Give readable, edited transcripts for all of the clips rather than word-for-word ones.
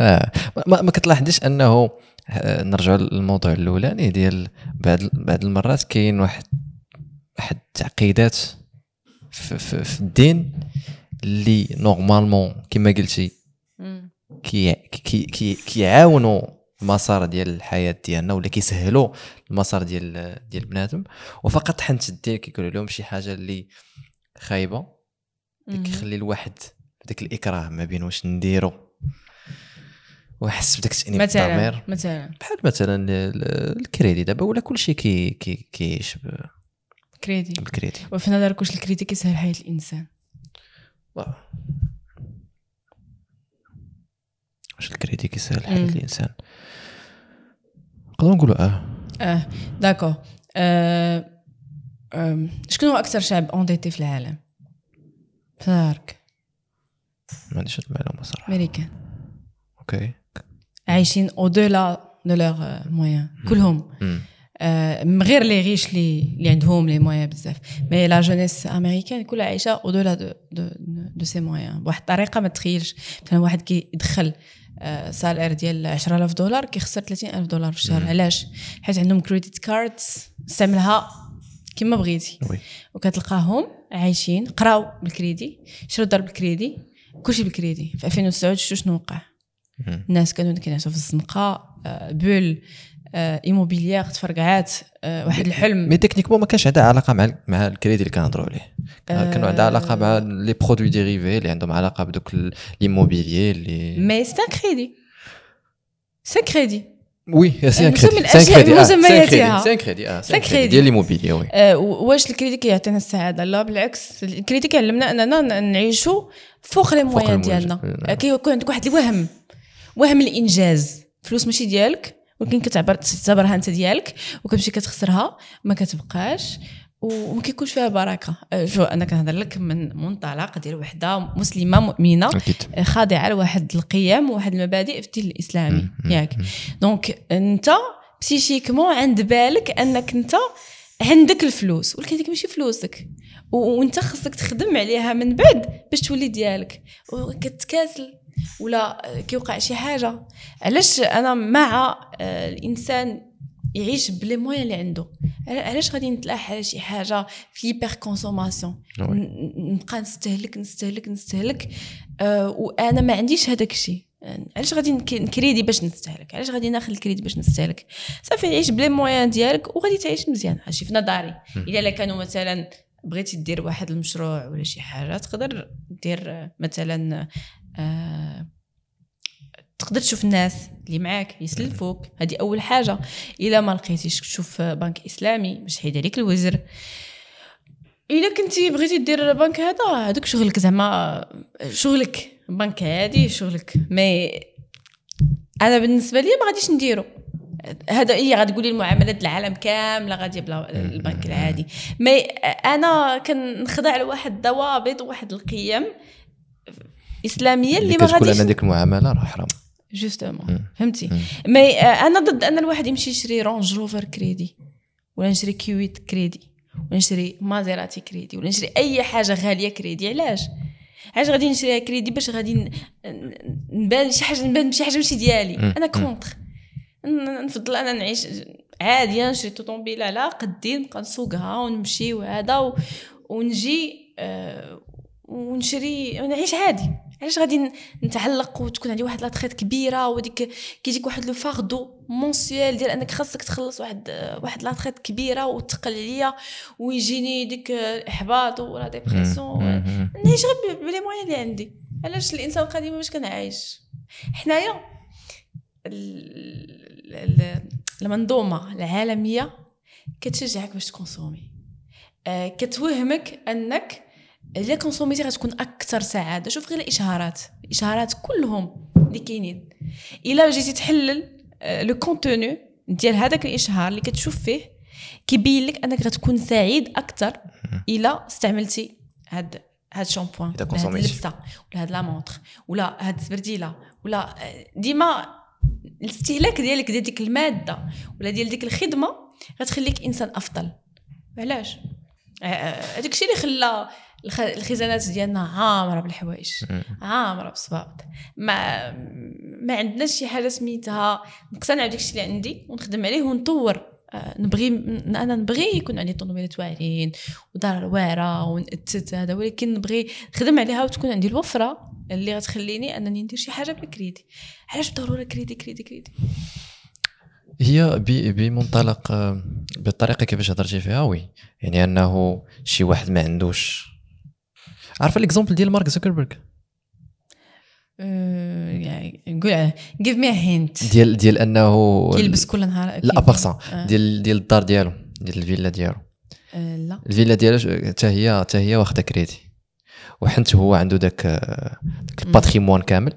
ما كتلاحظيش انه نرجع للموضوع الاولاني ديال بعض المرات كاين واحد التعقيدات في الدين اللي نورمالمون كما قلتي كيعاونوا المسار ديال الحياه ديالنا ولا كيسهلوا المسار ديال بنادم، وفقط حنت الدين كيقولوا لهم شي حاجه اللي خايبه كيخلي الواحد بداك الاكراه ما بين واش نديرو ويحس بداك التأنيب الضمير. بحال مثلا الكريدي دابا ولا كلشي كيعيش كريدي بالكريدي. وفي نظرك واش الكريدي كيسهل حياه الانسان؟ واش الكريدي كيسهل حياه الانسان؟ نقدروا نقولوا داكور. شكون هو اكثر شعب انديتي في العالم في نظرك؟ ما عنديش المعلومه صراحه. امريكان. اوكي. عايشين او دولا دو لور مويان كلهم، غير لي ريش اللي عندهم لي مويان بزاف، مي لا جونيس امريكان كلها عايشه او دولا دو سي مويان بواحد الطريقه ما تخيلش. مثلا واحد كيدخل سالير ديال $10,000 كيخسر $30,000 في الشهر. علاش؟ حيت عندهم كريديت كاردز استعملها كما بغيتي، وكتلقاهم عايشين قراو بالكريدي، شرو دار بالكريدي، كلشي بالكريدي. في 2009 شنو وقع؟ الناس كانوا كينعسوا في الزنقه، بول ايموبيليير تفرقعات، واحد الحلم. مي تكنيكمون ما كانش عندها علاقه مع الكريدي اللي كنهضروا عليه، كانوا عندها علاقه مع لي برودوي ديريفي اللي عندهم علاقه بدوك ليموبيليي اللي مي سي كريدي. سي كريدي وي سي كريدي سي كريدي ديال ليموبيليي. وي واش الكريدي كيعطينا السعاده؟ لا بالعكس، الكريدي كيعلمنا اننا نعيشوا فوق لي مويان ديالنا. كيكون عندك واحد الوهم، وهم الانجاز. فلوس ماشي ديالك ولكن تعتبرها انت ديالك، وكتمشي كتخسرها ما كتبقاش وما كيكونش فيها بركه. شو انا كنهضر لك من منطلق ديال وحده مسلمه مؤمنه خاضعه لواحد القيم وواحد المبادئ في الدين الاسلامي ياك. دونك انت بسيشيكمون عند بالك انك انت عندك الفلوس، ولكن ديك ماشي فلوسك، وانت خصك تخدم عليها من بعد باش تولي ديالك. وكتكاسل ولا كيوقع شي حاجه. علاش انا مع الانسان يعيش بلي موين اللي عنده؟ علاش غادي نتلاح على شي حاجه في هيبر كونسوماسيون، نبقى نستهلك وانا ما عنديش هذاك الشيء؟ علاش غادي نكريدي باش نستهلك؟ علاش غادي ناخذ الكريدي باش نستهلك؟ صافي عيش بلي موين ديالك وغادي تعيش مزيان. هادشي في نظري. الا كانوا مثلا بغيتي دير واحد المشروع ولا شي حاجه، تقدر دير مثلا تقدر تشوف الناس اللي معاك يسلفوك، هذه اول حاجه. الا ما لقيتيش تشوف بنك اسلامي باش حيد عليك الوزر. الا كنتي بغيتي دير بنك هذاك شغلك، زعما شغلك بنك عادي شغلك. مي انا بالنسبه لي ما غاديش نديرو هذا. هي غتقولي المعاملات العالم كامله غادي بلا البنك العادي. مي انا كنخضع لواحد الضوابط وواحد القيم اسلاميه اللي ما غاديش انا ديك المعامله راه حرام جوستومون. فهمتي؟ مي انا ضد ان الواحد يمشي يشري رونج روفر كريدي، ولا نشري كيويت كريدي، ولا نشري مازيراتي كريدي، ولا نشري اي حاجه غاليه كريدي. علاش غادي نشريها كريدي؟ باش غادي نبان شي حاجه، نبان شي حاجه ماشي ديالي. انا كونتر. نفضل انا نعيش عادي، نشري طوموبيله على قدي، نبقى نسوقها ونمشي وهذا ونجي ونشري ونعيش عادي. علاش غادي نتعلق وتكون عندي واحد لاطريت كبيره وديك كيجيك واحد لو فاردو مونسيال ديال انك خاصك تخلص واحد لاطريت كبيره وتقل عليا ويجيني ديك احباط ولا ديبرسيون. نعيش غير بلي موين اللي عندي. علاش الانسان القديم باش كنعيش حنايا المنظومه العالميه كتشجعك باش تكونسومي، كتوهمك انك الا كونسوميتي غتكون اكثر سعاده. شوف غير الاشهارات كلهم اللي كاينين، الا جيتي تحلل لو كونتوني ديال هذاك الاشهار اللي كتشوف فيه كيبين لك انك غتكون سعيد اكثر الا استعملتي هاد الشامبوان ولا هاد اللبسه ولا هاد لا مونطر ولا هاد السبرديله، ولا ديما الاستهلاك ديالك ديال ديك الماده ولا ديال ديك الخدمه غتخليك انسان افضل. علاش؟ هذاك الشيء اللي خلى الخزانات ديالنا عامره بالحوايج، عامره بالصبابط، ما عندناش شي حاجه سميتها نقتنع بداكشي اللي عندي ونخدم عليه ونطور. انا نبغي يكون عندي طوموبيلات واعرين ودار واعره ونأتت هذا، ولكن نبغي نخدم عليها وتكون عندي الوفره اللي غتخليني انني ندير شي حاجه بالكريدي. علاش ضروري كريدي؟ هي بمنطلق بالطريقه كيفاش هضرتي فيها، وي يعني انه شي واحد ما عندوش. عارفه الاكزامبل ديال مارك زوكربيرغ؟ يعني نقول give me a hint ديال انه كيلبس كل نهار. لا ابارسا ديال الدار ديالو، ديال الفيلا ديالو. لا الفيلا ديالو حتى هي واخده كريدي، وحنت هو عنده داك الباتريمون كامل،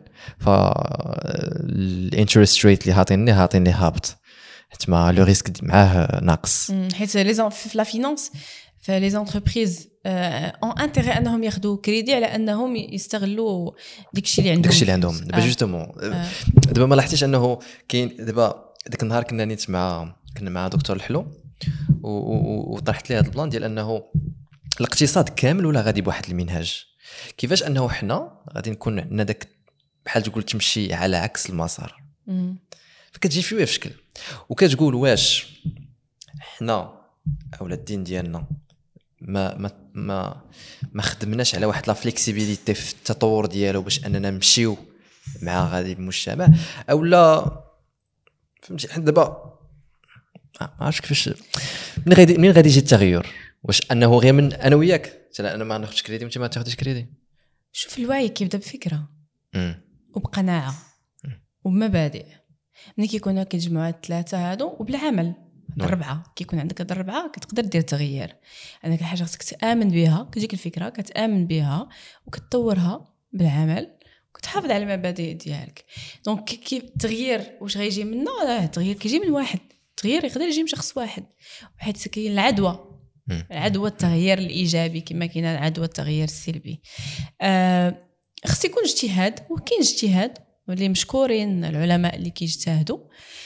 فالانترست ريت اللي هاطيني هابط، حيت ما لو ريسك معاه ناقص. حيت لي في لا فينانس فلي زونتربريز اون انتيري انهم ياخذوا كريدي على انهم يستغلوا داكشي اللي عندهم. دابا جوستومون دابا ما لاحظتيش انه كاين دابا داك النهار كنا مع دكتور الحلو وطرحت ليه هذا البلان ديال انه الاقتصاد كامل ولا غادي بواحد المنهاج، كيفاش انه حنا غادي نكون عندنا داك بحال تقول تمشي على عكس المسار. فكتجي فيه في شكل وكتقول واش حنا اولا الدين ديالنا ما خدمناش على واحد لا فليكسيبيليتي في التطور ديالو باش اننا نمشيو مع غادي المجتمع، اولا فهمتي. حنا دابا ما عرفتش كيفاش منين غادي يجي التغير. واش انه غير من انا وياك انا ما ناخذش كريدي وانت ما تاخذش كريدي؟ شوف الوعي كيبدا بفكره وبقناعه وبمبادئ. ملي كيكونوا كيتجمعوا الثلاثه هادو وبالعمل الربعه، كيكون عندك هاد الربعه كتقدر دير تغيير. عندك حاجه خصك تامن بها، كتجيك الفكره كتامن بها وكتطورها بالعمل وكتحافظ على المبادئ ديالك. دونك كيف التغيير واش غيجي منه؟ لا، التغيير كيجي من واحد، التغيير يقدر يجي من شخص واحد، وحيت كاين العدوى التغيير الايجابي كما كاين العدوى التغيير السلبي. خص يكون اجتهاد، وكاين اجتهاد واللي مشكورين العلماء اللي كيجتهدوا.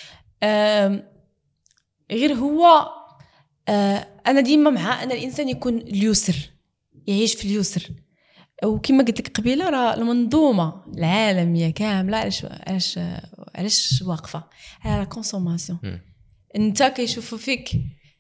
غير هو انا ديما مع ان الانسان يكون اليسر، يعيش في اليسر. وكما قلت لك قبيله راه المنظومه العالميه كامله علاش واقفه على الكونسوماسيون. انت كيشوفوا فيك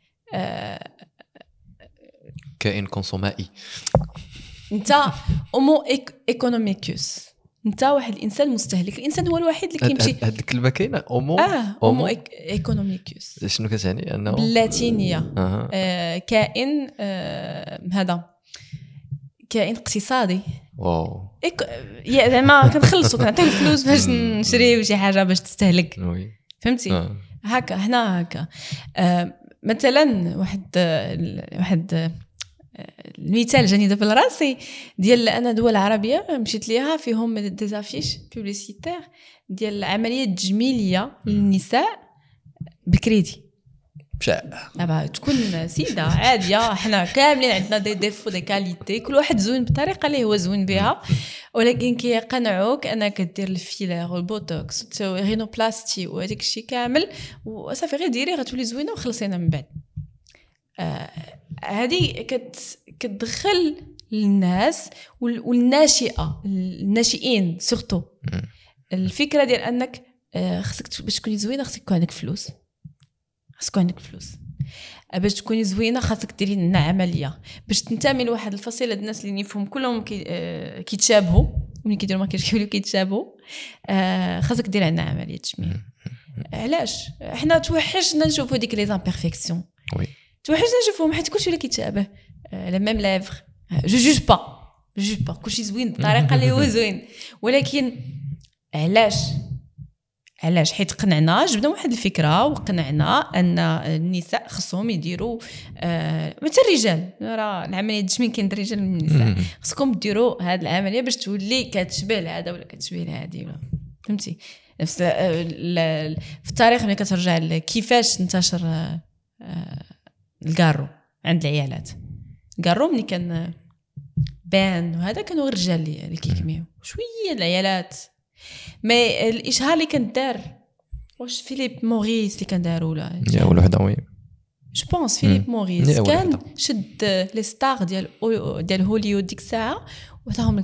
كائن كونسومائي، انت اومو ايكونوميكوس، انت واحد الانسان مستهلك. الانسان هو الوحيد اللي كيمشي. هاد الكلمه كاينه اومو ايكونوميكوس. شنو كتعني؟ انه باللاتينيه كائن هذا كائن اقتصادي. واو زعما كنخلصوا كنعطيو الفلوس باش نشريو شي حاجه باش تستهلك. فهمتي؟ هكا هنا هكا. مثلا واحد المثال جاني دابا لراسي ديال انا دول عربيه مشيت ليها فيهم ديزافيش بوبليسيتير ديال عمليه تجميليه للنساء بكريدي. دابا تكون سيده عاديه، حنا كاملين عندنا دي ديفو دي كاليتي، كل واحد زوين بالطريقه اللي هو زوين بها، ولكن كيقنعوك انك دير الفيلر والبوتوكس وتسوي رينوبلاستي وهذاك الشيء كامل وصافي غير ديري غتولي زوينه وخلصينا من بعد. هذه كتدخل للناس الناشئين سورتو الفكره ديال انك خصك باش تكوني زوينه خصك يكون عندك فلوس، باش تكوني زوينه خاصك ديري لنا عمليه باش تنتمي لواحد الفصيله ديال الناس اللي نفهم كلهم كيتشابهوا وملي كيديروا ماكياج كيوليو كيتشابهوا. خاصك دير لنا عمليه تجميل. علاش حنا توحشنا نشوفوا ديك لي زامبيرفيكسيون؟ توحشنا نشوفهم حيت كلشي ولا كيتشابه، لا ميم لافغ. جو جوج با كلشي زوين بالطريقه اللي هو زوين، ولكن علاش حيت قنعنا جبنا واحد الفكره وقنعنا ان النساء خصهم يديروا مثل الرجال. راه العمليه التجميل كاين الرجال والنساء، خصكم ديروا هذه العمليه باش تولي كتشبه لهذا ولا كتشبه لهذه. فهمتي؟ نفس في التاريخ ملي كترجع كيفاش انتشر الكارو عند العيالات. الكارو ملي كان بان وهذا كانوا الرجال اللي كيكميو شويه العيالات. مي الاشهار اللي كان دار واش فيليب موريس اللي كان داروا لا ولا وحده وي جو بونس فيليب موريس كان شد لي ستار ديال هوليوود ديك الساعه وعطاهم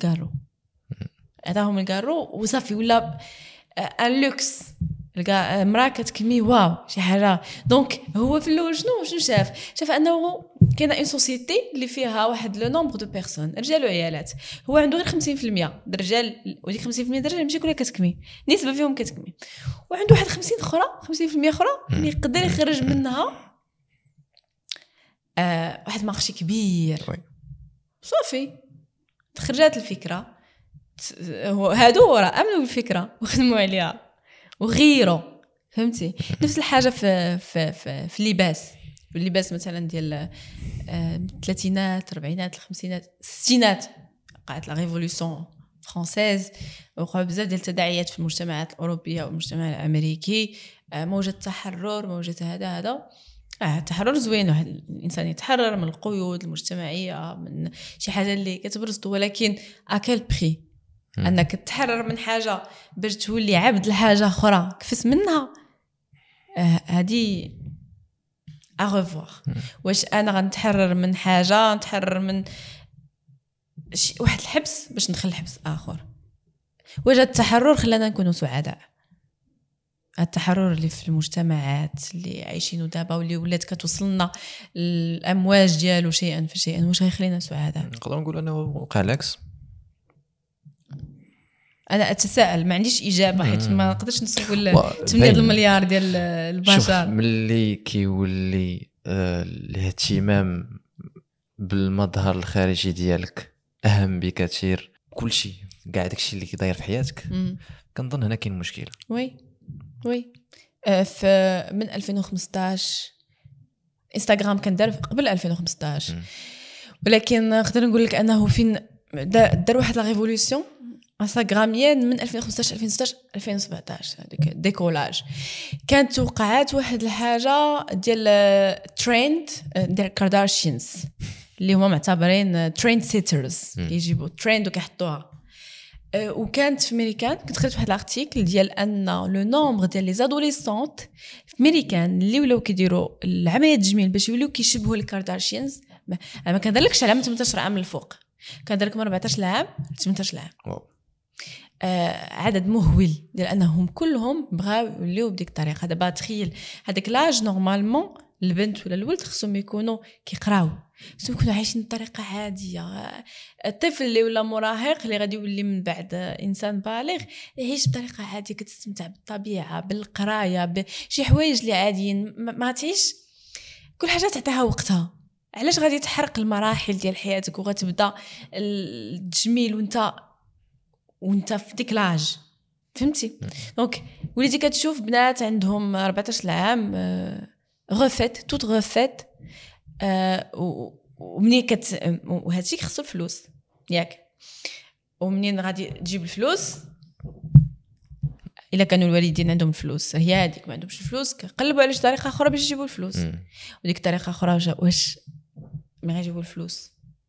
الكارو وصافي ولا ان لوكس المراه كتكمي واو شي حاجه. دونك هو في الاول شنو شاف انه كاينه اون سوسيتي اللي فيها واحد لو نومبر دو بيرسون رجال وعيالات، هو عنده غير 50% الرجال وديك 50% الرجال ماشي كلها كتكمي، نسبه فيهم كتكمي، وعنده واحد 50% اخرى اللي يقدر يخرج منها واحد مارشي كبير. صافي تخرجات الفكره، هادو راه امنوا بالفكره وخدموا عليها وغيروا، فهمتي؟ نفس الحاجه في اللباس مثلا ديال الثلاثينات الربعينات الخمسينات الستينات، وقعت لا ريفولوسيون فرانسيز، وقعوا بزاف ديال التداعيات في المجتمعات الاوروبيه والمجتمع الامريكي، موجه تحرر، موجه هذا التحرر زوين، واحد الانسان يتحرر من القيود المجتمعيه، من شي حاجه اللي كتبرزو، ولكن اكل بري انك تتحرر من حاجه باش تولي عبد لحاجه اخرى كفس منها، هذه اغوفوار. واش انا غنتحرر من حاجه، نتحرر من واحد الحبس باش ندخل لحبس اخر؟ واش التحرر خلانا نكونوا سعداء؟ التحرر اللي في المجتمعات اللي عايشينه دابا واللي ولات كتوصلنا الامواج ديالو شيئا فشيئا، واش غيخلينا سعداء؟ نقدر نقول انه وقع العكس. انا اتساءل، ما عنديش اجابه حيت ما نقدرش نسول 8 المليار ديال البشر. شوف ملي كيولي الاهتمام بالمظهر الخارجي ديالك اهم بكثير كلشي، كاع داكشي اللي كيداير في حياتك، كنظن هنا كاين مشكل. وي من 2015 انستغرام كان دار قبل 2015، ولكن نقدر نقول لك انه فين دار واحد لا ريفولوسيون انستغراميين من 2015 2016 2017. هذيك ديكولاج كانت وقعات واحد الحاجه ديال تريند ديال كارداشيانز اللي هما معتبرين تريند سيترز، كيجيبوا تريند وكيحطوها. وكانت في امريكان كنت قريت واحد الارتيكل ديال ان لو نومبر ديال لي زادوليسونت في امريكان اللي ولاو كيديروا العمليه التجميل باش يوليو كيشبهوا الكارداشيانز، ما كنديرلكش على 18 عام للفوق، كنديرلك من 14 عام ل 18 عام. عدد مهول ديال انهم كلهم بغاو يوليو بديك الطريقه. دابا تخيل هذاك لاج نورمالمون البنت ولا الولد خصهم يكونوا كيقراو، خصهم يكونوا عايشين بطريقه عاديه. الطفل اللي ولا مراهق اللي غادي يولي من بعد انسان بالغ يعيش بطريقه عاديه، كتستمتع بالطبيعه بالقرايه بشي حوايج اللي عاديين، ما تعيش كل حاجه تعطيها وقتها. علاش غادي تحرق المراحل ديال حياتك وغتبدا التجميل وانت في ديك لاج؟ فهمتي؟ دونك وليتي كتشوف بنات عندهم 14 عام غوفيت توت غوفيت، ومنين وهادشي خصو الفلوس ياك، ومنين غادي تجيب الفلوس الا كانوا الوالدين عندهم الفلوس، هي هذيك ما عندهمش الفلوس كيقلبوا على شي طريقه اخرى باش يجيبوا الفلوس، وديك الطريقه اخرى واش ما غيجيبوا الفلوس؟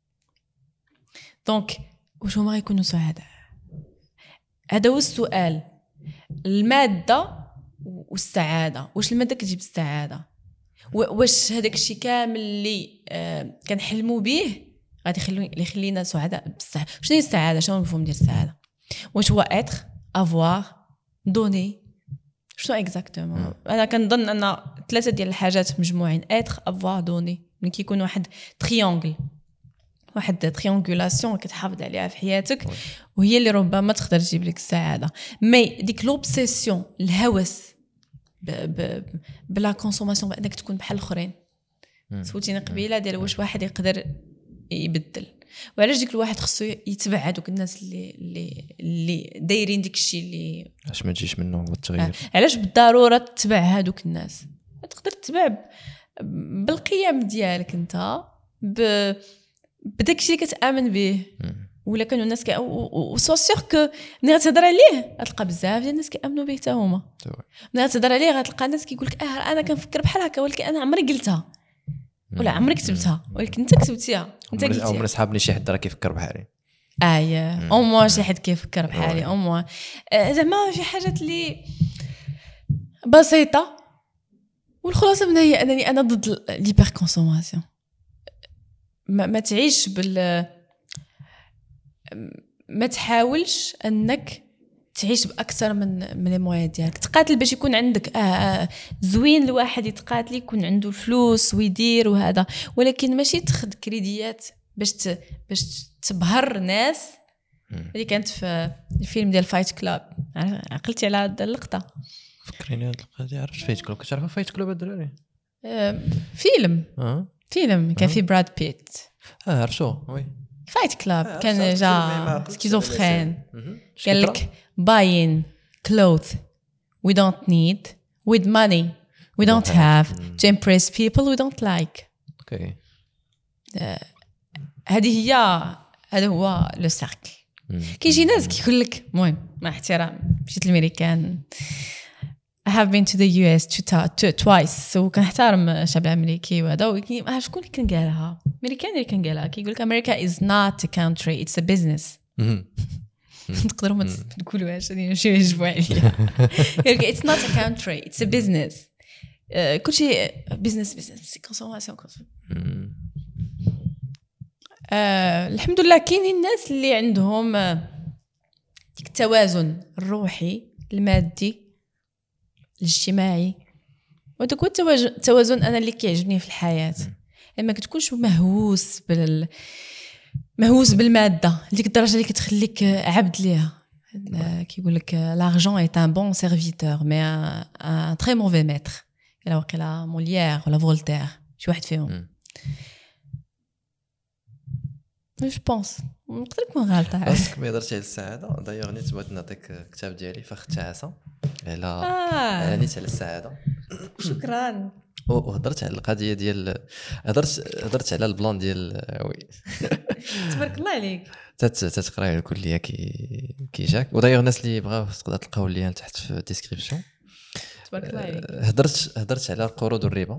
دونك واش هما غيكونوا سعداء؟ هذا هو السؤال. الماده والسعاده، واش الماده كتجيب السعاده؟ واش هذاك الشيء كامل اللي كنحلموا به غادي يخلينا سعداء بصح؟ شنو هي السعاده؟ شنو المفهوم ديال السعاده؟ واش هو اتر افوار دوني؟ شنو اكزاكتومون؟ انا كنظن ان ثلاثه ديال الحاجات مجموعين، اتر افوار دوني. ملي كيكون واحد تريونغل، واحد تريونغولاسيون كتحافظ عليها في حياتك، وهي اللي ربما تقدر تجيب لك السعاده. مي ديك لوبسيسيون، الهوس بلا كونسوماسيون، بانك تكون بحال الاخرين. سولتيني قبيله ديال واش واحد يقدر يبدل، وعلاش ديك الواحد خصو يتبع هذوك الناس اللي دايرين ديك الشيء اللي علاش ما تجيش منه هو التغيير. علاش بالضروره تتبع هذوك الناس؟ تقدر تتبع بالقيم ديالك انت، بداك الشيء اللي كتامن به. ولا كانوا الناس وسو سور كو ملي غتهضر عليه غتلقى بزاف ديال الناس كيامنوا به حتى هما. ملي غتهضر عليه غتلقى الناس كيقول لك انا كنفكر بحال هكا، ولكن انا عمري قلتها ولا عمري كتبتها، ولكن انت كتبتيها، انت قلتيها. عمر صحابني شي حد راه كيفكر بحالي. او مو شي حد كيفكر بحالي، او مو زعما شي حاجات اللي بسيطه والخلاصه من هي انني انا ضد الهيبر كونسوماسيون. ما تعيش ما تحاولش انك تعيش باكثر من المواد ديالك. تقاتل باش يكون عندك زوين الواحد يتقاتل يكون عنده الفلوس ويدير وهذا، ولكن ماشي تاخذ كريديات باش تبهر الناس. اللي كانت في الفيلم ديال فايت كلاب، عقلتي على هذه اللقطه؟ فكريني هذه اللقطه. عرفت فايت كلوب؟ كتعرف فايت كلوب الدراري؟ فيلم كان فيه براد بيت. عرفتو وي. فايت كلاب كان جا سكيزوفرين، قال لك buying clothes we don't need with money we don't have to impress people we don't like. اوكي هذا هو لو سيركل. كيجي ناس كيقول لك المهم مع احترام مشيت الامريكان I have been to the US twice وكنحترم الشعب الامريكي وهذا، ولكن شكون اللي كان قالها؟ امريكان اللي كان قالها. كيقول لك America is not a country it's a business. تقدروا ما تقولوهاش هذه ماشي يعجبوا عليا. It's not a country it's a business. كل شيء business كونسوماسيون. الحمد لله كاينين الناس اللي عندهم ديك التوازن الروحي المادي الاجتماعي، وداك هو التوازن انا اللي كيعجبني في الحياه. لما كتكونش مهووس بالماده لديك الدرجه اللي كتخليك عبد ليها. كيقول لك l'argent est un bon serviteur mais un très mauvais maître. الا وقيلا موليير ولا فولتير شي واحد فيهم. جو بونس نقدر نكون غلطه. باسكو ما هضرتي على السعاده. دايوغ نيت بغيت نعطيك الكتاب ديالي فخ التعاسه على نيت على السعاده. شكرا. وهضرت على القضيه ديال هضرت على البلان ديال وي. تبارك الله عليك. تتقراي الكليه كي جاك. ودايوغ الناس اللي بغاو تقدر تلقاو اللين تحت في الديسكريبسيون. تبارك الله عليك. هضرت على القروض والربا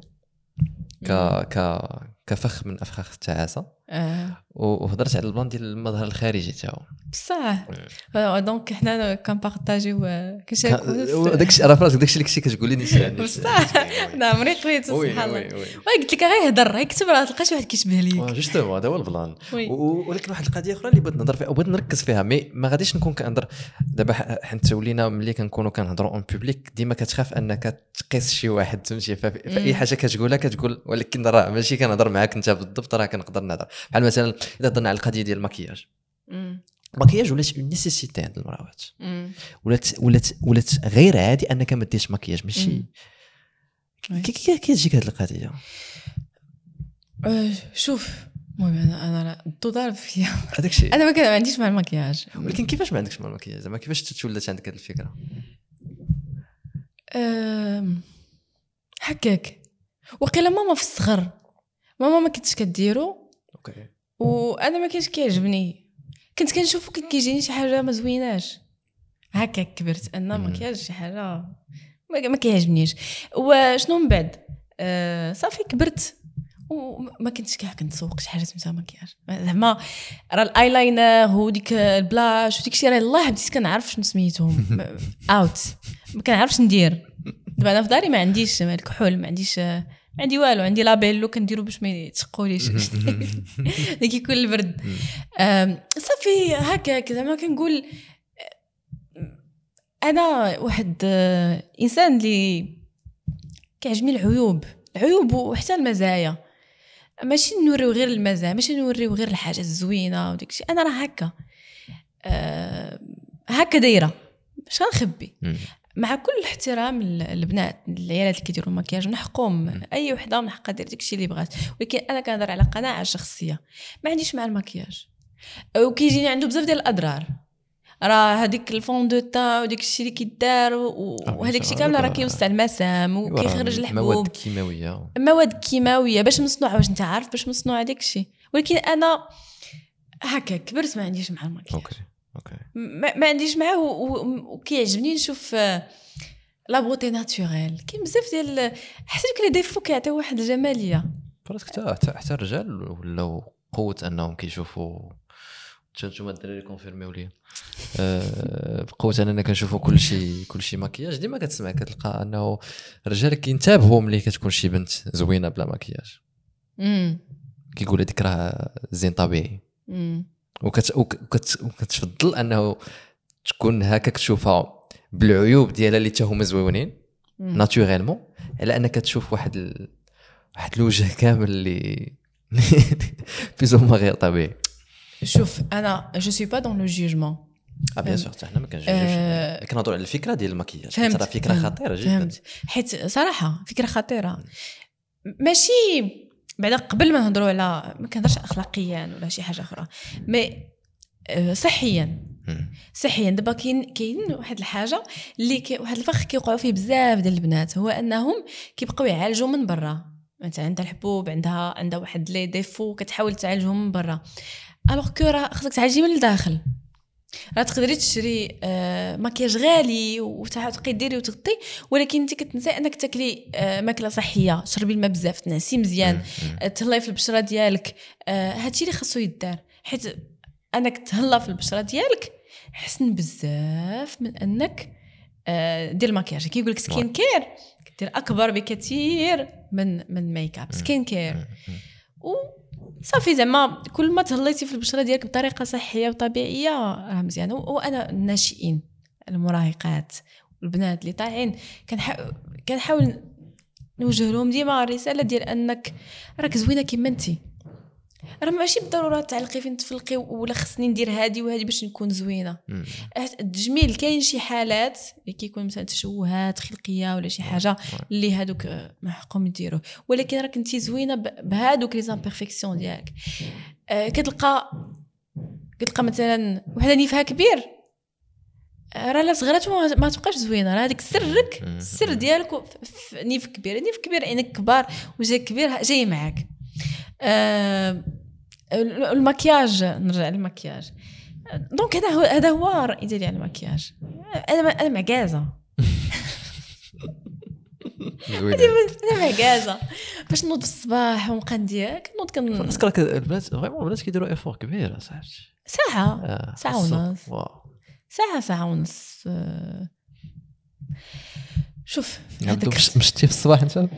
كفخ من افخاخ التعاسه. وهضرت على البلان ديال المظهر الخارجي تاعو. بصح دونك حنا كنبارطاجيو كنشاركوا داكشي راه فراسك داكشي اللي كنتي كتقولي نساني. بصح انا عمري قريت سبحان الله. قلت لك غير هضر غير كتب راه تلقى شي واحد كيشبه ليك. جوستومون هذا هو البلان. ولكن واحد القضيه اخرى اللي بغيت نهضر فيها وبغيت نركز فيها ما غاديش نكون كنهضر دابا حنت ولينا ملي كنكونوا كنهضروا اون بوبليك ديما كتخاف انك تقيس شي واحد تمشي في اي حاجه كتقولها كتقول ولكن راه ماشي كنهضر معاك انت بالضبط راه كنقدر نهضر. بحال مثلا اذا هضرنا على القضيه ديال المكياج. المكياج ولات اون نيسيسيتي عند المراوات. ولات غير عادي انك ما ديرش مكياج. ماشي كيجيك هذه القضيه. شوف المهم انا ضرب فيها هذاك الشيء. انا ما عنديش مع المكياج. ولكن كيفاش ما عندكش مع المكياج؟ زعما كيفاش تولات عندك هذه الفكره؟ هكاك وقيلا ماما في الصغر ماما ما كنتش كديرو. اوكي. وانا ما كانش كيعجبني. كنت كنشوفو كان كيجيني شي حاجه ما زويناش. هكا كبرت ان مكياج شي حاجه ما كيعجبنيش. وشنو من بعد صافي كبرت وما كنتش كنسوق شي حاجه سميتها مكياج. زعما راه الايلاينر وديك البلاش وديك الشيء راه الله بديت كنعرف شنو سميتهم اوت ما كنعرفش ندير. دابا انا في داري ما عنديش الكحول ما عندي والو. عندي لابيلو كنديرو باش ما يتشقوليش اللي كيكون البرد. صافي هكا زعما كنقول انا واحد انسان اللي كيعجبني العيوب وحتى المزايا. ماشي نوريو غير المزايا ماشي نوريو غير الحاجه الزوينه وديك الشيء. انا راه هكا دايره باش غنخبي. مع كل الاحترام البنات العيالات اللي كيديروا المكياج من حقهم اي وحده من حقها دير داكشي اللي بغات. ولكن انا كنهضر على قناعه شخصيه ما عنديش مع المكياج. وكيجيني عنده بزاف ديال الاضرار. راه هذيك الفون دو تان وديك الشيء اللي كيدار وهذاك الشيء كامل راه كيوسع المسام وكيخرج الحبوب مواد كيماويه باش مصنوعه. واش انت عارف باش مصنوعه داك الشيء؟ ولكن انا هكا كبرت ما عنديش مع المكياج. اوكي ما عنديش معاه. وكيعجبني نشوف لا بوتي ناتوريل. كاين بزاف ديال حتى ديك لي ديفو كيعطيو واحد الجماليه. فراسك حتى الرجال ولاو قوه انهم كيشوفوا نتوما الدراري كونفيرميو ليا بقوه اننا كنشوفوا كل شيء ماكياج. ديما كتسمع كتلقى انه الرجال كينتبهوا ملي كتكون شي بنت زوينه بلا ماكياج كيقول هذيك راه زين طبيعي وكتفضل انه تكون هكا تشوفها بالعيوب ديالها اللي هما زوينين ناتوريلمون على انك تشوف واحد الوجه كامل اللي بيزوما غير طبيعي. شوف انا جو سوي با دون لو جوجمون بيان سور حنا ما كنجوجوش كنهضروا على الفكره ديال المكياج ترى فكره خطيره جدا. فهمت حيت صراحه فكره خطيره ماشي بعدا قبل ما نهضروا على ما كنهضرش اخلاقيا ولا شي حاجه اخرى مي صحيا دابا كاين واحد الحاجه اللي واحد الفخ كيوقعوا فيه بزاف ديال البنات هو انهم كيبقاو يعالجوا من برا. مثلا عندها الحبوب عندها واحد لي ديفو كتحاول تعالجهم من برا الوغ كو راه خصك تعالجي من الداخل. راه تقدري تشري مكياج غالي وتبقاي ديري وتغطي ولكن انت كتنسى انك تاكلي ماكله صحيه تشربي الماء بزاف تنعسي مزيان تهلاي في البشره ديالك. هادشي اللي خاصو يدار حيت انك تهلا في البشره ديالك حسن بزاف من انك دير المكياج. كيقول لك سكين كير كدير اكبر بكثير من ميك اب. سكين كير وصافي زعما كل ما تهليتي في البشره ديالك بطريقه صحيه وطبيعيه راه مزيان. وانا الناشئين المراهقات والبنات اللي طالعين كنحاول نوجه لهم ديما الرساله ديال انك راك زوينه كيما انتي. راه ماشي بالضروره تعلقي فين تفلقي ولا خصني ندير هادي وهادي باش نكون زوينه. التجميل كاين شي حالات اللي كيكون مثلا تشوهات خلقيه ولا شي حاجه اللي هادوك محقوم يديروه ولكن راك انتي زوينه بهادوك لي زامبيرفيكسيون ديالك. كتلقى مثلا وحده نيفها كبير راه لا صغرات ما تبقاش زوينه. راه هذيك سرك السر ديالك نيف كبير عينك كبار وجهك كبير جاي معاك. المكياج نرجع للمكياج دونك هذا هو رأيي ديالي على المكياج. انا معكازه انا معكازه باش نوض في الصباح ونبقى ندير كنوض اسكراك البنات فريمون البنات كيديروا ايفور كبير صاحبي ساعه ونص ساعه ونص. شوف هذاك مشتي في الصباح انت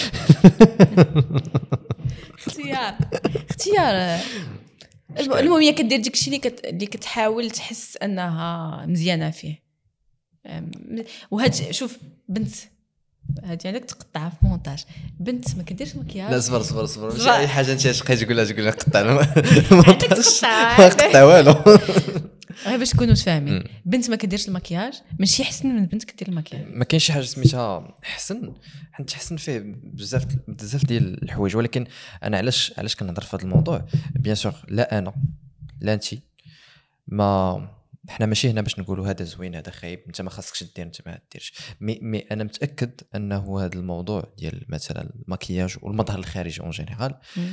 اختيار المهم هي كدير داكشي اللي كتحاول تحس انها مزيانه فيه. وهاد شوف بنت هادي عليك تقطعها في مونتاج. بنت ما كديرش مكياج. لا صبر ماشي اي حاجه انت تبقى تقول لها قطع المونتاج ما قطع والو غير باش تكونوا فاهمين. بنت ما كديرش المكياج ماشي احسن من بنت كدير المكياج. ما كاينش شي حاجه سميتها حسن حنت تحسن فيه بزاف ديال الحوايج. ولكن انا علاش كنهضر في هذا الموضوع بيان سور لا انا لا انت ما حنا ماشي هنا باش نقولوا هذا زوين هذا خايب انت ما خاصكش دير انت ما ديرش. مي انا متاكد انه هذا الموضوع ديال مثلا المكياج والمظهر الخارجي اون جينيرال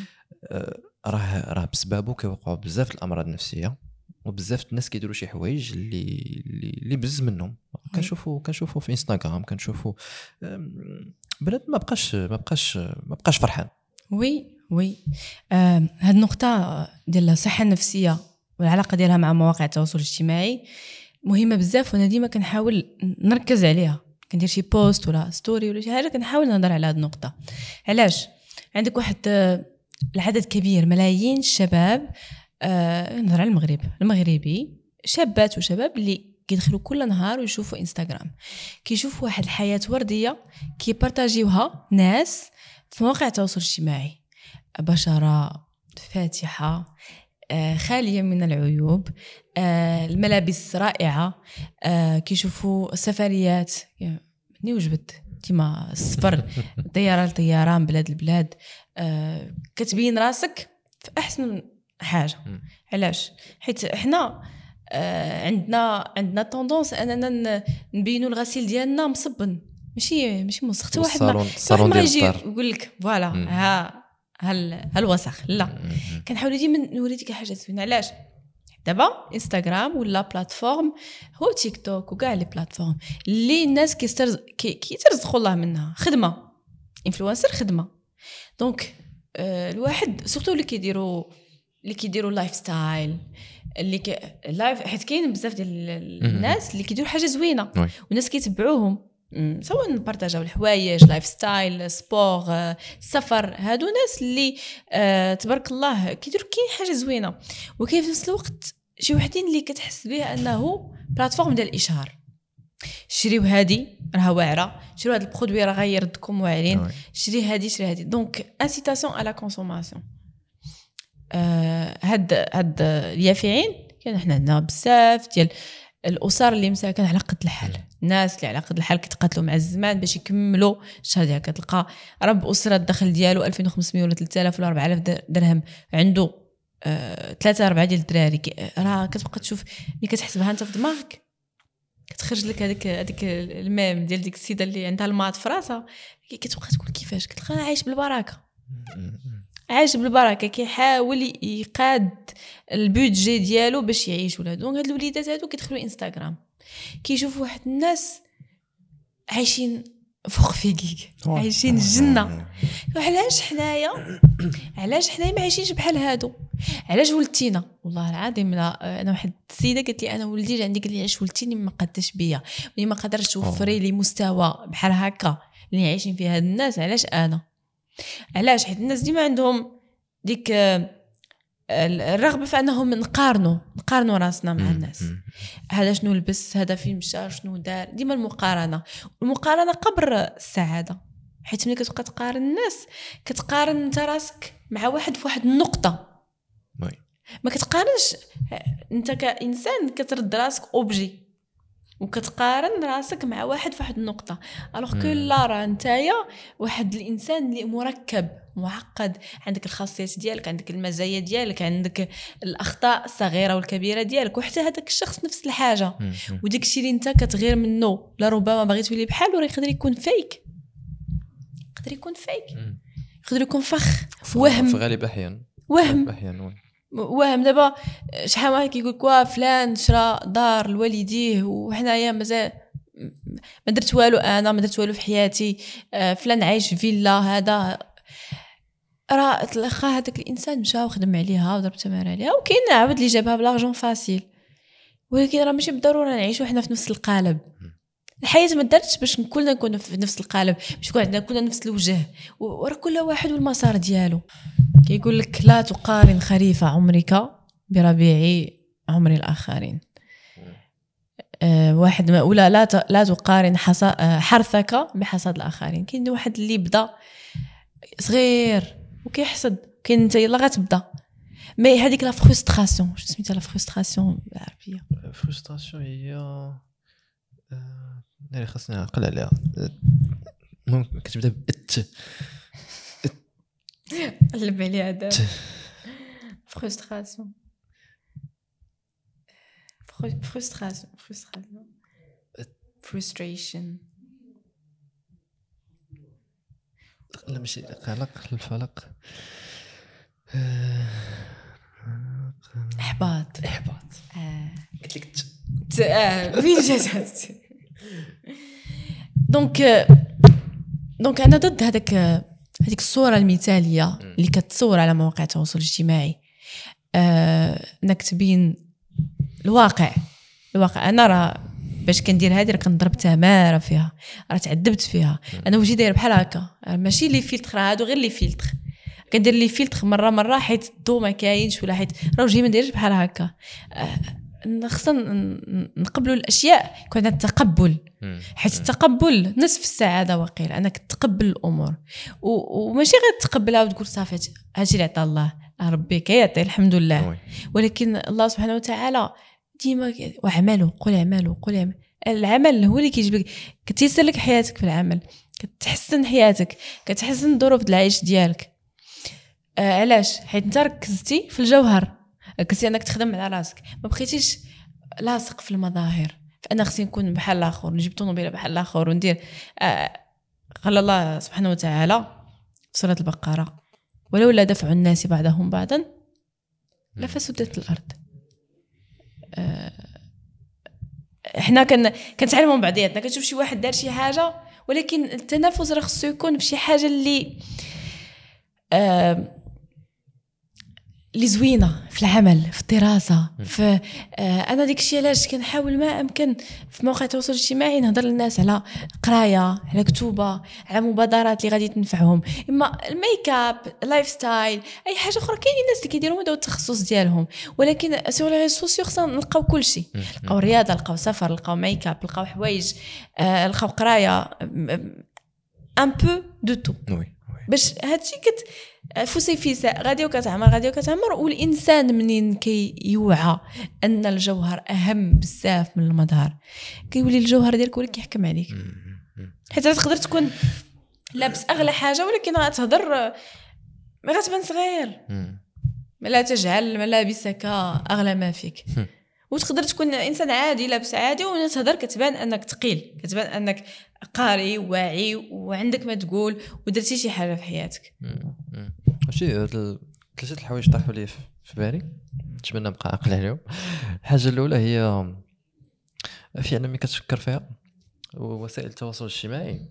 راه بسببه كيوقعوا بزاف الامراض النفسيه وبزاف الناس كيديروا شي حوايج اللي بزز منهم. كنشوفوا في انستغرام كنشوفوا بنات ما بقاش فرحان. وي هاد النقطه ديال الصحه النفسيه والعلاقه ديالها مع مواقع التواصل الاجتماعي مهمه بزاف وانا ديما كنحاول نركز عليها. كندير شي بوست ولا ستوري ولا شي حاجه كنحاول نهضر على هاد النقطه. علاش عندك واحد العدد كبير ملايين الشباب نهضر على المغربي شابات وشباب اللي كيدخلوا كل نهار ويشوفوا انستغرام كيشوفوا واحد الحياه ورديه كيبارطاجيوها ناس في مواقع التواصل الاجتماعي. بشره فاتحه خاليه من العيوب الملابس رائعه كيشوفوا السفريات مني وجبت كيما السفر طياره لطياره من بلاد لبلاد كتبين راسك في احسن حاجه. علاش حيت احنا عندنا طوندونس اننا نبينوا الغسيل ديالنا مصبن ماشي مسخ. حتى واحد ما يجي يقول لك فوالا ها الوسخ لا. كنحاول ديما نوري ديك الحاجه زوينه. علاش دابا انستغرام ولا بلاتفورم هو تيك توك وكاع لي بلاتفورم اللي الناس كيترزقوا الله منها خدمه انفلونسر خدمه. دونك الواحد سورتو اللي كيديروا اللي كيديروا لايف ستايل اللي لايف، حيت كاين بزاف ديال الناس اللي كيديروا حاجه زوينه والناس كيتبعوهم، سواء نبارطاجاو الحوايج لايف ستايل سبور سفر، هادو ناس اللي تبارك الله كيديروا كاين حاجه زوينه. وكاين في نفس الوقت شي وحدين اللي كتحس بها انه بلاتفورم ديال الاشهار، شريو هادي راها واعره، شريو هاد البرودوي راه غيردكم واعرين، شري هادي دونك انسيتاسيون على كونسوماسيون. هاد اليافعين كان حنا عندنا بزاف ديال الاسر اللي مساكن على قد الحال، الناس اللي على قد الحال كيتقاتلوا مع الزمان باش يكملوا الشهر ديالك. كتلقى رب اسره الدخل ديالو 2500 ولا 3000 ولا 4000 درهم، عنده 3-4 ديال الدراري، راه كتبقى تشوف ملي كتحسبها انت في دماغك كتخرج لك هذيك الميم ديال ديك السيده اللي عندها الماط في راسها، كتبقى تقول كيفاش، كتلقى عايش بالبركه، عايش بالبركه، كيحاول يقاد البودجي ديالو باش يعيش ولا. دونك هاد الوليدات هادو كيدخلوا انستغرام كيشوفوا واحد الناس عايشين فوق فيكيك، عايشين الجنه. وعلاش حنايا ما عايشينش بحال هادو؟ علاش ولتينا؟ والله العظيم انا واحد السيده قالت لي انا ولدي عندي، قال لي علاش ولتيني ما قداش بيا، ملي ما قدرش توفري لي مستوى بحال هكا اللي عايشين فيه هاد الناس، علاش انا؟ علاش؟ حيت الناس ديما عندهم ديك الرغبه في انهم نقارنوا راسنا مع الناس. هذا شنو لبس، هذا فين مشى، شنو دار، ديما المقارنه قبر السعاده. حيت ملي كتبقى تقارن الناس كتقارن انت راسك مع واحد في واحد النقطه، ما كتقارنش انت كانسان، كترد راسك اوبجي وكتقارن راسك مع واحد في واحد النقطه. الوغ كو لا، راه نتايا واحد الانسان اللي مركب معقد، عندك الخاصيات ديالك، عندك المزايا ديالك، عندك الاخطاء الصغيره والكبيره ديالك، وحتى هذاك الشخص نفس الحاجه. وداك الشيء اللي انت كتغير منه لربما باغي تولي بحاله، راه يقدر يكون فيك، يقدر يكون فخ وهم في غالب احيان وهم. دابا شحال واحد كيقول لك فلان شرا دار لوالديه وحنايا مازال ما درت والو، انا ما درت والو في حياتي، فلان عايش في فيلا، هذا راه تلخا هذاك الانسان مشى وخدم عليها وضرب تمار عليها، وكاين عاود اللي جابها بلاغجون فاسيل. ولكن راه ماشي بالضروره نعيشوا حنا في نفس القالب. الحياه ما دارتش باش كلنا نكونوا في نفس القالب، باش يكون عندنا كلنا نفس الوجه، وراه كل واحد والمسار ديالو. كيقول لك لا تقارن خريف عمرك بربيع عمر الاخرين. واحد ما ولا لا تقارن حرثك بحصاد الاخرين. كاين واحد اللي بدا صغير وكيحصد، كاين انت يلا غتبدا، مي هذيك لا فرستراسيون، شنو سميتها لا فرستراسيون بالعربيه؟ فرستراسيون هي اللي خاصنا نعقل عليها، ممكن كتبدا بت قلب عليها دابا. فرستراسيون لا ماشي قلق الفلق، احباط قلت لك وين جات؟ دونك انا ضد هذيك الصوره المثاليه اللي كتصور على مواقع التواصل الاجتماعي، انك تبين الواقع. انا راه باش كندير هذه راه كنضرب تماره فيها، راه تعذبت فيها، انا وجهي داير بحال هكا، ماشي لي فيلتر، هادو غير لي فيلتر، كندير لي فيلتر مره حيت الضو ما كاينش، ولا حيت راه وجهي ما دايرش بحال هكا. خصنا نقبلوا الاشياء، يكون عندنا التقبل، حيت التقبل نصف السعاده وقيل، انك تقبل الامور وماشي غير تقبلها وتقول صافي هادشي اللي عطا الله، ربي كيعطي الحمد لله، ولكن الله سبحانه وتعالى ديما وعملوا قول اعملوا العمل هو اللي كيجيب لك، كتيسر لك حياتك في العمل، كتحسن حياتك، كتحسن ظروف العيش ديالك. علاش؟ حيت انت ركزتي في الجوهر، ركزتي انك تخدم على راسك، ما بقيتيش لاصق في المظاهر، فانا خصني نكون بحال الاخر، نجيب طوموبيله بحال الاخر وندير. قال الله سبحانه وتعالى في سوره البقره ولولا دفع الناس بعضهم بعضا لفسدت الارض. احنا كنتعلموا من بعضياتنا، كتشوف شي واحد دار شي حاجه، ولكن التنافس راه خصو يكون في شي حاجه اللي اللي زوينه في العمل في الدراسه في انا ديك الشيء علاش كنحاول ما امكن في مواقع التواصل الاجتماعي نهضر للناس على قرايه على كتوبه على مبادرات اللي غادي تنفعهم اما الميك اب اللايف ستايل اي حاجه اخرى. كاين الناس اللي كيديروا هذا التخصص ديالهم ولكن سور لي ريزو سوسيو خصنا نلقاو كل شيء. نلقاو رياضه نلقاو سفر نلقاو ميك اب نلقاو حوايج نلقاو قرايه ان بو دو تو باش هادشي فسيفساء غادي وكتعمر والانسان منين كيوعى ان الجوهر اهم بزاف من المظهر كيولي الجوهر ديالك هو اللي كيحكم عليك. حيت تقدر تكون لابس اغلى حاجه ولكن غتهضر ما غتبان صغير. لا تجعل ملابسك اغلى ما فيك. وتقدر تكون انسان عادي لابس عادي وتهضر كتبان انك ثقيل كتبان انك قاري واعي وعندك ما تقول ودرتي شي حاجه في حياتك. ماشي ثلاثه الحوايج طاحوا لي في بالي نتمنى نبقى عاقل عليهم. الحاجه الاولى هي فعلا ملي كتفكر فيها وسائل التواصل الاجتماعي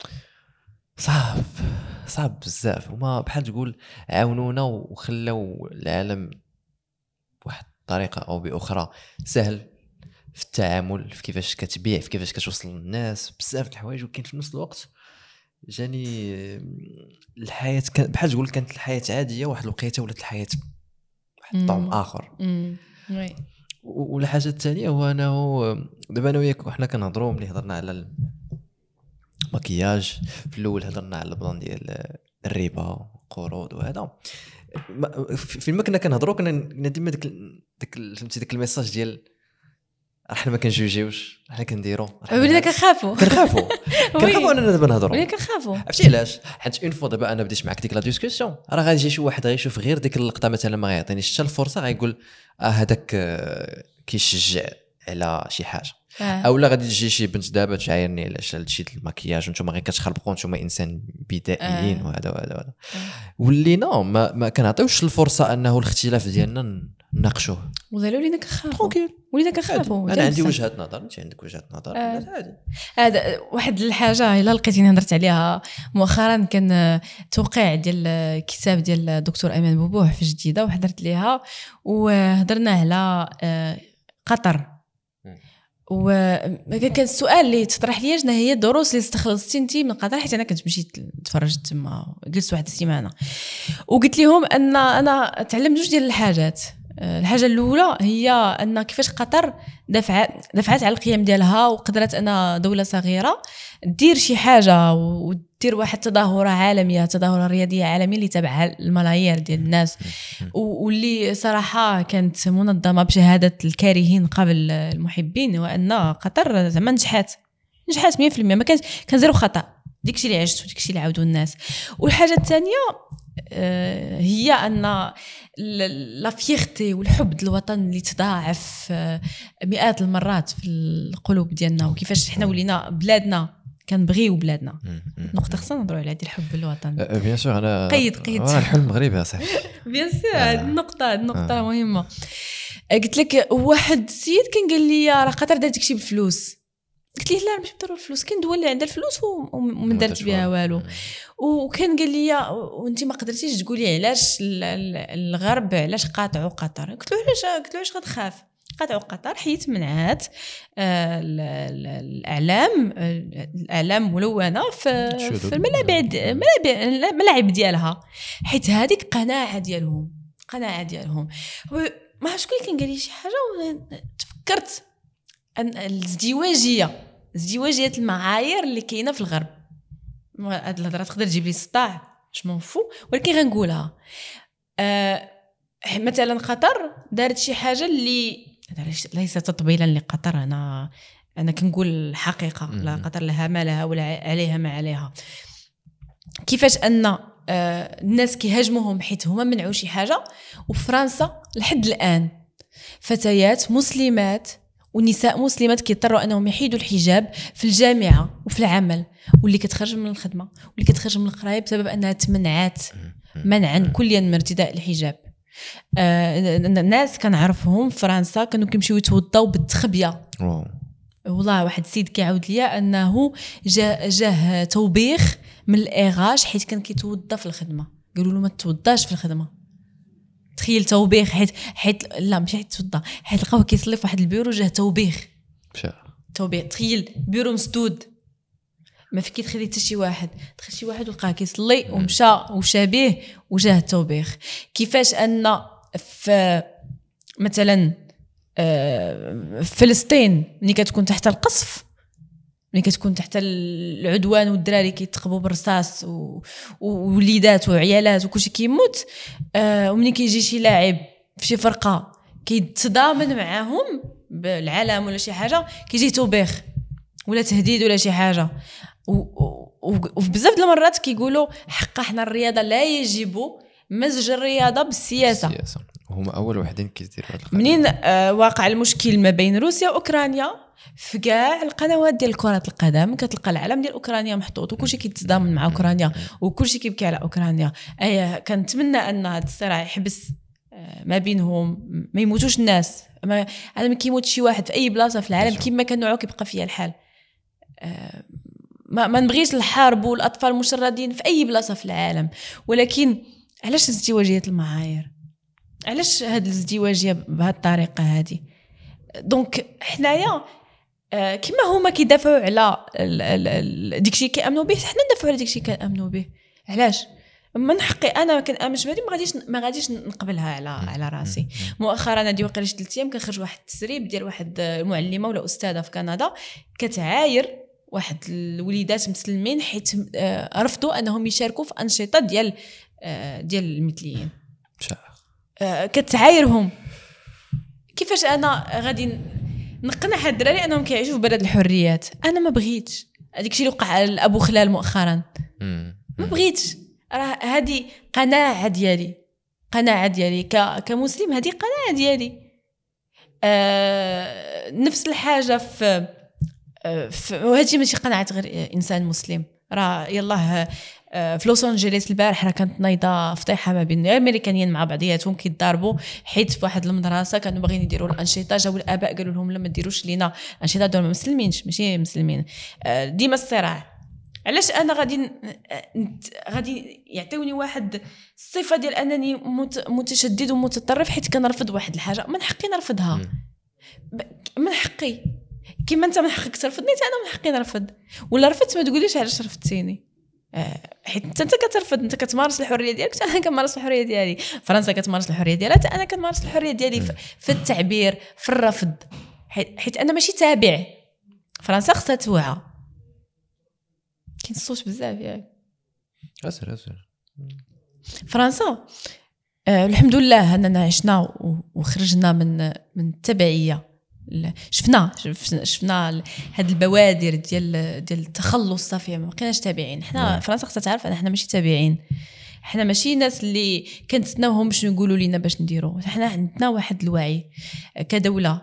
صعب بزاف وما بحال تقول عاونونا وخلاو العالم بواحد الطريقه او باخرى سهل في التعامل في كيفاش كتبيع في كيفاش كتوصل للناس بزاف د الحوايج. وكاين في نفس الوقت جاني الحياه بحال تقول كانت الحياه عاديه واحد الوقيته ولات الحياه واحد طعم اخر. وي والحاجه الثانيه هو انه دابا انا وياك وحنا كنهضروا ملي هضرنا على المكياج في الاول هضرنا على البلان ديال الربا القروض وهذا فيما كنا كنهضروا كنا ديما داك فهمتي داك الميساج ديال احنا ما كنجوجيوش احنا كنديروا ولينا كنخافوا اننا دابا نهضروا ولينا كنخافوا. عرفتي علاش؟ حيت اون فوا دابا انا بديت معك ديك لا ديسكوسيون راه غادي يجي شي واحد غيشوف غير ديك اللقطه مثلا ما غيعطينيش حتى الفرصه غيقول هذاك كيشجع على شي حاجه اولا غادي تجي شي بنت دابا تعايرني علاش هادشي ديال المكياج وانتم غير كتخربقوا نتوما انسان بدائيين وهذا ولينا ما كنعطيوش الفرصه انه الاختلاف ديالنا نناقشوه ولا ولينا كنخافوا. انا عندي وجهه نظر انت عندك وجهه نظر عادي. هذا واحد الحاجه الا لقيتيني هضرت عليها مؤخرا كان توقيع ديال الكتاب ديال الدكتور ايمن بوبوح في جديده وحضرت ليها وهضرنا على قطر وكان السؤال اللي تطرح لي شنو هي الدروس اللي استخلصتي انت من قطر حيت انا كنت مشيت تفرجت تما جلست واحد السيمانه وقلت لهم ان انا تعلمت جوج ديال الحاجات. الحاجه الاولى هي ان كيفاش قطر دفعت على القيم ديالها وقدرت انا دوله صغيره دير شي حاجه ودير واحد تظاهره عالميه تظاهره رياضيه عالميه اللي تابعها الملايير ديال الناس واللي صراحه كانت منظمه بشهاده الكارهين قبل المحبين وان قطر زعما نجحت 100% ما كان زيرو خطا. داكشي اللي عشت وداكشي اللي عاودوا الناس. والحاجه الثانيه هي ان لا فيغتي والحب للوطن اللي تضاعف مئات المرات في القلوب ديالنا وكيفاش حنا ولينا بلادنا كنبغيو بلادنا. نقطه خصنا نهضروا على هذه الحب للوطن بيان سور. انا قيد الحلم المغربي يا صاحبي بيان سور. هذه النقطه مهمه. قلت لك واحد السيد كان قال لي راه قطر دارت داكشي بالفلوس. قلت ليه لا ماشي بالضروره الفلوس كاين دول اللي عندها الفلوس وما دارت بها والو. وكان قال لي وانت ما قدرتيش تقولي علاش الغرب علاش قاطعوا قطر. قلت له علاش غتخاف قاطعوا قطر حيت منعات الاعلام ملونه في الملاعب ديالها حيت هذيك قناعه ديالهم ما عرفتش كان قال لي شي حاجه تفكرت ان ازدواجيه المعايير اللي كاينه في الغرب. هاد الهضره تقدر تجيب لي صداع مش ولكن غنقولها. مثلا قطر دارت شي حاجه اللي ليس تطبيلا لقطر. انا كنقول الحقيقه لا قطر لها ما لها ولا عليها ما عليها. كيفاش ان الناس كيهاجموهم حيت هما منعوا شي حاجه. وفرنسا لحد الان فتيات مسلمات ونساء مسلمات كيضطروا انهم يحيدوا الحجاب في الجامعه وفي العمل واللي كتخرج من الخدمه واللي كتخرج من القرايه بسبب انها تمنعات منعا كليا من ارتداء الحجاب. الناس كنعرفهم في فرنسا كانوا كيمشيو يتوضاو بالتخبيه. والله واحد السيد كيعاود ليا انه جاه توبيخ من الاغاش حيت كان كيتوضا في الخدمه. قالوا له ما تتوضاش في الخدمه. تخيل توبيخ حيت لا ماشي حيت توضى، حيت لقاوه كيصلي في واحد البيرو جاه توبيخ. توبيخ تخيل بيرو مسدود ما فيك تخلي حتى شي واحد، دخل شي واحد ولقاه كيصلي ومشى به وجاه توبيخ. كيفاش ان في مثلا فلسطين ملي كتكون تحت القصف، ملي كتكون تحت العدوان والدراري كيتقبوا بالرصاص ووليدات وعيالات وكلشي كيموت، وملي كيجي شي لاعب في شي فرقه كيتضامن معاهم بالعالم ولا شي حاجه كيجي توبيخ ولا تهديد ولا شي حاجه. وفي بزاف د المرات كيقولوا حقا حنا الرياضه لا يجب مزج الرياضه بالسياسه. هما اول وحدين كيديروا هذا القضيه. منين واقع المشكل ما بين روسيا واوكرانيا في كاع القنوات ديال كره القدم كتلقى العلم ديال اوكرانيا محطوط وكلشي كيتضامن مع اوكرانيا وكلشي كيبكي على اوكرانيا. كنتمنى ان هذا الصراع يحبس ما بينهم، ما يموتوش الناس. انا ما كيموت شي واحد في اي بلاصه في العالم كما كان نوعو كيبقى فيها الحال. ما نبغيش الحرب والاطفال المشردين في اي بلاصه في العالم، ولكن علاش ازدواجيه المعايير؟ علاش هاد الازدواجيه بهذه الطريقه هذه؟ دونك حنايا كما هما كيدافعوا على داكشي كيامنوا به، حنا ندافعوا على داكشي كنامنوا به. علاش من حقي انا ما كنامنش بهذه ما غاديش نقبلها على راسي. مؤخرا هادي وقيله 3 ايام كنخرج واحد التسريب ديال واحد المعلمه ولا استاذه في كندا كتعاير واحد الوليدات مسلمين حيت رفضوا انهم يشاركوا في انشطه ديال المثليين. كتعايرهم. كيفاش انا غادي نقنع هاد الدراري انهم كيعيشوا في بلد الحريات؟ انا ما بغيتش هذاك الشيء اللي وقع لابو خلال مؤخرا، ما بغيتش. راه هذه قناعه ديالي كمسلم، هذه قناعه ديالي. نفس الحاجه في وهذه ماشي قناعه غير انسان مسلم. راه يلاه في لوس انجليس البارح راه كانت نايضه فضيحه ما بين الامريكانيين مع بعضياتهم كيتضاربوا حيت في واحد المدرسه كانوا باغيين يديروا الانشطه، جاوا الاباء قالوا لهم لا ما ديروش لينا انشطه، دول مسلمينش ماشي مسلمين. ديما الصراع. علاش انا غادي يعطيوني واحد الصفه ديال انني متشدد ومتطرف حيت كنرفض واحد الحاجه؟ من حقي نرفضها، من حقي. كيما انت من حقك ترفضني انا من حقي نرفض. ولا رفضت ما تقوليش علاش رفضتيني، حيت انت كترفض، انت كتمارس الحريه ديالك، انا كنمارس الحريه ديالي. فرنسا كتمارس الحريه ديالها، انا كنمارس الحريه ديالي في التعبير، في الرفض، حيت انا ماشي تابع. فرنسا خصها توعى. كاين الصوت بزاف ياك اسر فرنسا. الحمد لله اننا عشنا وخرجنا من التبعيه. شفنا هاد البوادر ديال التخلص صافي، ما بقيناش تابعين. حنا فرنسا خصها تعرف ان حنا ماشي تابعين، حنا ماشي ناس اللي كنتسناوهم باش يقولوا لنا باش نديروا. حنا عندنا واحد الوعي كدوله،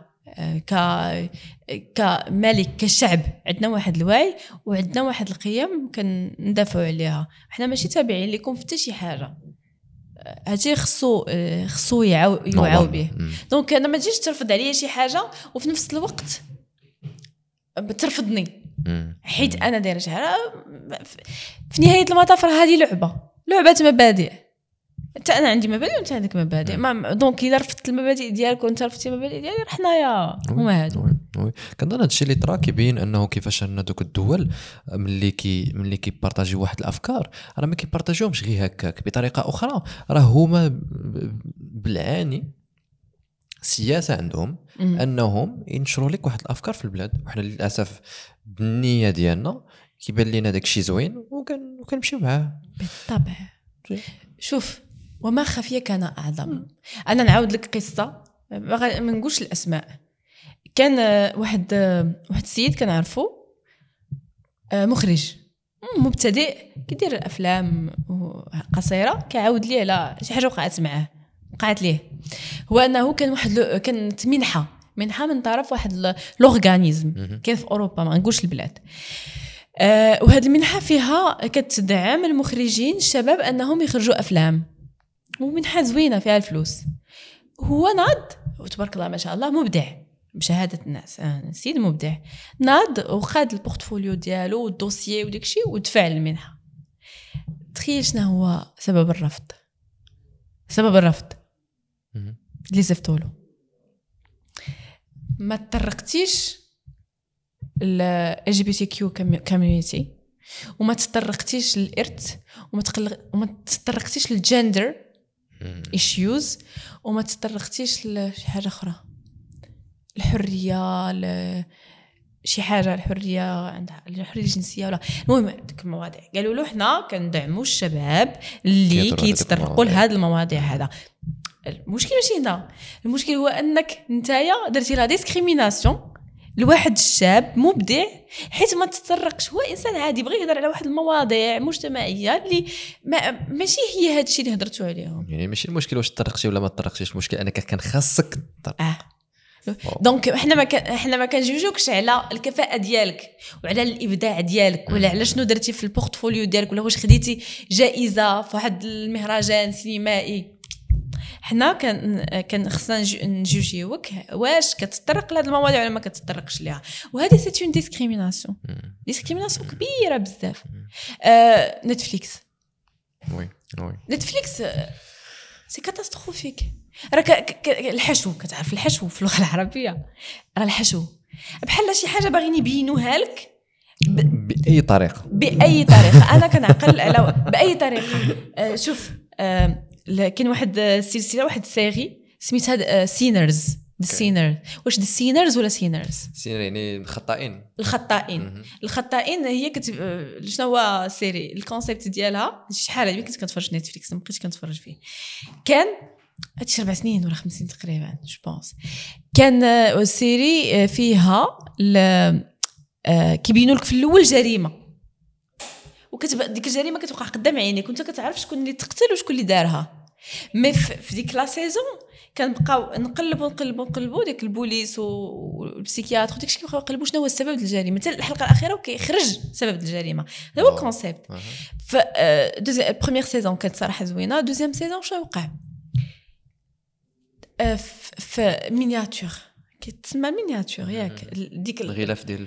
كملك، كشعب، عندنا واحد الوعي وعندنا واحد القيم كندافعوا عليها. حنا ماشي تابعين لكم في حتى شي حاجه. هادشي خصو يوعاو به. دونك انا ما تجيش ترفض عليا شي حاجه وفي نفس الوقت بترفضني حيت انا دايره شي حاجه. في نهايه المطاف راه هذه لعبه مبادئ. انت انا عندي مبادئ وانت عندك مبادئ. دونك اذا رفضت المبادئ ديالك وانت رفضتي المبادئ ديالي حنايا هما هادو. كنظن هادشي اللي طرا كيبين انه كيفاش ان دوك الدول ملي كيبارطاجيو واحد الافكار راه ما كيبارطاجيوهمش غير هكاك بطريقه اخرى. راه هما بالعاني سياسه عندهم انهم ينشروا لك واحد الافكار في البلاد، وحنا للاسف بالنيه ديالنا كيبان لينا داكشي زوين وكنمشيو معاه بالطبع. شوف، وما خفي كان اعظم. انا نعاود لك قصه ما نقولش الاسماء. كان واحد السيد كنعرفو، مخرج مبتدئ كيدير الافلام قصيره، كيعاود ليه على شي حاجه وقعت ليه. هو انه كانت منحه من طرف واحد لورغانيزم كاين في اوروبا، ما نقولش البلاد. وهذه المنحه فيها كتدعم المخرجين الشباب انهم يخرجوا افلام، ومنحه زوينه فيها الفلوس. هو ناض وتبارك الله ما شاء الله مبدع بشهاده الناس، سيد مبدع. ناض وخد البورتفوليو ديالو والدوسيي وداكشي ودفع المنحه. تخيل شنو هو سبب الرفض؟ اللي زفتوا له ما تطرقتيش ال LGBTQ community وما تطرقتيش للإرث وما تطرقتيش للجندر issues وما تطرقتيش لشي حاجة أخرى الحرية شي حاجة الحرية عندها الحرية الجنسية ولا المهم ديك المواضيع قالوا له حنا كندعموا الشباب اللي كيتطرقوا لهاد المواضيع هذا المشكل ماشي هنا المشكل هو انك نتايا درتي لا ديسكريميناسيون لواحد الشاب مبدع حيت ما تطرقش هو انسان عادي بغى يهضر على واحد المواضيع مجتمعيه اللي ماشي هي هذا الشيء اللي هضرتوا عليهم يعني ماشي المشكل واش تطرقتي ولا ما تطرقتيش المشكل انك كان خاصك دونك احنا ما كنجوجوكش على الكفاءه ديالك وعلى الابداع ديالك ولا على شنو درتي في البورتفوليو ديالك ولا واش خديتي جائزه في واحد المهرجان سينمائي حنا كان خصنا نجوجيوك واش كتطرق لهاد المواضيع ولا ما كتطرقش ليها وهذه سيت اون ديسكريميناسيون كبيره بزاف نتفليكس وي نتفليكس سي كاتاستروفيك راك الحشو كتعرف الحشو في اللغه العربيه راه الحشو بحال شي حاجه باغيين يبينوها لك باي طريقه انا كنعقل على باي طريقه شوف كاين واحد السلسله واحد السيري سميتها سينرز واش ذا سينرز ولا سينرز يعني الخطائين هي شنو هو سيري الكونسيبت ديالها شحال هذه كنت كنتفرج نتفليكس ما بقيتش كنتفرج فيه كان هادشي 4 سنين ولا 5 سنين تقريبا جو بونس كان سيري فيها كيبينوا لك في الاول جريمه وكتبقى ديك الجريمه كتوقع قدام عينيك وانت كتعرف شكون اللي تقتل وشكون اللي دارها مي في ديك لا سيزون كنبقاو نقلبوا ديك البوليس والبسيكياتر وداكشي كيبقاو يقلبوا شنو هو السبب الجريمه حتى الحلقه الاخيره وكيخرج سبب الجريمه هذا هو الكونسيبت ف بروميير سيزون كانت صراحه زوينه دوزيام سيزون شنو وقع في مينياتور كتسمى مينياتور ياك ديك الغلاف ديال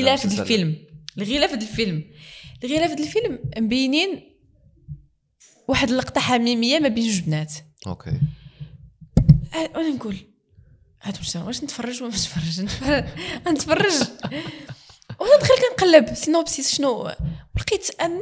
الغلاف ديال الفيلم مبينين واحد اللقطه حميميه ما بين جوج بنات اوكي انا نقول هاد واش نتفرج ولا ما نتفرج وانا دخل كنقلب سينوبسيس شنو لقيت ان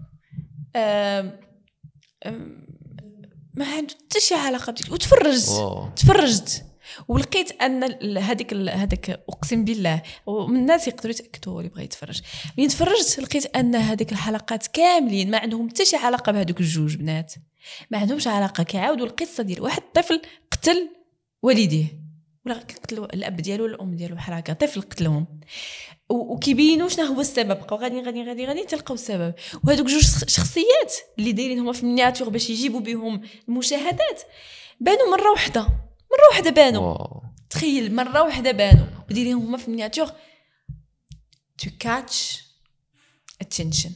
ما عنده حتى شي علاقه بديك وتفرجت ولقيت ان هذاك اقسم بالله ومن الناس يقدروا يتاكدوا اللي بغى يتفرج ملي تفرجت لقيت ان هذيك الحلقات كاملين ما عندهم حتى شي علاقه بهذوك الجوج بنات ما عندهمش علاقه كيعاودوا القصه ديال واحد الطفل قتل والديه ولا قتل الاب ديالو ولا الام ديالو بحال هكا طفل قتلهم وكيبينوا شنو هو السبب بقاو غادي تلقاو السبب وهذوك جوج شخصيات اللي دايرين هما في المينياتور باش يجيبوا بهم المشاهدات بانوا مره واحده بانوا تخيل مره واحده بانوا ودايرين هما في المينياتور تو كاتش اتنشن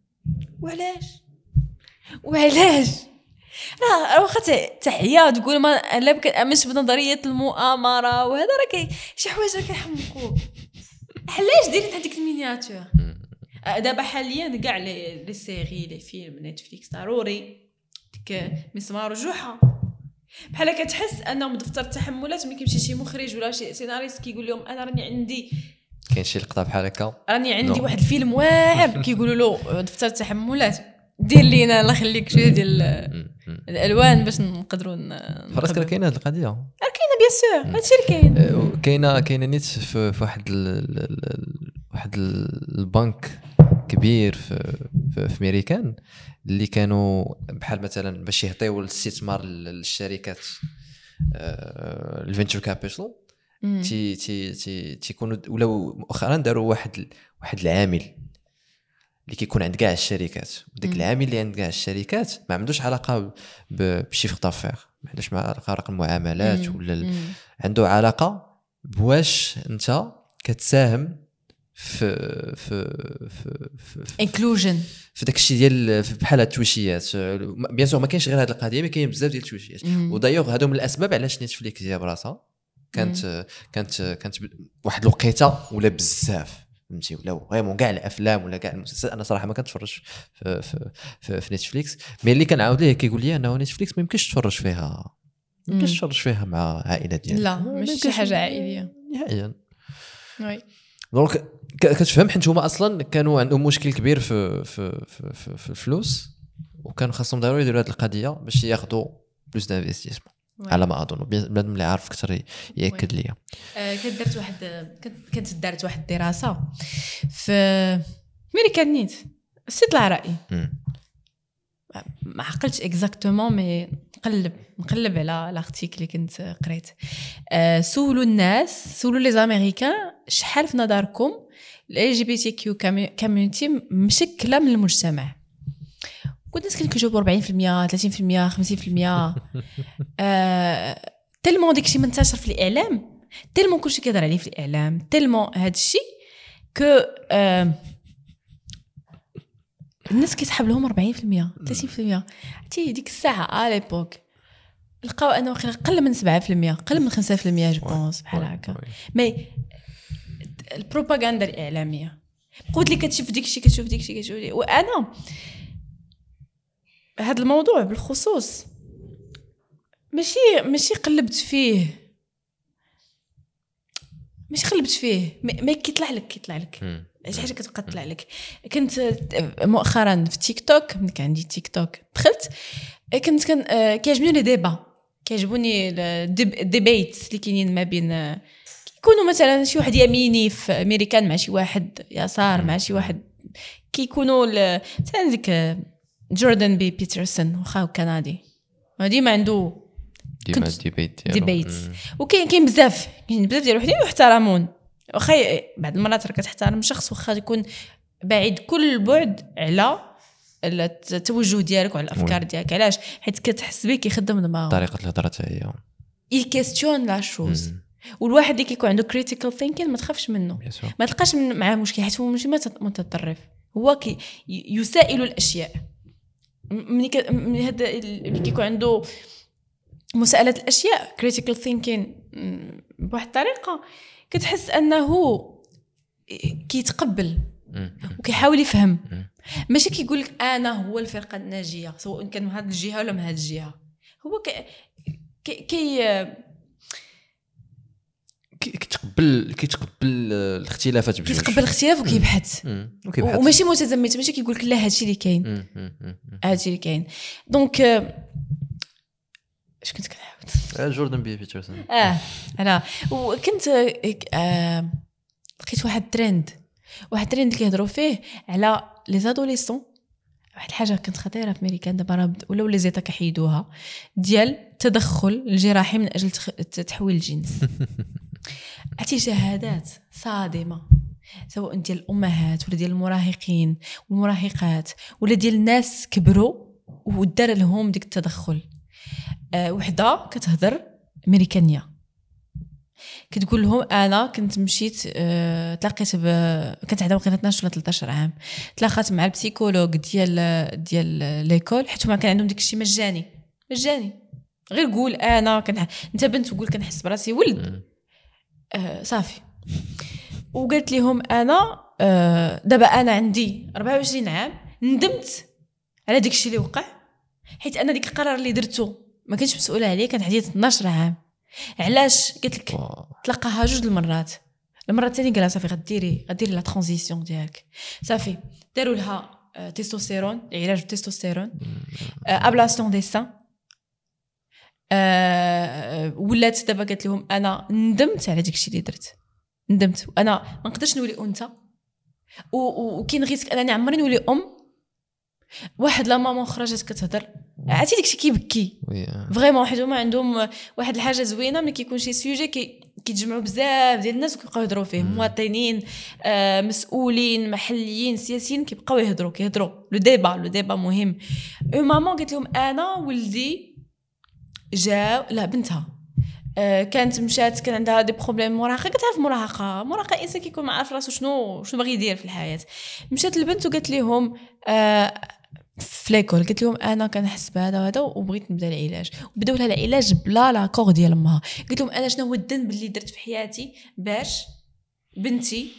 وعلاش راه واخا تحيا تقول ما لا كنامنش بنظريه المؤامره وهذا راه شي حوايج راه كيحمقوك علاش ديرت هذيك المينياتور دابا حاليا كاع لي سيري لي فيلم نتفليكس ضروري ديك مسمار وجوحه بحال كتحس انهم دفتر التحملات ملي كيمشي شي مخرج ولا شي سيناريست كيقول لهم انا راني عندي كاين شي لقطه بحال هكا راني عندي واحد الفيلم واعر كيقولوا له دفتر التحملات دير لينا الله يخليك شويه ديال الالوان باش نقدروا فراسك راه كاينه هذه القضيه كاينه بيان سور هادشي اللي كاينه نيت في واحد البنك كبير في امريكان اللي كانوا بحال مثلا باش يعطيو الاستثمار للشركات الفينتشر كابيتال تيكونوا ولا مؤخرا داروا واحد العامل اللي كيكون عند كاع الشركات وداك العامل اللي عند كاع الشركات ما عندوش علاقه بشيفر دافير ما عندوش علاقه برقم المعاملات ولا عنده علاقه بواش انت كتساهم في انكلوجن في داكشي ديال بحال التويشيات بيان سور ما كاينش غير هذه القضيه ما كاين بزاف ديال التويشيات ودايوغ هادو من الاسباب علاش نتفليكس جاب راسها كانت واحد الوقيته ولا بزاف فهمتي ولا فريمون كاع الافلام ولا كاع المسلسلات انا صراحه ما كنتفرج في نتفليكس مي اللي كنعاود ليه كيقول لي انه نتفليكس ما يمكنش تفرج فيها ما كنشرش فيها مع عائله ديالك لا ماشي شي حاجه عائليه نهائيا. وي دونك كتفهم حيت هما اصلا كانوا عندهم مشكل كبير في الفلوس وكانوا خاصهم ضروري يديروا هذه القضيه باش ياخذوا بلوس دانفستيسمون على ما اظن. بنادم اللي عارف اكثر ياكد ليا. كنت دارت واحد الدراسه في امريكان نيت السيت العرائي ما عقلتش اكزاكتومون مي نقلب على الارتيكل اللي كنت قريت. سولوا الناس سولوا لي زاميريكان شحال في نظركم ال جي بي تي كيو كوميونيتي مشكله من المجتمع. كنت الناس كيجاوبوا 40% 30% 50%. تلمون داكشي منتشر في الاعلام تلمون كلشي كيهضر عليه في الاعلام تلمون هادشي كو الناس كيسحب لهم 40% 30%. عرفتي ديك الساعه ليبوك لقاو انه قل من 7% قل من 5% جو بونس بحال هكا. مي البروباغندا الاعلاميه قلت لي كتشوف ديكشي وانا هذا الموضوع بالخصوص ماشي قلبت فيه ما كيطلع لك شي حاجه كتبقى تطلع لك. كنت مؤخرا في تيك توك ملي كان عندي تيك توك دخلت كنت كيعجبوني لي ديبا كيعجبوني الديبيتس اللي كاينين ما بين كيكونوا مثلا شي واحد يميني في امريكان مع شي واحد يسار مع شي واحد كيكونوا مثلا ديك جوردن بي بيترسون واخا كندي ديما عنده ديبيت وكاين بزاف ديال الوحدين يحترمون واخا بعض المرات راه كتحترم شخص واخا يكون بعيد كل البعد على التوجه ديالك وعلى الافكار ديالك. علاش؟ حيت كتحس بيه كيخدم دماغه طريقه الهضره حتى هي يكيستيون لا شوز. والواحد اللي كيكون عنده كريتيكال ثينكين ما تخافش منه ما تلقاش معاه مشكل حيت هو ماشي متطرف هو يسائل الاشياء. من هذا اللي كيكون عنده مساءلة الاشياء كريتيكال ثينكين بواحد الطريقه كتحس انه كيتقبل وكيحاول يفهم ماشي كيقول لك انا هو الفرقه الناجيه سواء كان من هذه الجهه ولا من هذه الجهه. هو كيتقبل الاختلافات بجوج كيتقبل الاختلاف وكيبحث وماشي متزمت ماشي كيقول لك لا هادشي اللي كاين هادشي اللي كاين. دونك اش كنت كنعاود جوردن بي بيترسون انا وكنت لقيت واحد ترند كيهضروا فيه على لي زادوليسون. واحد الحاجه كانت خطيره في امريكان دابا ولاو لي زيتا كيحيدوها ديال التدخل الجراحي من اجل تحويل الجنس. عرفتي شهادات صادمه سواء ديال الامهات ولا ديال المراهقين والمراهقات ولا ديال الناس كبروا ودار لهم ديك التدخل. وحده كتهضر امريكانيه كتقول لهم انا كنت مشيت تلاقيت كنت عندها وقيله 12 ولا 13 عام تلاقات مع البسيكولوج ديال ليكول حيت ما كان عندهم داك الشيء مجاني غير قول انا انت بنت وقول كنحس براسي ولد صافي. وقالت لهم انا دابا انا عندي 24 عام ندمت على داك الشيء اللي وقع حيت انا ديك القرار اللي درته ما كنتش مسؤوله عليه كانت عندي 12 عام. علاش؟ قلت لك تلقاها جوج المرات. المره الثانيه قالها صافي غديري لا ترانزيسيون ديالك صافي داروا لها تستوستيرون علاج التستوستيرون ابلاسيون دي سان ولات دابا قالت لهم انا ندمت على داك الشيء اللي درت ندمت وانا ما نقدرش نولي انثى وكاين ريسك انني عمري نولي واحد لا ماما خرجت كتهضر عرفتي داكشي كيبكي فريمون واحد هما عندهم واحد الحاجه زوينه ملي كيكون شي سوجي كيتجمعوا بزاف ديال الناس وكيبقاو يهضروا فيه مواطنين مسؤولين محليين سياسيين كيبقاو يهضروا لو ديبا مهم. ماما قالت لهم انا ولدي جا لا بنتها كانت مشات كان عندها دي بروبليم مراهقه كتعرف مراهقه الانسان كيكون ما عارف راسو شنو باغي يدير في الحياه. مشات البنت وقالت لهم في ليكول قلت لهم انا كنحس بهذا وهذا وبغيت نبدا العلاج وبداو لها العلاج بلا لاكور ديال امها. قلت لهم انا شنو هو الذنب اللي درت في حياتي باش بنتي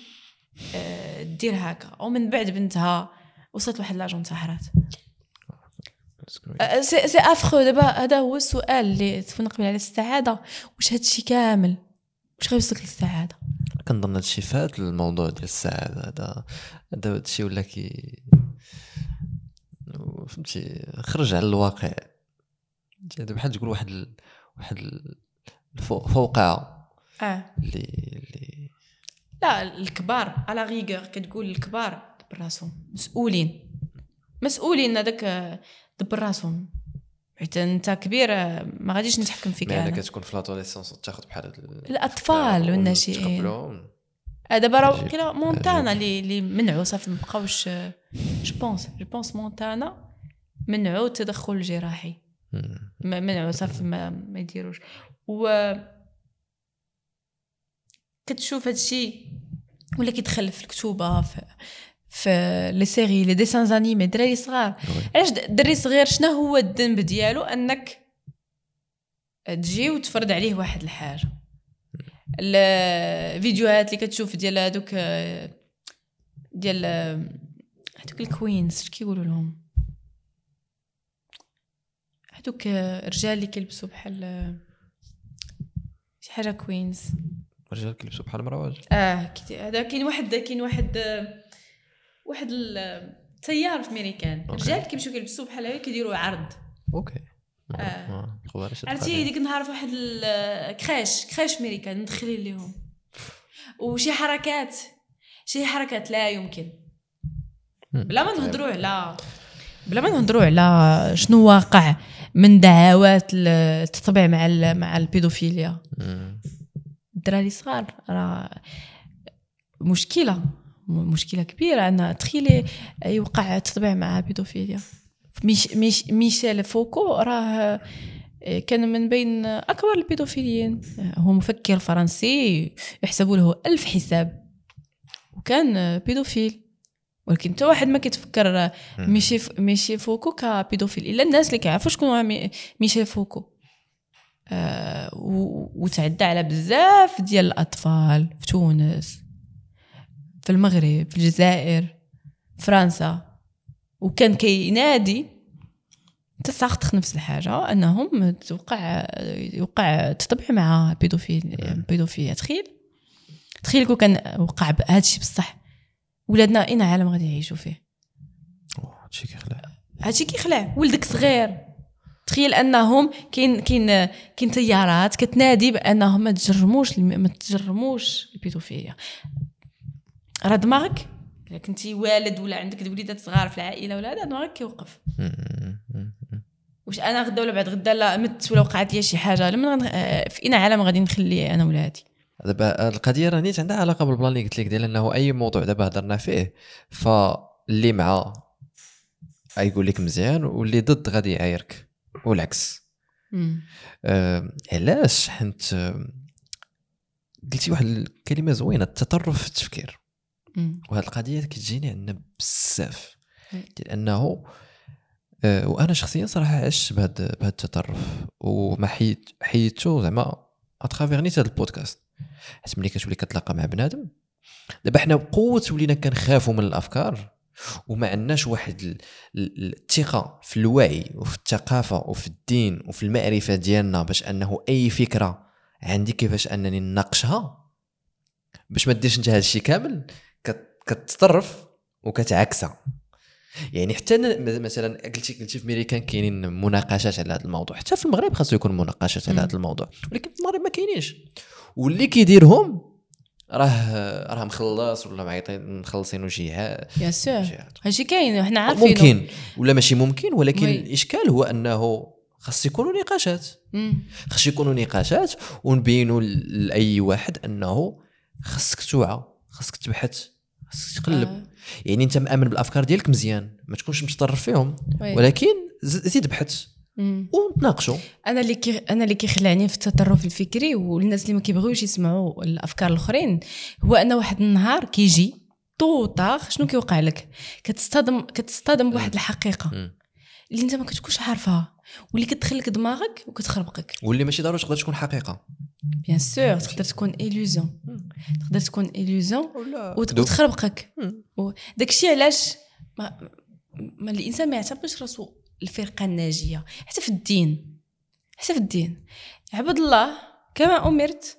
دير هكا. ومن بعد بنتها وصلت لواحد لاج انتحرات. سي افخو. دابا هذا هو السؤال اللي تفنا قبل على السعاده، واش هادشي كامل واش غيوصلك للسعاده؟ كنظن هادشي فات الموضوع ديال السعاده، هذا هادشي ولا فهمتي خرج على الواقع. بحال تقول واحد الفوقعه اللي لا الكبار على غيغور كتقول الكبار دبر راسهم مسؤولين هذاك دبر راسهم، حيت انت كبير ما غاديش نتحكم فيك. انا كتكون في لادوليسونس تاخذ بحال الاطفال والناشئين. دابا راه كاينه مونتانا اللي منعوا صافي ما بقاوش. جو بونس مونتانا منعوا التدخل الجراحي، منعوا صافي ما يديروش. و كتشوف هادشي ولا كيدخل في الكتوبه في لي سيري لي ديسان انيمي دراري صغار. علاش دري صغير شنو هو الذنب ديالو انك تجي وتفرض عليه واحد الحاجه؟ الفيديوهات اللي كتشوف ديال هذوك الكوينز اش كيقولوا لهم، هذوك الرجال اللي كيلبسوا بحال شي حاجه كوينز، رجال كيلبسوا بحال مراوج. هذا كاين واحد التيار في امريكان، رجال كيمشيو كيلبسوا بحال هكا كيديروا عرض. اوكي. عرفتي ديك النهار في واحد كريش امريكان مدخلين ليهم وشي حركات لا يمكن بلا ما نهضروا على شنو واقع من دعوات التطبيع مع البيدوفيليا. الدراري صغار راه مشكله كبيره ان تخيلي يوقع تطبيع مع بيدوفيليا. ميشيل فوكو راه كان من بين اكبر البيدوفيليين، هو مفكر فرنسي يحسبوا له 1000 حساب وكان بيدوفيل، ولكن حتى واحد ما كيتفكر ميشيل فوكو كبيدوفيل الا الناس اللي كيعرفوا شكون هو ميشيل فوكو. وتعدى على بزاف ديال الاطفال في تونس، في المغرب، في الجزائر، فرنسا، وكان كينادي تساخط نفس الحاجه انهم يوقع تطبيع مع بيدوفيل. تخيل كون كان وقع هادشي بصح ولادنا اين عالم غادي يعيشوا فيه؟ هادشي كيخلع ولدك صغير. تخيل انهم كاين تيارات كتنادي بانهم ما تجرموش البيدوفيليا. راه دماغك الا كنتي والد ولا عندك وليدات صغار في العائله ولا هذا دماغك كيوقف. واش انا غدا ولا بعد غدا لا مت ولا وقعت لي شي حاجه في اين عالم غادي نخلي انا ولادي؟ دابا القضيه راه نيت عندها علاقه بالبلان اللي قلت لك ديال انه اي موضوع دابا هضرنا فيه فاللي مع يقول لك مزيان واللي ضد غادي يعايرك والعكس. علاش؟ حنت قلتي واحد الكلمه زوينه، التطرف في التفكير. وهذه القضيه كتجيني عندنا بزاف ديال انه وانا شخصيا صراحه عشت بهذا التطرف وما حيدته زعما اترافير نيت هذا البودكاست. حيت ملي كتولي كتلاقى مع بنادم دابا حنا بقوه ولينا كنخافوا من الافكار وما عندناش واحد الثقه في الوعي وفي الثقافه وفي الدين وفي المعرفه ديالنا باش انه اي فكره عندي كيفاش انني نناقشها باش ما ديرش انت هذا الشيء كامل كتطرف وكتعكسها. يعني حتى مثلا قلتي في امريكان كاينين مناقشات على هذا الموضوع، حتى في المغرب خاصو يكون مناقشات على هذا الموضوع، ولكن في المغرب ما كاينينش. واللي كيديرهم راه مخلص ولا معيطين مخلصينه جهه. يا سور هادشي كاين حنا عارفين ممكن ولا ماشي ممكن، ولكن الاشكال هو انه خاص يكونوا نقاشات ونبينوا لاي واحد انه خاصك توعى، خاصك تبحث، خاصك تقلب. يعني انت مآمن بالافكار ديالك مزيان، ما تكونش متطرف فيهم، ولكن زيد بحث ونتناقشوا. انا اللي كيخلعني في التطرف الفكري والناس اللي ما كيبغيوش يسمعوا الافكار الاخرين هو ان واحد النهار كيجي طوطاخ شنو كيوقع لك، كتصطدم بواحد الحقيقه اللي انت ما كتكونش عارفها واللي كتدخل لك دماغك وكتخربقك، واللي ماشي ضروري تقدر تكون حقيقه. بيان سور تقدر تكون إليوزيون وتخربقك. داكشي علاش ما الانسان ما يعتبرش راسو الفرقه الناجيه. حتى في الدين عبد الله كما امرت،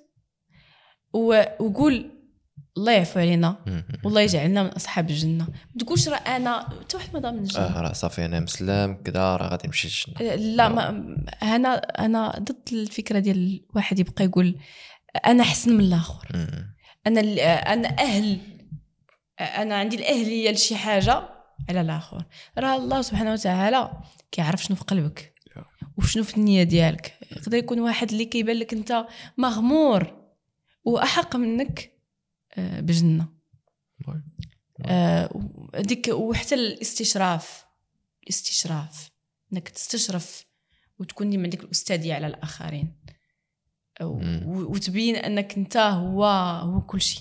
وقول الله يعفو علينا والله يجعلنا من اصحاب الجنه. ما تقولش راه انا حتى واحد ما ضامن الجنه، راه صافي انا مسلم كذا راه غادي نمشي للجنه. لا ما انا ضد الفكره ديال الواحد يبقى يقول انا احسن من الاخر، انا اهل، انا عندي الاهليه لشي حاجه على الاخر. راه الله سبحانه وتعالى كيعرف شنو في قلبك وشنو في النيه ديالك. يقدر يكون واحد اللي كيبان لك انت مغمور واحق منك بجنه. ديك وحتى الاستشراف انك تستشرف وتكون ديما عندك الاستاذيه على الاخرين وتبين انك انت هو كل شيء.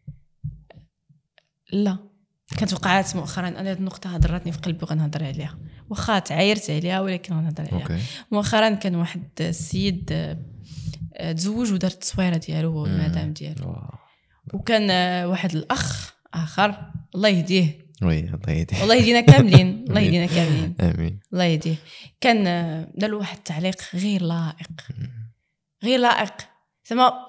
لا كانت وقعات مؤخرا انا هذه النقطه هضرتني في قلبي وغنهضر عليها، واخا تعايرت عليها ولكن غنهضر عليها. مؤخرا كان واحد السيد تزوج ودار التصويره ديالو هو المدام ديالو، وكان واحد الاخ اخر الله يهديه الله يهدينا كاملين الله يهدينا كاملين امين الله يهديه. كان دار واحد التعليق غير لائق زعما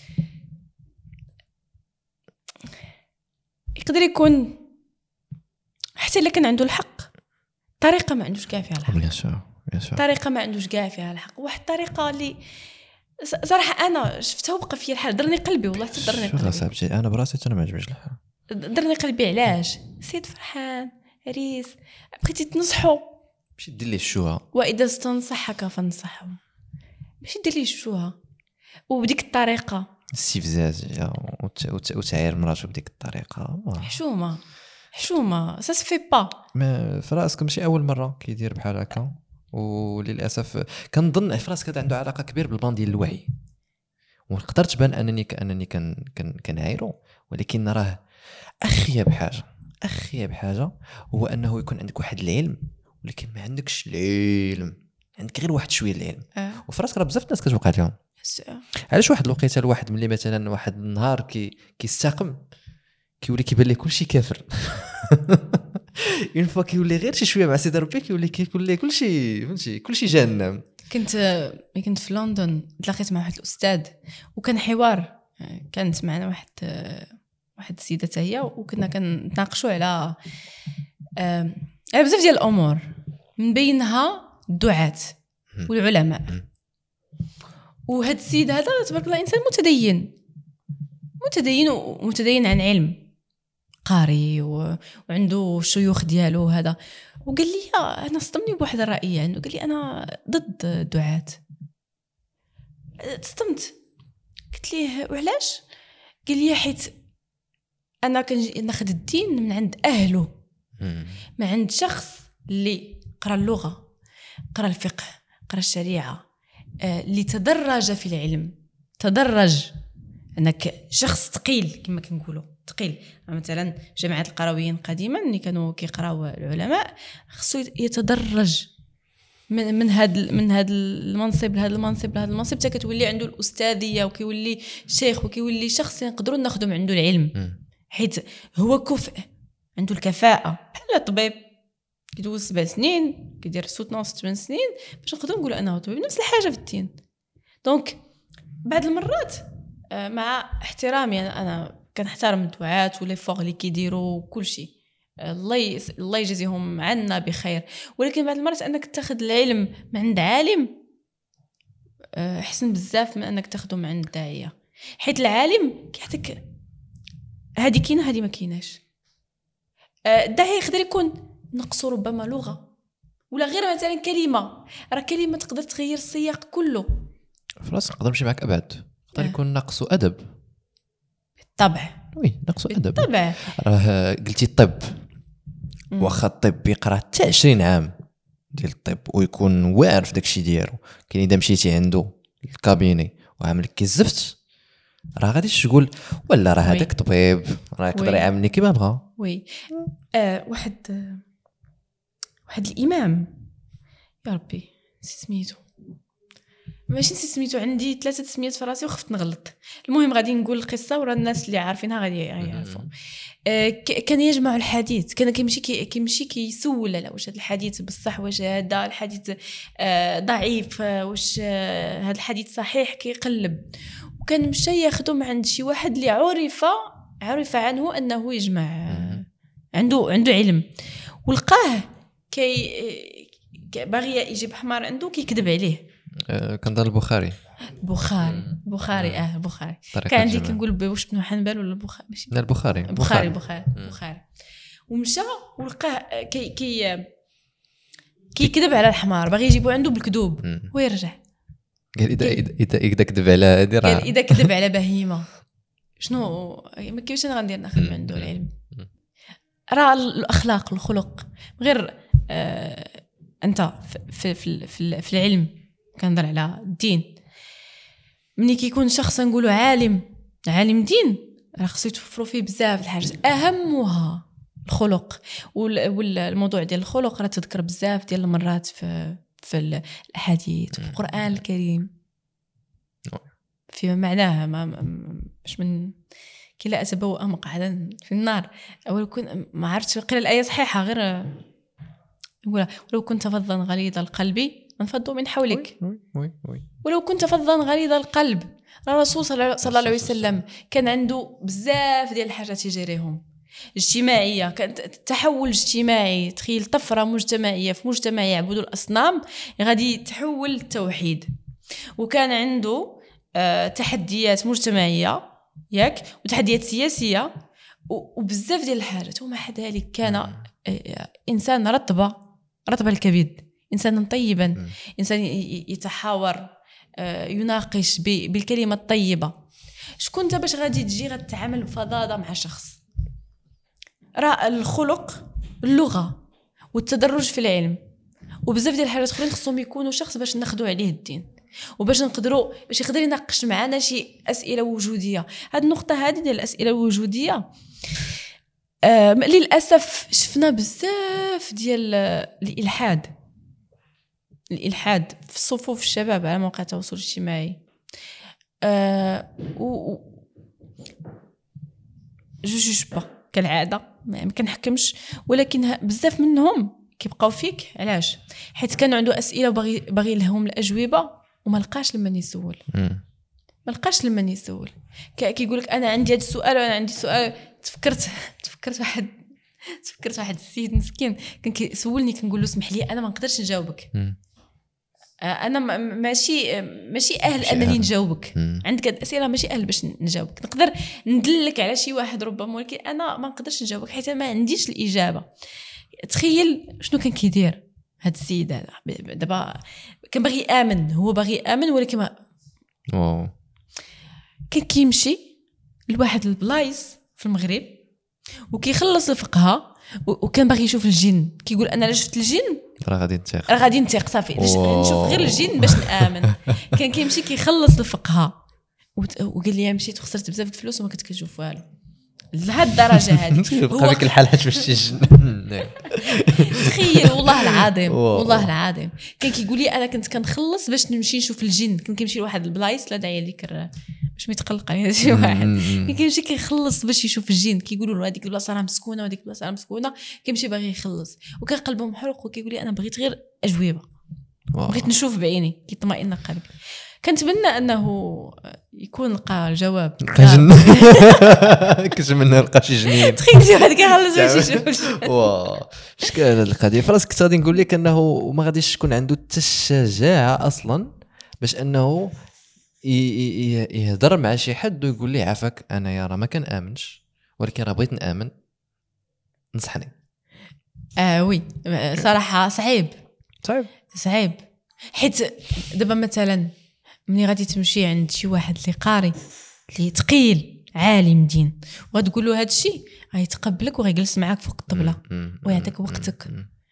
يقدر يكون حتى اللي كان عنده الحق طريقه ما عندوش كاع فيها الحق، طريقه ما عندوش كاع فيها الحق، واحد الطريقه اللي صراحه انا شفتها وبقى فيا الحال درني قلبي والله درني قلبي. صاحبتي انا براسي انا ما عجبنيش الحال، درني قلبي. علاش سيد فرحان عريس بغيتي تنصحو ماشي دير ليه الشوهه، واذا استنصحك فانصحه، ماشي دير ليه الشوهه وبديك الطريقه استفزاز وتعاير مراته بديك الطريقه. حشومه سا سفي با. ما فراسك ماشي اول مره كيدير بحال هكا، وللاسف كنظن فراسك هذا عنده علاقه كبير بالبان ديال الوعي. ونقدر تبان انني كنعايرو، ولكن راه اخيب حاجه هو انه يكون عندك واحد العلم ولكن ما عندكش العلم، عندك غير واحد شويه العلم. وفراسك راه بزاف الناس كتوقع لهم. علاش واحد الوقيته الواحد ملي مثلا واحد النهار كيستقم كيولي كيبان ليه كلشي كافر اون فوا كيولي غير شي شويه مع سيدي ربي كيولي كلشي فهمتي كلشي جهنم. كنت في لندن تلاقيت مع واحد الاستاذ وكان حوار، كانت معنا واحد السيده حتى هي، وكنا كنتناقشوا على بزاف ديال الامور من بينها الدعاة والعلماء. وهذا السيد هذا تبارك الله انسان متدين عن علم، قاري وعنده الشيوخ ديالو هذا. وقال لي انا صدمني بواحد الرأي عنده، قال لي انا ضد الدعاة. تصدمت قلت ليه وعلاش؟ قال لي حيت انا كنجي ناخذ الدين من عند اهله، ما عند شخص اللي قرا اللغه قرا الفقه قرا الشريعه، اللي تدرج في العلم، تدرج انك شخص ثقيل كما كنقولوا ثقيل. مثلا جماعه القرويين قديما اللي كانوا كيقراو العلماء خصو يتدرج من هذا المنصب لهذا المنصب حتى كتولي عنده الاستاذيه وكيولي شيخ وكيولي شخص نقدروا ناخذوا من عنده العلم، حيت هو كفء عنده الكفاءه. بحال الطبيب كيدوز 7 سنين كيدير سوتونس 8 سنين باش نقدروا نقولوا انه طبيب. نفس الحاجه في الدين. دونك بعض المرات مع احترامي انا كنحترم الدعاة ولي فوغ اللي كيديروا كل شيء، الله يجزيهم عنا بخير، ولكن بعض المرات انك تاخذ العلم من عند عالم احسن بزاف من انك تاخذه من عند داعيه، حيت العالم كيعطيك هذه كاينه هذه ما كايناش. الداعيه يقدر يكون نقصه ربما لغه ولا غير مثلا كلمه، راه كلمه تقدر تغير السياق كله. خلاص نقدر نمشي معك ابعد، يقدر يكون نقصه ادب. بالطبع وي نقصه ادب. بالطبع راه قلتي الطب، واخا الطب يقرا حتى 20 عام ديال الطب ويكون واعر في داكشي ديالو، كاين اذا مشيتي عنده الكابيني وعامل لك الزفت راه غاديش تقول ولا راه هذاك طبيب راه يقدر يعاملني كيما بغا. وي واحد الامام يا ربي سميتو ماشي سميتو، عندي 3 تسميات في راسي وخفت نغلط. المهم غادي نقول القصه ورا الناس اللي عارفينها غادي يعرفوا. كان يجمع الحديث، كان كيمشي كيسول على واش هذا الحديث بصح، واش هذا الحديث ضعيف، واش هذا الحديث صحيح، كيقلب. وكان مشى يخدم عند شي واحد اللي عرف عنه انه يجمع، عنده علم، ولقاه باغي يجيب حمار عنده كيكذب عليه. كان البخاري. بخاري كان عندي كنقول واش بن حنبل ولا البخاري، ماشي البخاري. ومشى ولقاه كيكذب على الحمار، باغي يجيبو عنده بالكذوب. ويرجع قال اذا كذب على هذه راه، اذا كذب على بهيمه شنو، ما كيفاش انا غندير ناخذ من عنده العلم. راه الاخلاق الخلق غير انت في العلم كنهضر على الدين. ملي كيكون شخص نقولوا عالم دين، راه خصو يتوفروا فيه بزاف الحاجات، اهمها الخلق. والموضوع ديال الخلق راه تذكر بزاف ديال المرات في الاحاديث، في القران الكريم، فيما معناه مش من كي لا أتبوأ مقعدا في النار، أو كنت ما عرفتش قيل الآية صحيحة، غير ولو كنت فظا غليظ القلب انفضوا من حولك. ولو كنت فظا غليظ القلب. الرسول صلى الله عليه وسلم كان عنده بزاف ديال الحاجات يجريهم اجتماعية، كان تحول اجتماعي. تخيل طفرة مجتمعية في مجتمع يعبدوا الأصنام غادي تحول التوحيد. وكان عنده تحديات مجتمعية ياك، وتحديات سياسية، وبزاف ديال الحاجات. ومع ذلك كان إنسان رطب الكبد، إنسان طيبا، إنسان يتحاور، يناقش بالكلمة الطيبة. شكون انت باش غادي تجي غتتعامل بفظاظة مع شخص؟ راه الخلق، اللغة، والتدرج في العلم، وبزاف ديال الحاجات اخرين خصهم يكونوا شخص باش ناخذوا عليه الدين، وباش باش يقدر يناقش معنا شي اسئله وجوديه. هاد النقطه هذه ديال الاسئله الوجوديه للاسف شفنا بزاف ديال الالحاد في صفوف الشباب على مواقع التواصل الاجتماعي. جوج با كالعاده ما كنحكمش، ولكن بزاف منهم كيبقاو فيك. علاش؟ حيت كان عنده اسئله باغي لهم الاجوبه وما لقاش لمن يسول. كيقول لك انا عندي هذا السؤال وانا عندي سؤال. تفكرت واحد السيد مسكين كان كيسولني، كنقول له اسمح لي انا ما نقدرش نجاوبك، انا ماشي اهل انني نجاوبك، عندك الاسئله ماشي اهل باش نجاوبك. نقدر ندلك على شي واحد ربما، ولكن انا ما نقدرش نجاوبك حيت ما عنديش الاجابه. تخيل شنو كان كيدير هاد السيد هذا دابا. كان باغي يامن، هو باغي يامن، ولكن ما كان كيمشي لواحد البلايص في المغرب وكيخلص الفقهه، وكان باغي يشوف الجن. كيقول انا لا شفت الجن راه غادي نتيق صافي، نشوف غير الجن باش نامن. كان كيمشي كيخلص الفقهه، وقال لي مشيت وخسرت بزاف الفلوس وما كنت كنشوف والو. لهاد الدرجه هذه هو فيك الحال حاج باش الجن. تخيل والله العظيم كان كيقول لي انا كنت كنخلص باش نمشي نشوف الجن. كنت كنمشي لواحد البلايص لا داعي لك باش ما يتقلق عليا شي واحد. كيمشي كيخلص باش يشوف الجن. كيقولوا له هذيك البلاصه راه مسكونه وهذيك البلاصه راه مسكونه. كيمشي باغي يخلص وكان قلبه محروق، وكيقول لي انا بغيت غير اجوبه، بغيت نشوف بعيني. كيطمئن قلبي. كنتمنى انه يكون لقى الجواب. كنتمنى نلقى شي جنين. تخيل شي واحد كيخلص باش يشوف. واه شكون هذه القضيه فراسك؟ كنت غادي نقول لك انه ما غاديش تكون عنده حتى الشجاعه اصلا باش انه يهضر مع شي حد ويقول لي عافاك انا يا راه ما كنامنش، ولكن راه بغيت نامن، نصحني. وي صراحه صعيب. حيت دابا مثلا ملي غادي تمشي عند شي واحد اللي قاري اللي ثقيل عالم دين وغتقول له هذا الشيء، غيتقبلك وغيجلس معاك فوق الطبله ويعطيك وقتك.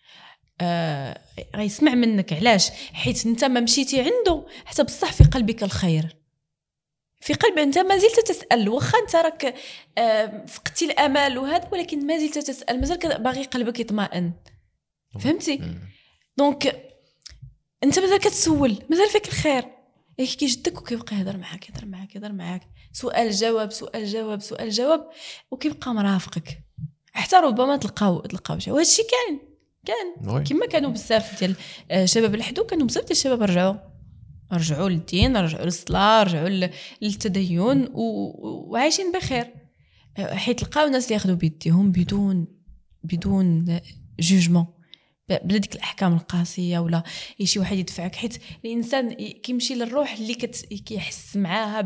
غيسمع منك. علاش؟ حيت انت ما مشيتي عنده حتى بصح في قلبك الخير، في قلب انت ما زلت تسال. واخا انت راك فقدتي الامل وهذا، ولكن ما زلت تسال، مازال باغي قلبك يطمئن. فهمتي؟ دونك انت مازال كتسول، مازال فيك الخير. كي جدك وكيبقى يهضر معاك سؤال جواب وكيبقى مرافقك حتى ربما تلقاو شي. وهذا الشيء كان كما كانوا بزاف ديال شباب الحدو، كانوا بزاف ديال الشباب رجعوا للدين، رجعوا للصلاه، رجعوا للتدين وعايشين بخير، حيت لقاو الناس اللي ياخذوا بيديهم بدون جوجمون، بلا ديك الاحكام القاسيه ولا شي واحد يدفعك. حيت الانسان كيمشي للروح اللي كيحس معاها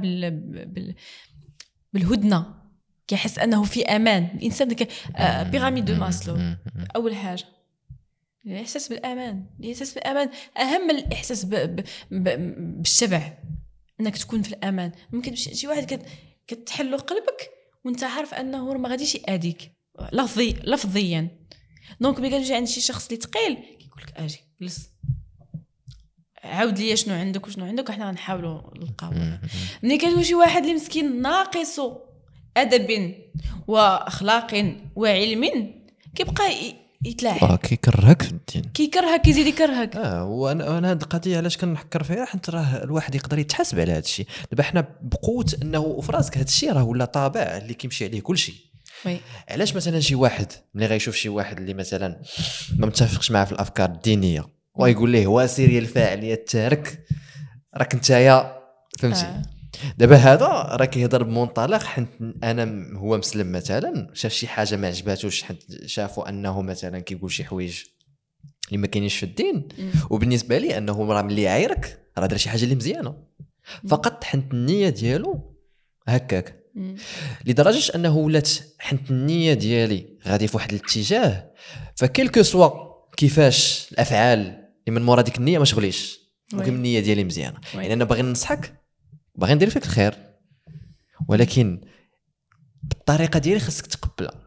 بالهدنه، كيحس انه في امان. الانسان بيراميد دو ماسلو، اول حاجه الاحساس بالامان اهم من الاحساس بالشبع، انك تكون في الامان. ممكن شي واحد كتحلو قلبك وانت عارف انه ما غاديش يأذيك لفظيا. دونك ملي كنجي عند شي شخص اللي ثقيل كيقول لك اجي جلس عاود لي شنو عندك وشنو عندك، وحنا غنحاولوا نلقاو. ملي كيجي شي واحد اللي مسكين ناقص ادب واخلاق وعلم كيبقى يتلاعب، كيكرهك في الدين، كيزيد يكرهك. وانا هاد القضيه علاش كنحكر فيها، حيت راه الواحد يقدر يتحاسب على هذا الشيء. دابا حنا بقوه انه في راسك هذا الشيء راه ولا طابع اللي كيمشي عليه كل شيء. علاش مثلا شي واحد ملي غيشوف شي واحد اللي مثلا ما متفقش معاه في الافكار الدينيه ويقول ليه وسيري الفاعليه التارك، راك نتايا فهمتي. دابا هذا راه كيهضر بمنطلق حيت انا هو مسلم مثلا، شاف شي حاجه ما عجباتوش، حيت شافوا انه مثلا كيقول شي حوايج اللي ما كاينينش في الدين، وبالنسبه لي انه راه ملي عايرك راه دار شي حاجه اللي مزيانه، فقط حنت النيه ديالو هكاك. لدرجه انه ولات حنت النيه ديالي غادي في واحد الاتجاه، فكلكو سوا كيفاش الافعال اللي من مورا ديك النيه ما شغليش، ممكن النيه ديالي مزيانه. يعني انا باغي ننصحك، باغي ندير فيك الخير، ولكن بالطريقه ديالي خاصك تقبلها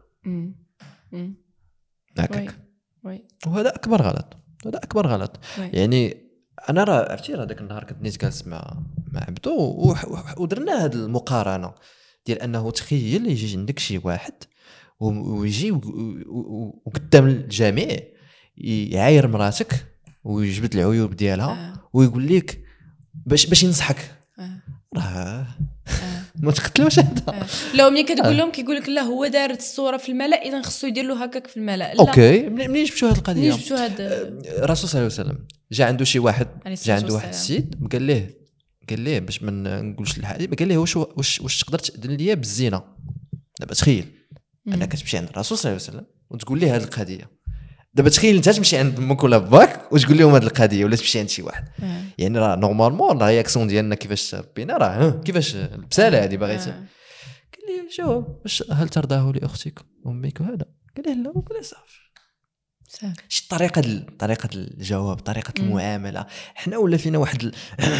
هكاك. وهذا اكبر غلط. يعني انا راه عرفتي راه داك النهار كنت نيت جالس مع عبدو ودرنا هذه المقارنه ديال انه تخيل يجي عندك شي واحد ويجي وقدام الجميع يعاير مراتك ويجبد العيوب ديالها ويقول لك باش ينصحك، راه ما تقتلوش هذا. لو ملي كتقول لهم كيقول لك لا هو دار الصوره في الملأ اذا خصو يدير له هكاك في الملأ. اوكي منين جبتوا هذه القضيه؟ منين جبتوا هذا؟ الرسول صلى الله عليه وسلم جا عنده شي واحد، جا عنده واحد السيد قال ليه باش ما نقولش الحديث، قال ليه واش تقدر تأذن ليا بالزنا؟ دابا تخيل انك تمشي عند الرسول صلى الله عليه وسلم وتقول ليه هذه القضيه. دابا تخيل انت تمشي عند امك ولا باك وتقول لهم هذه القضيه، ولا تمشي عند شي واحد. يعني راه نورمالمون لا رياكسيون ديالنا كيفاش ربينا راه كيفاش البساله هذه باغي. قال لي شوف هل ترضاه لاختك امك وهذا؟ قال لي لا. وقال لي صافي شي طريقه الجواب، طريقه المعامله. حنا ولا فينا واحد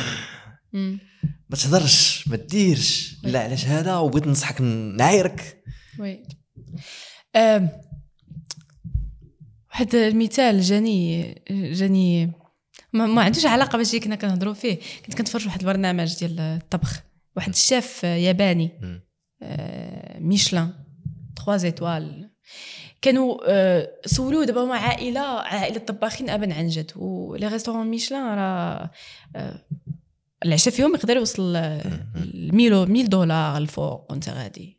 ما تهضرش ما ديرش، لا علاش هذا وبغيت ننصحك نعايرك. وي واحد المثال جاني ما عندوش علاقه باش كنا كنهضروا فيه. كنت كنتفرج واحد البرنامج ديال الطبخ، واحد الشيف ياباني ميشلان 3 étoiles، كانوا سولوه دابا هما عائله طباخين ابا عن جد، ولي ريستورون ميشلان راه العشاء فيهم يقدر يوصل $1000 الفوق وانت غادي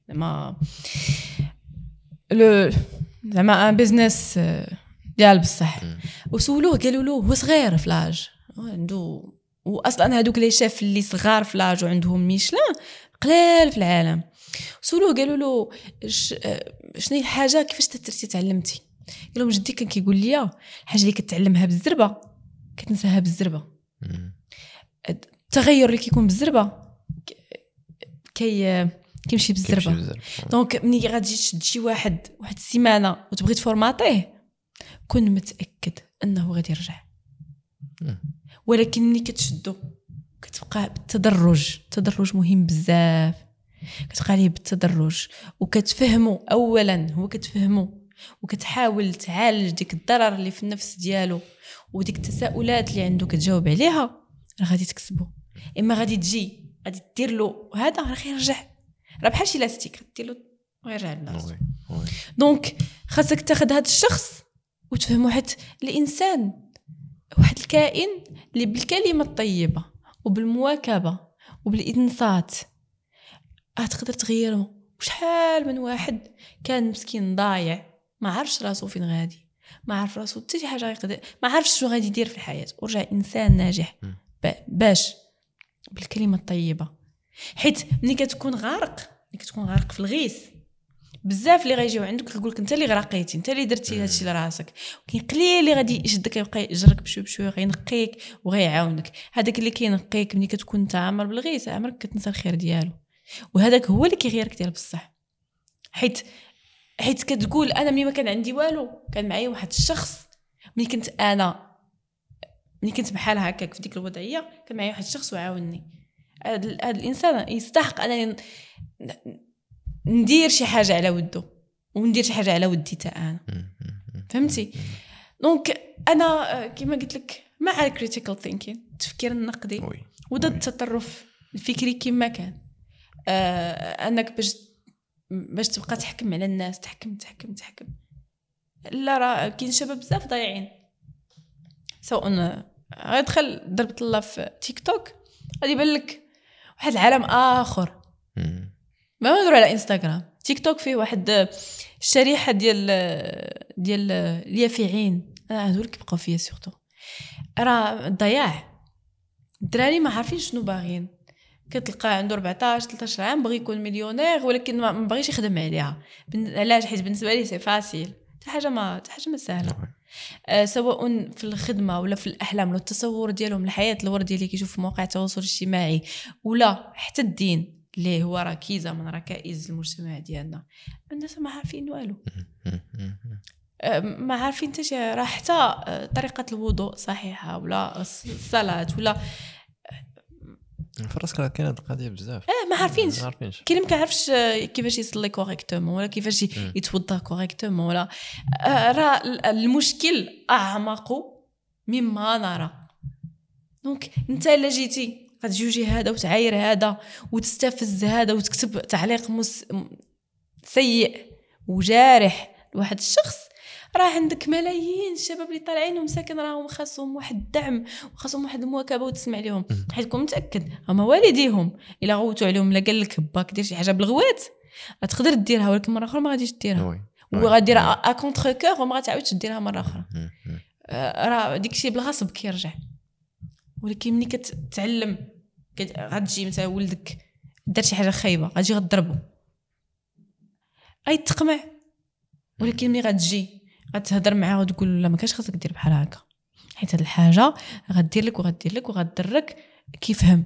زعما ان بيزنس ديال بصح. وسولوه قالوا له هو صغير في لاج عنده، واصلا هذوك لي شيف اللي صغار في لاج وعندهم ميشلان قلال في العالم. سولوه قالوا له شنو هي الحاجه كيفاش تترتي تعلمتي؟ قال لهم جدي كان كيقول لي الحاجه اللي كتعلمها بالزربه كتنساها بالزربه. التغير اللي كيكون بالزربه كيمشي بالزربه. دونك ملي غادي تشد شي واحد السيمانه وتبغي تفورماتيه كن متاكد انه غادي يرجع. ولكن ملي كتشدو كتبقى بالتدرج، التدرج مهم بزاف، كتبقى عليه بالتدرج وكتفهمو. اولا هو كتفهمو وكتحاول تعالج ديك الضرر اللي في النفس ديالو وديك التساؤلات اللي عنده كتجاوب عليها، راه غادي تكسبو. اما غادي تجي غادي دير له هذا راه غيرجع، راه بحال شي لاستيك دير له ويرجع للناس. دونك خاصك تاخذ هذا الشخص وتفهموا حيت الانسان واحد الكائن اللي بالكلمه الطيبه وبالمواكبه وبالانصات تقدر تغيره. وشحال من واحد كان مسكين ضايع ما عرفش راسو فين غادي، ما عرف راسو حتى شي حاجه يقدر، ما عرفش شنو غادي يدير في الحياه، ورجع انسان ناجح باش بالكلمه الطيبه. حيت ملي كتكون غارق في الغيث بزاف اللي غيجيو عندك يقولك انت اللي غرقيتي، انت اللي درتي هادشي لراسك، وكاين قليل اللي غادي يشدك يبقى يجرك بشوي غينقيك وغيعاونك. هذاك اللي كينقيك ملي كتكون انت عامر بالغيث عمرك كتنسى الخير ديالو، وهذاك هو اللي كيغيرك ديال بصح. حيت كتقول انا ملي ما كان عندي والو كان معايا واحد الشخص، ملي كنت بحال هكاك في ديك الوضعيه كان معايا واحد الشخص وعاونني. هذا الانسان يستحق انا ندير شي حاجه على وده وندير شي حاجه على ودي تا انا. فهمتي؟ دونك انا كما قلت لك مع الكريتيكال ثينكين، التفكير النقدي وضد التطرف الفكري كما كان. انك باش تبقى تحكم على الناس، تحكم لا، راه كاين شباب بزاف ضايعين. سواء غادخل ضربت الله في تيك توك غادي يبان لك واحد العالم اخر. ما نديرو على انستغرام، تيك توك فيه واحد الشريحه ديال اليافعين، هذول كيبقاو فيا سورتو. راه ضياع الدراري ما عارفين شنو باغيين. كتلقى عنده 14 13 عام بغي يكون مليونير ولكن ما بغيش يخدم عليها. علاش؟ حيت بالنسبه ليه سي فاسيل، حتى حاجه ما سهله. سواء في الخدمه ولا في الاحلام ولا التصور ديالهم الحياه الورديه اللي كيشوف في مواقع التواصل الاجتماعي، ولا حتى الدين اللي هو ركيزه من ركائز المجتمع ديالنا. الناس ما عارفين والو، ما عارفين حتى شي. راه حتى طريقه الوضوء صحيحه ولا الصلاه ولا فراسك راه كاينه القضيه بزاف ما عارفينش. كاين ما كيعرفش كيفاش يصلي كوريكتومون ولا كيفاش يتوضا كوريكتومون ولا راه المشكل اعمق مما نرى. دونك انت الا جيتي غتجوجي هذا وتعاير هذا وتستفز هذا وتكتب تعليق سيء وجارح لواحد الشخص، راه عندك ملايين الشباب اللي طالعين ومساكن راهم خاصهم واحد الدعم وخاصهم واحد المواكبه وتسمع لهم. حيت كون متاكد هما والديهم الا غوتوا عليهم لا قال لك باك دير شي حاجه بالغوات تقدر ديرها، ولكن مره اخرى ما غاديش ديرها، وغاديرها ا كونتر كور وما غاتعاودش ديرها مره اخرى. راه ديكشي بالغصب كيرجع. ولكن ملي كتعلم غتجي مثلا ولدك دار شي حاجه خايبه غتجي غتضربو غيتقمع، ولكن ملي غتجي غتهضر معاه وتقول لا ما كاش خاصك دير بحال هكا، حيت هاد الحاجه غدير لك وغضرك، كيفهم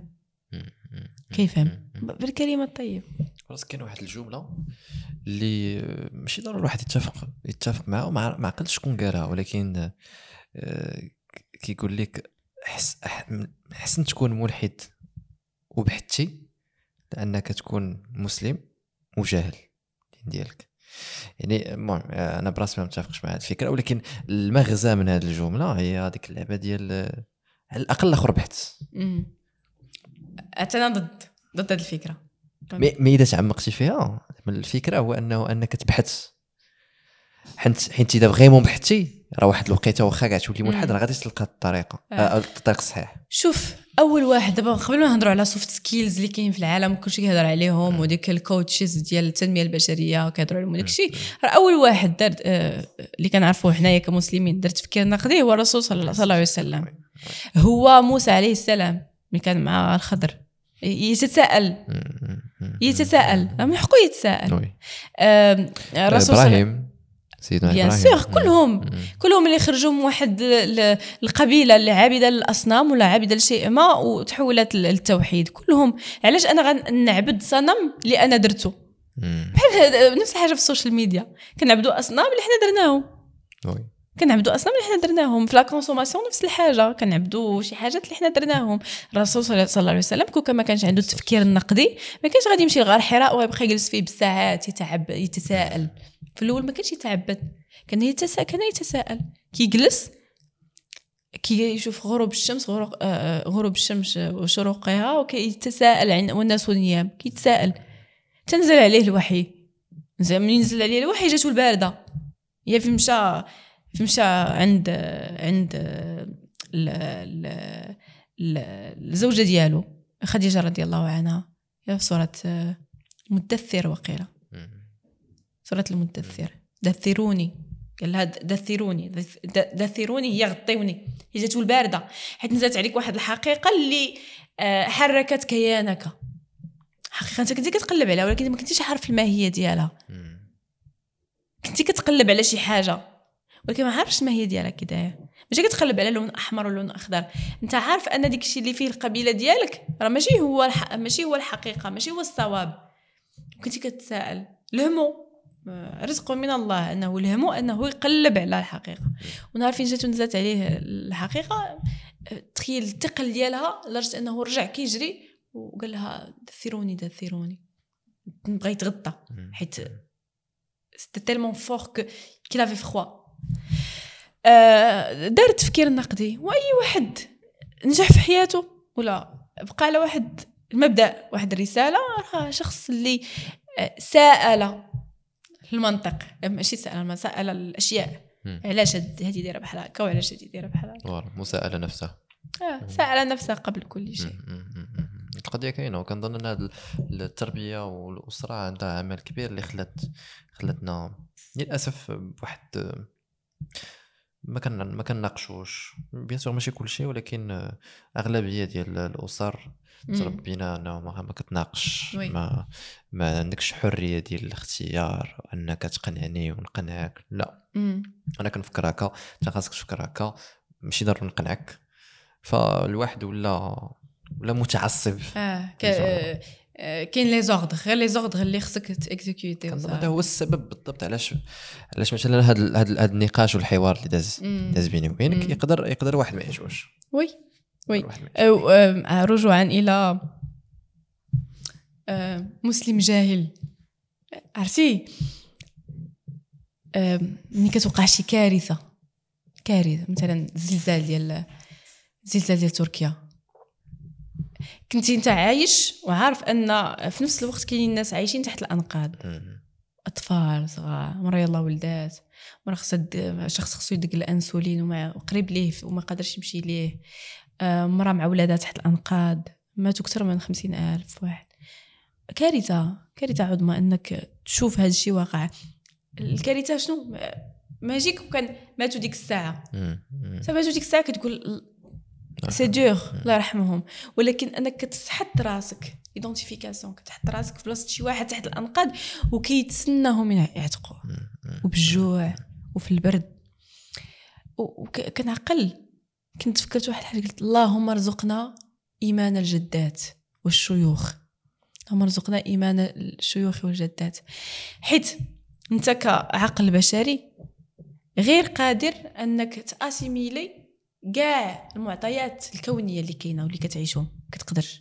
بالكلمه الطيبه. خلاص كاين واحد الجمله اللي ماشي ضروري الواحد يتفق معها وما عقلتش شكون قالها، ولكن كيقول لك حسن تكون ملحد وبحثتي لانك تكون مسلم وجاهل ديالك. يعني انا براسي ما متفقش مع هذه الفكره، ولكن المغزى من هذه الجمله هي هذيك اللعبه ديال على الاقل اخر بحث. انا ضد هذه الفكره. ما اذا تعمقتي فيها الفكره هو انك تبحث، حيت اذا فريمون بحثتي راه واحد الوقيته واخا كاع تولي ملحد راه غادي تلقى الطريقه الطريق الصحيح. شوف اول واحد دابا قبل ما نهضروا على سوفت سكيلز اللي كاين في العالم وكلشي كيهضر عليهم وديك الكوتشز ديال التنميه البشريه وكيهضروا عليهم داكشي، راه اول واحد دار اللي كنعرفوه حنايا كمسلمين دار تفكير نقدي هو الرسول صلى الله عليه وسلم. هو موسى عليه السلام ملي كان مع الخضر يتساءل من حقه يتساءل. الرسول ابراهيم سيدنا إبراهيم كلهم اللي خرجوا من واحد القبيله اللي عابده للاصنام ولا عابده لشيء ما وتحولت للتوحيد، كلهم علاش انا غنعبد صنم اللي انا درته. بحال نفس الحاجه في السوشيال ميديا كنعبدوا اصنام اللي حنا درناهم في لا كونسوماسيون نفس الحاجه كنعبدوا شي حاجات اللي حنا درناهم. الرسول صلى الله عليه وسلم كون ما كانش عنده التفكير النقدي ما كانش غادي يمشي لغار حراء ويبقى يجلس فيه بالساعات يتساءل. في الاول ما كانش يتعبد، كان يتساءل كيجلس كيشوف غروب الشمس وشروقها وكيتساءل والناس والنيام كيتساءل. تنزل عليه الوحي، من ينزل عليه الوحي جاتو البارده. هي في مشى عند الزوجه ديالو خديجه رضي الله عنها في سوره مدثر وقيله سوره المدثر دثروني قال لها دثروني هي غطيوني هي جاتو البارده حيت نزلت عليك واحد الحقيقه اللي حركت كيانك حقيقه انت كنتي كتقلب عليها ولكن ما كنتيش عارف الماهيه ديالها كنتي كتقلب على شي حاجه ولكن ما عارفش الماهيه ديالها كي داير ماشي كتقلب على لون احمر ولون اخضر انت عارف ان داك الشيء اللي فيه القبيله ديالك راه ماشي هو الحقيقه ماشي هو الصواب كنتي كتسائل الهمو رزق من الله انه الهمو انه يقلب على الحقيقه ونهار فين جاتو نزلت عليه الحقيقه تخيل الثقل ديالها لدرجه انه رجع كيجري وقال لها دثروني بغى يتغطى حيت c'était tellement fort qu'il avait froid دار التفكير النقدي واي واحد نجح في حياته ولا بقى على واحد المبدا واحد الرساله راه شخص اللي سأل المنطق ماشي سأل الاشياء علاش هذه دايره بحال هكا وعلاش هذه دايره بحال هكا مساءله نفسه سأل نفسه قبل كل شيء القضيه كاينه وكنظن ان هذه التربيه والاسره عندها عمل كبير اللي خلاتنا للاسف بواحد ما كنناقشوش بيان سور ماشي كل شيء ولكن اغلبيه ديال الاسر تربينا انه ما كتناقش ما عندكش حريه ديال الاختيار وانك تقنعني ونقنعك لا انا كنفكر هكا انت خاصك تفكر هكا ماشي ضروري نقنعك فالواحد ولا متعصب كاين لي زوردر غير لي زوردر اللي خصك تيكزيكوتي هذا هو السبب بالضبط علاش مثلا هذا النقاش والحوار اللي داز بيني وبينك يقدر واحد ما يعجبوش وي رجوعا الى مسلم جاهل عرفتي ملي كتوقع شي كارثه مثلا زلزال ديال تركيا كنتي انت عايش وعارف ان في نفس الوقت كاينين الناس عايشين تحت الانقاض اطفال صغار مرة يلا ولدات مرة شخص خصو يدق الانسولين وقريب ليه وما قادرش يمشي ليه مرة مع ولادها تحت الانقاض ماتوا اكثر من 50,000 واحد كارثه عظمى انك تشوف هذا الشيء واقع الكارثه شنو ماجيك وكان ماتوا ديك الساعه كتقول سي دور الله يرحمهم ولكن انك كتحط راسك ايدونتيفيكاسيون كتحط راسك في بلاصه شي واحد تحت الانقاض وكيتسناهم يعتقوا وبالجوع وفي البرد وكنعقل كنت فكرت واحد الحاجه قلت اللهم ارزقنا ايمان الجدات والشيوخ اللهم ارزقنا ايمان الشيوخ والجدات حيت انت كعقل بشري غير قادر انك تاسيميلي كاع المعطيات الكونيه اللي كاينه واللي كتعيشهم كتقدرش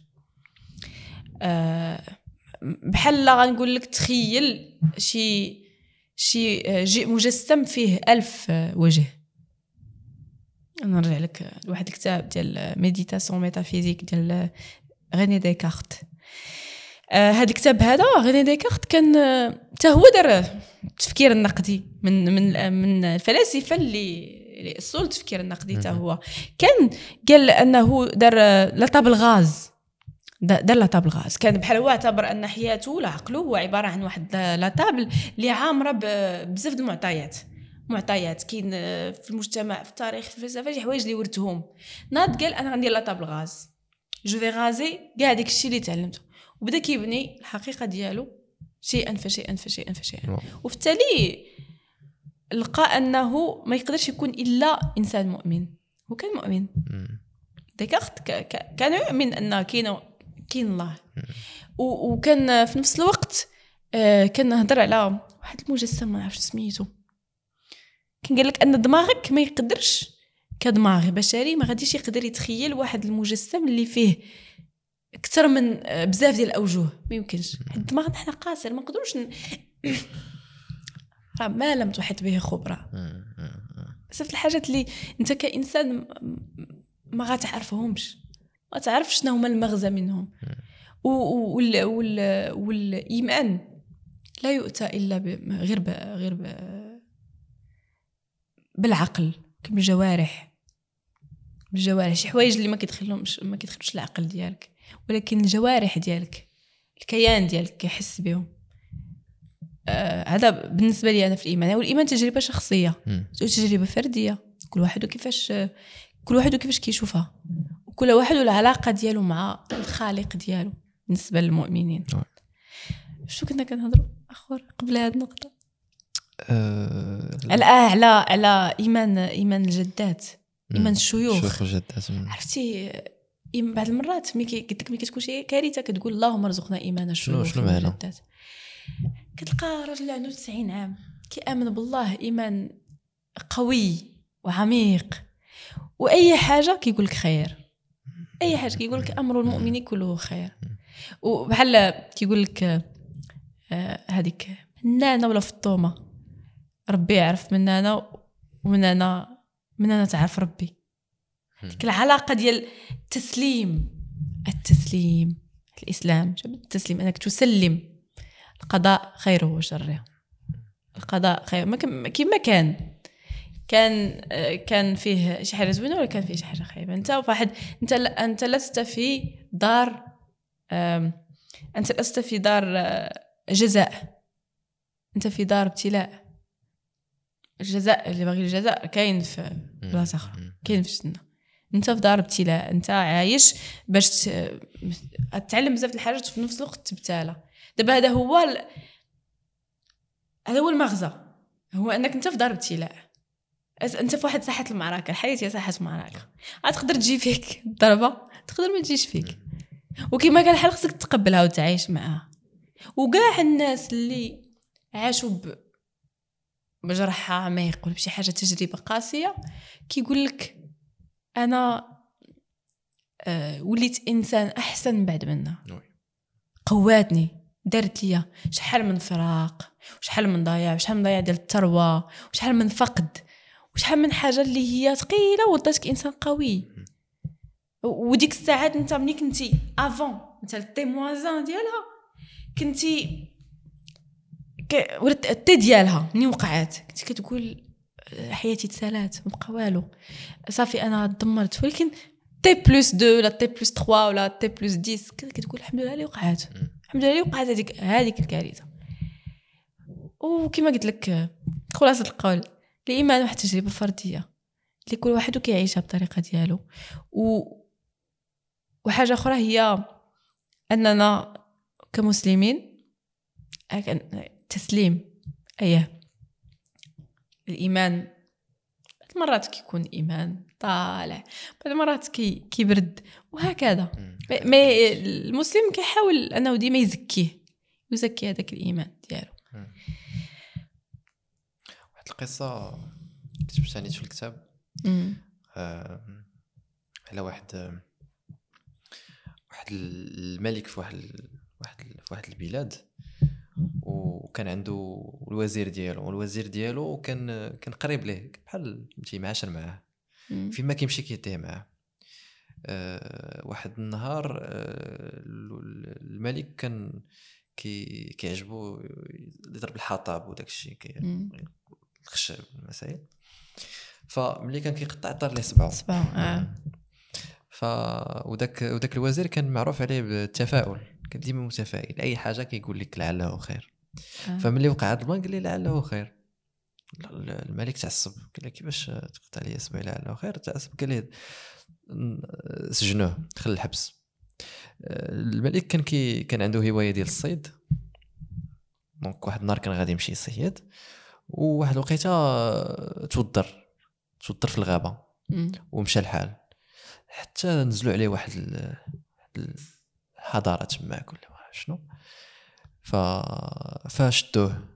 بحال لا غنقول لك تخيل شي جزء مجسم فيه 1000 وجه نرجع لك لواحد الكتاب ديال ميديتاسيون ميتافيزيك ديال ريني ديكارت هذا الكتاب هذا ريني ديكارت كان حتى هو دار التفكير النقدي من الفلاسفه اللي اصول التفكير النقدي حتى هو كان قال انه دار لا طابل غاز دار لا طابل غاز كان بحال هو اعتبر ان حياته ولا عقله هو عباره عن واحد لا طابل اللي عامره بزاف د المعطيات كاين في المجتمع في التاريخ في الفلسفه شي حوايج اللي ورثهم ناض قال انا غندير لا طابل غاز جو في غازي كاع داك الشيء اللي تعلمته وبدا كيبني الحقيقه ديالو شيئا فشيئا وفي التالي لقى انه ما يقدرش يكون الا انسان مؤمن هو كان مؤمن ديكارت كان يؤمن ان كاين الله وكان في نفس الوقت كان نهضر على واحد المجسم ما عرفتش سميتو كان قال لك ان دماغك ما يقدرش كدماغ بشري ما غاديش يقدر يتخيل واحد المجسم اللي فيه اكثر من بزاف ديال الاوجه ما يمكنش الدماغ حنا قاصر ما نقدروش راه ما لم تحط به خبره بزاف الحاجات اللي انت كانسان ما غاتعرفهمش ما تعرفش شنو هما المغزى منهم والايمان لا يؤتى الا غير بالعقل بالجوارح بالجوارح، شي حوايج اللي ما كيدخلوش العقل ديالك، ولكن الجوارح ديالك، الكيان ديالك كيحس بهم. هذا بالنسبه لي انا في الايمان. والايمان تجربه شخصيه وتجربه فرديه، كل واحد وكيفاش كيشوفها، وكل واحد والعلاقه ديالو مع الخالق ديالو. بالنسبه للمؤمنين شو كنا كنهضروا اخر قبل هذه النقطه؟ على ايمان الجدات، ايمان الشيوخ الجدات. عرفتي بعض المرات ملي كتكون شي كارثه كتقول اللهم ارزقنا ايمان الشيوخ والجدات. كتلقى راجل عنده 90 عام كيامن بالله ايمان قوي وعميق، واي حاجه كيقول لك خير، اي حاجه كيقول لك امر المؤمن كله خير. وبحال كيقول لك هذيك منانا ولا فطومه، ربي يعرف منانا ومنانا تعرف ربي. ديك العلاقه ديال التسليم الاسلام التسليم، انك تسلم القضاء خيره وشره. القضاء خير كما كان فيه شي حاجه زوينه ولا كان فيه شي حاجه خايبه. انت لست في دار جزاء، انت في دار ابتلاء. الجزاء اللي باغي الجزاء كاين في بلاصه اخرى، كاين في الجنه. انت في دار ابتلاء، انت عايش باش تتعلم بزاف د الحاجات وفي نفس الوقت تبتلى. دابا هذا هو المغزى، هو انك انت في دار ابتلاء، انت في واحد ساحه المعركه. الحياه هي ساحه معركه، تقدر تجي فيك الضربه، تقدر ما تجيش فيك، وكما كان الحال خصك تقبلها وتعيش معها. وكاع الناس اللي عاشوا بجرح عميق ولا بشي حاجه تجربه قاسيه كيقول لك انا وليت انسان احسن بعد منها، قواتني، دارت لي شحال من فراق وشحال من ضياع وشحال من ضياع ديال الثروه وشحال من فقد وشحال من حاجه اللي هي ثقيله وداتك انسان قوي. وديك الساعات انت ملي كنتي افون انت التيموازان ديالها كنتي ولات التي ديالها مني وقعات كنتي كتقول حياتي تسالات ما بقى والو صافي انا دمرت. ولكن تي بلس 2 ولا تي بلس 3 ولا تي بلس 10 كتقول الحمد لله اللي وقعات، الحمد لله اللي وقعات هذيك الكارثه. وكما قلت لك خلاصه القول الايمان واحد تجربه فرديه اللي كل واحد كيعيشها بطريقه ديالو. وحاجه اخرى هي اننا كمسلمين تسليم الايمان مرات كيكون ايمان طالع، بعض المرات كيبرد وهكذا. مي المسلم كيحاول انه ديما يزكي هذاك الايمان ديالو. واحد القصه كتبتها نيت في الكتاب على واحد الملك في واحد البلاد، وكان عنده الوزير ديالو كان قريب ليه بحال مشي معاشر معاه فيما كيمشي كيتيه معاه. واحد النهار الملك كان كيعجبو يضرب الحطب وداك الشيء الخشب المسائل، فملي كان كيقطع طار ليه صباعو. وداك الوزير كان معروف عليه بالتفاؤل، كان ديما متفائل، اي حاجه كيقول لك لعله خير. فملي وقع هذا البلان قال لي لعله خير. الملك تعصب قال له كيفاش تقطع لي صباعي لعله خير؟ تعصب قال لي سجنوه دخل الحبس. الملك كان عنده هوايه ديال الصيد، دونك واحد النهار كان غادي يمشي يصيد، وواحد الوقيته توضر في الغابه ومشى الحال حتى نزلوا عليه واحد الحضاره تماك ولا شنو. فشدوه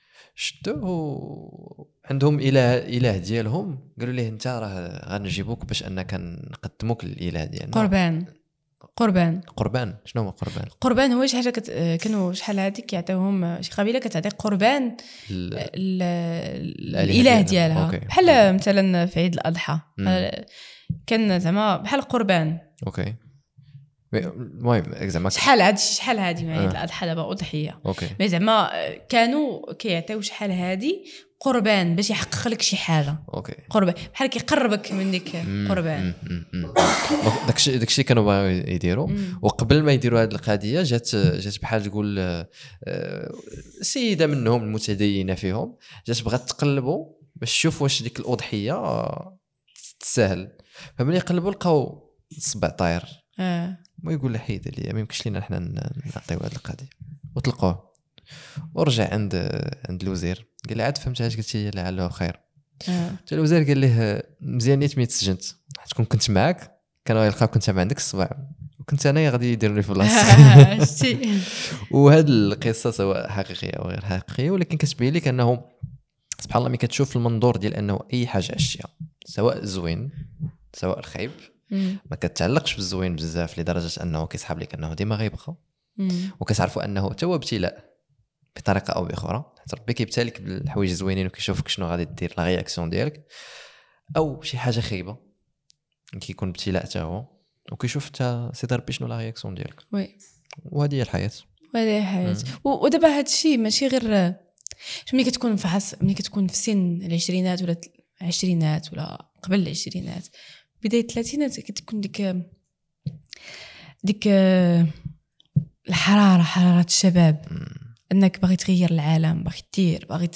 عندهم اله ديالهم، قالوا ليه انت راه غنجيبوك باش انك نقدموك للاله ديالنا. قربان شنو هو قربان؟ هو شي حاجه كانوا شحال هذيك كيعطيوهم شي قبيله كتعطي قربان الاله ديالها، بحال مثلا في عيد الاضحى كان زعما بحال قربان. المهم زعما شحال هادي مع عيد الاضحى دابا اضحيه اوكي زعما كانوا كيعطيو شحال هادي قربان باش يحقق لك شي حاجه اوكي قربان بحال كيقربك من ديك قربان داكشي كانوا باغيو يديروا وقبل ما يديروا هذه القضيه جات بحال تقول سيده منهم المتدينه فيهم جات بغات تقلبوا باش تشوف واش ديك الاضحيه تسهل فملي يقلبوا لقاو الصبع طاير ما يقول له حيد لي ما يمكنش لينا حنا نعطيو هذه القضيه وطلقوه ورجع عند الوزير قال له عاد فهمت اش قلتي لعله خير حتى الوزير قال له مزيان نيت ملي تسجنت تكون كنت معاك كانوا يلقاوك كنت ما عندك الصبع وكنت انا غادي يديروني في بلاصتك وهاد القصه سواء حقيقيه او غير حقيقيه ولكن كتبين لك انه سبحان الله ملي كتشوف المنظور ديال انه اي حاجه عشتيها سواء زوين سواء الخايب ما كتعلقش بالزوين بزاف لدرجه انه كيسحب لك انه ديما غيبقى وكتعرفوا انه حتى هو ابتلاء بطريقه او باخرى حتى ربي كيبتليك بالحوايج زوينين وكيشوفك شنو غادي دير لا رياكسيون ديالك او شي حاجه خايبه كيكون ابتلاء حتى هو وكيشوف حتى سي ربي شنو لا رياكسيون ديالك وي وهذه هي الحياه ودابا هذا الشيء ماشي غير ملي كتكون ملي كتكون في سن العشرينات ولا العشرينات ولا قبل العشرينات بدايه الثلاثينات كتكون ديك حراره الشباب انك باغي تغير العالم باغي دير باغي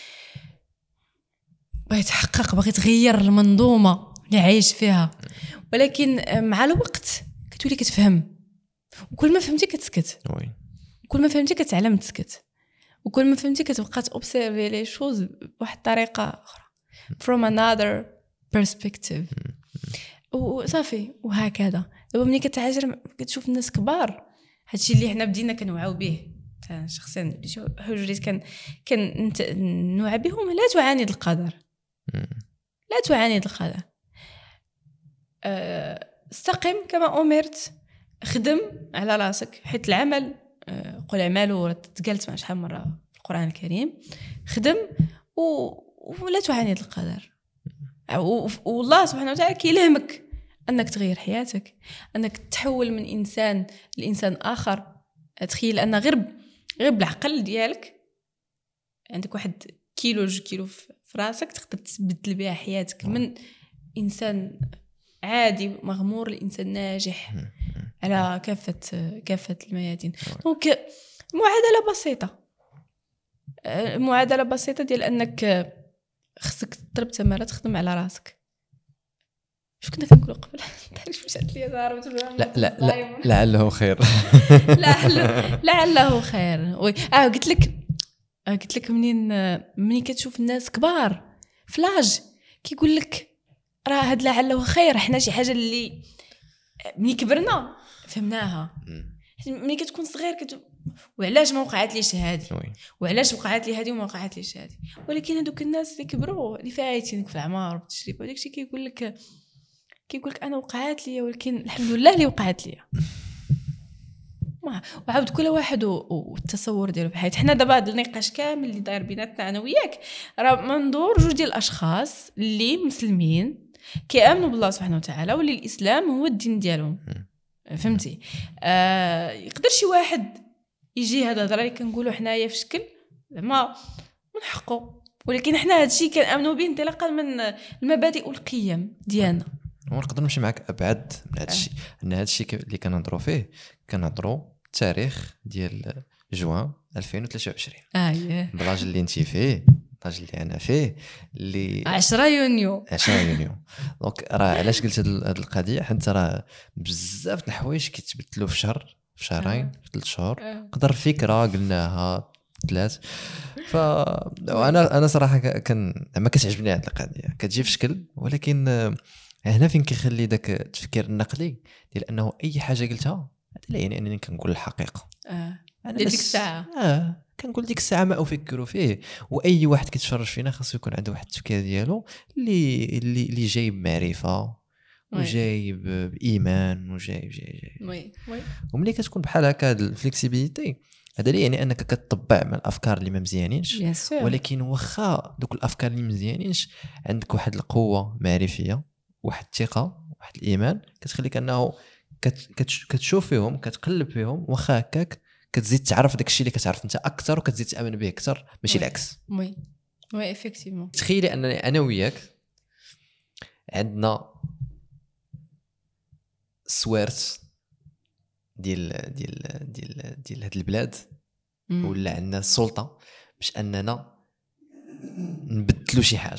تحقق باغي تغير المنظومه اللي عايش فيها ولكن مع الوقت كتولي كتفهم وكل ما فهمتي كتسكت كل ما فهمتي كتعلم تسكت وكل ما فهمتي كتبقى تأوبسيرفي لي شوز بواحد الطريقه اخرى from another perspective وصافي وهكذا دابا ملي كتعاجر كتشوف الناس كبار هادشي اللي حنا بدينا كنوعاو به شخصيا حجريت كان نوع بهم لا تعاند القدر لا تعاند القدر استقم كما أمرت خدم على راسك حيت العمل قل اعملوا تقالت مع شحال مره في القرآن الكريم خدم ولا تعاند القدر والله سبحانه وتعالى كيلهمك انك تغير حياتك انك تحول من انسان لانسان اخر تخيل ان غير بالعقل ديالك عندك واحد كيلو 2 كيلو في راسك تقدر تبدل بها حياتك من انسان عادي مغمور لانسان ناجح على كافه الميادين دونك معادله بسيطه ديال انك خصك تضرب تماره تخدم على راسك شو كنا كنقولوا قبل تعرف مشات لي ضربت لا لعله خير لعله خير وي قلت لك منين كتشوف الناس كبار فلاج كيقول لك راه هاد لعله خير حنا شي حاجه اللي مني كبرنا فهمناها ملي كتكون صغير وعلاش ما وقعت ليش هادي وعلاش وقعت لي هادي وما وقعت ليش هادي ولكن هذوك الناس اللي كبروا اللي فايتينك في العمر والتجربه وداكشي كيقول لك انا وقعت لي ولكن الحمد لله اللي وقعت لي وعاود كل واحد والتصور ديالو في حياته. حنا دابا هذا النقاش كامل اللي داير بيناتنا انا وياك راه منظور جوج ديال الاشخاص اللي مسلمين كيامنوا بالله سبحانه وتعالى واللي الاسلام هو الدين ديالهم فهمتي. يقدر شي واحد يجي هذا الهضره اللي كنقولوا حنايا في شكل زعما من حقه ولكن حنا هذا الشيء كنامنوا به انطلاقا من المبادئ والقيم ديالنا. ونقدر نمشي معك ابعد من هذا الشيء ان هذا الشيء اللي كنهضروا فيه كنهضروا التاريخ ديال جوان 2023 البلاج اللي انت فيه البلاج اللي انا فيه اللي 10 يونيو دونك راه علاش قلت هذه القضيه حيت راه بزاف د الحوايج كيتبدلوا في شهر في شهرين في 3 شهور قدر فكره قلناها 3 انا صراحه ما كتعجبني هذه القضيه كتجي في شكل ولكن هنا فين كيخلي داك التفكير النقدي ديال انه اي حاجه قلتها هذا لا يعني انني كنقول الحقيقه انا ديك الساعه كنقول ديك الساعه ما افكر فيه. واي واحد كيتفرج فينا خاصو يكون عنده واحد التفكير ديالو اللي جاي بمعرفه وجاي بايمان وجاي وي وملي كتكون بحال هكا الفليكسيبيليتي هذا لا يعني انك كتطبع من الافكار اللي ما مزيانينش ولكن واخا دوك الافكار اللي مزيانينش عندك واحد القوه معرفيه واحد الثقه واحد الايمان كتخليك انه كتشوف فيهم كتقلب فيهم واخا هكاك كتزيد تعرف داك الشيء اللي كتعرف انت اكثر وكتزيد تامن به اكثر ماشي العكس. وي افكتيفمون. تخيلي انني انا وياك عندنا سوارت ديال هاد البلاد ولا عندنا السلطه باش اننا نبدلوا شي حاجه.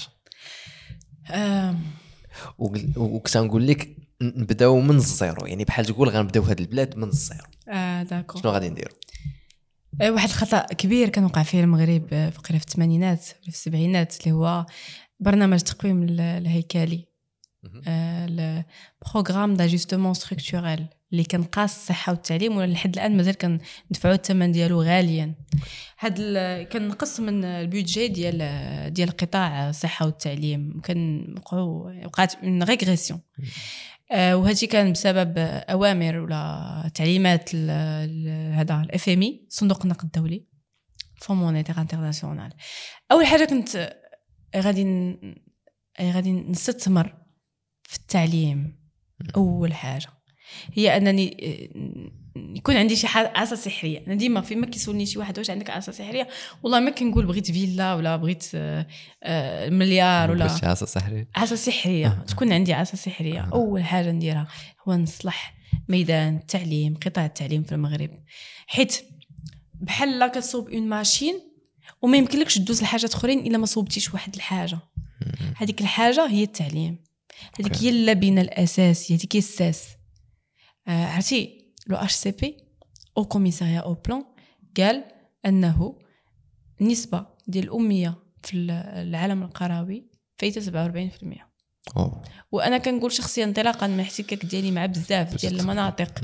وكنت نقول لك نبداو من الزيرو، يعني بحال تقول غنبداو هاد البلاد من الزيرو. داكو. شنو غادي نديروا؟ واحد الخطا كبير كان وقع فيه المغرب في الثمانينات في السبعينات اللي هو برنامج التقويم الهيكلي، البروغرام داجستمون ستركتورال اللي كان قاص الصحه والتعليم، ولا لحد الان مازال كندفعوا الثمن ديالو غاليا. هاد كان نقص من البيدجي ديال قطاع الصحه والتعليم، كان وقعت من ريغريسيون. وهذا كان بسبب اوامر ولا تعليمات هذا الاف ام اي، صندوق النقد الدولي، فون مونيتير انترناسيونال. اول حاجه كنت غادي نستثمر في التعليم. اول حاجه هي انني يكون عندي شي عصا سحريه. انا ديما فيما كيسولني شي واحد واش عندك عصا سحريه، والله ما كنقول بغيت فيلا ولا بغيت مليار ولا عصا سحريه. تكون عندي عصا سحريه، اول حاجه نديرها هو نصلح ميدان التعليم، قطاع التعليم في المغرب، حيت بحال لا كتصوب اون ماشين وما يمكنلكش تدوز لحاجات اخرين الا ما صوبتيش واحد الحاجه. هذيك الحاجه هي التعليم، هذيك هي اللبنه الاساسيه، هذيك هي الساس. عرفتي لو اش سي بي او كوميساريا او بلان قال انه النسبه ديال الاميه في العالم القروي فايته 47%. وانا كنقول شخصيا انطلاقا من الاحتكاك ديالي مع بزاف ديال المناطق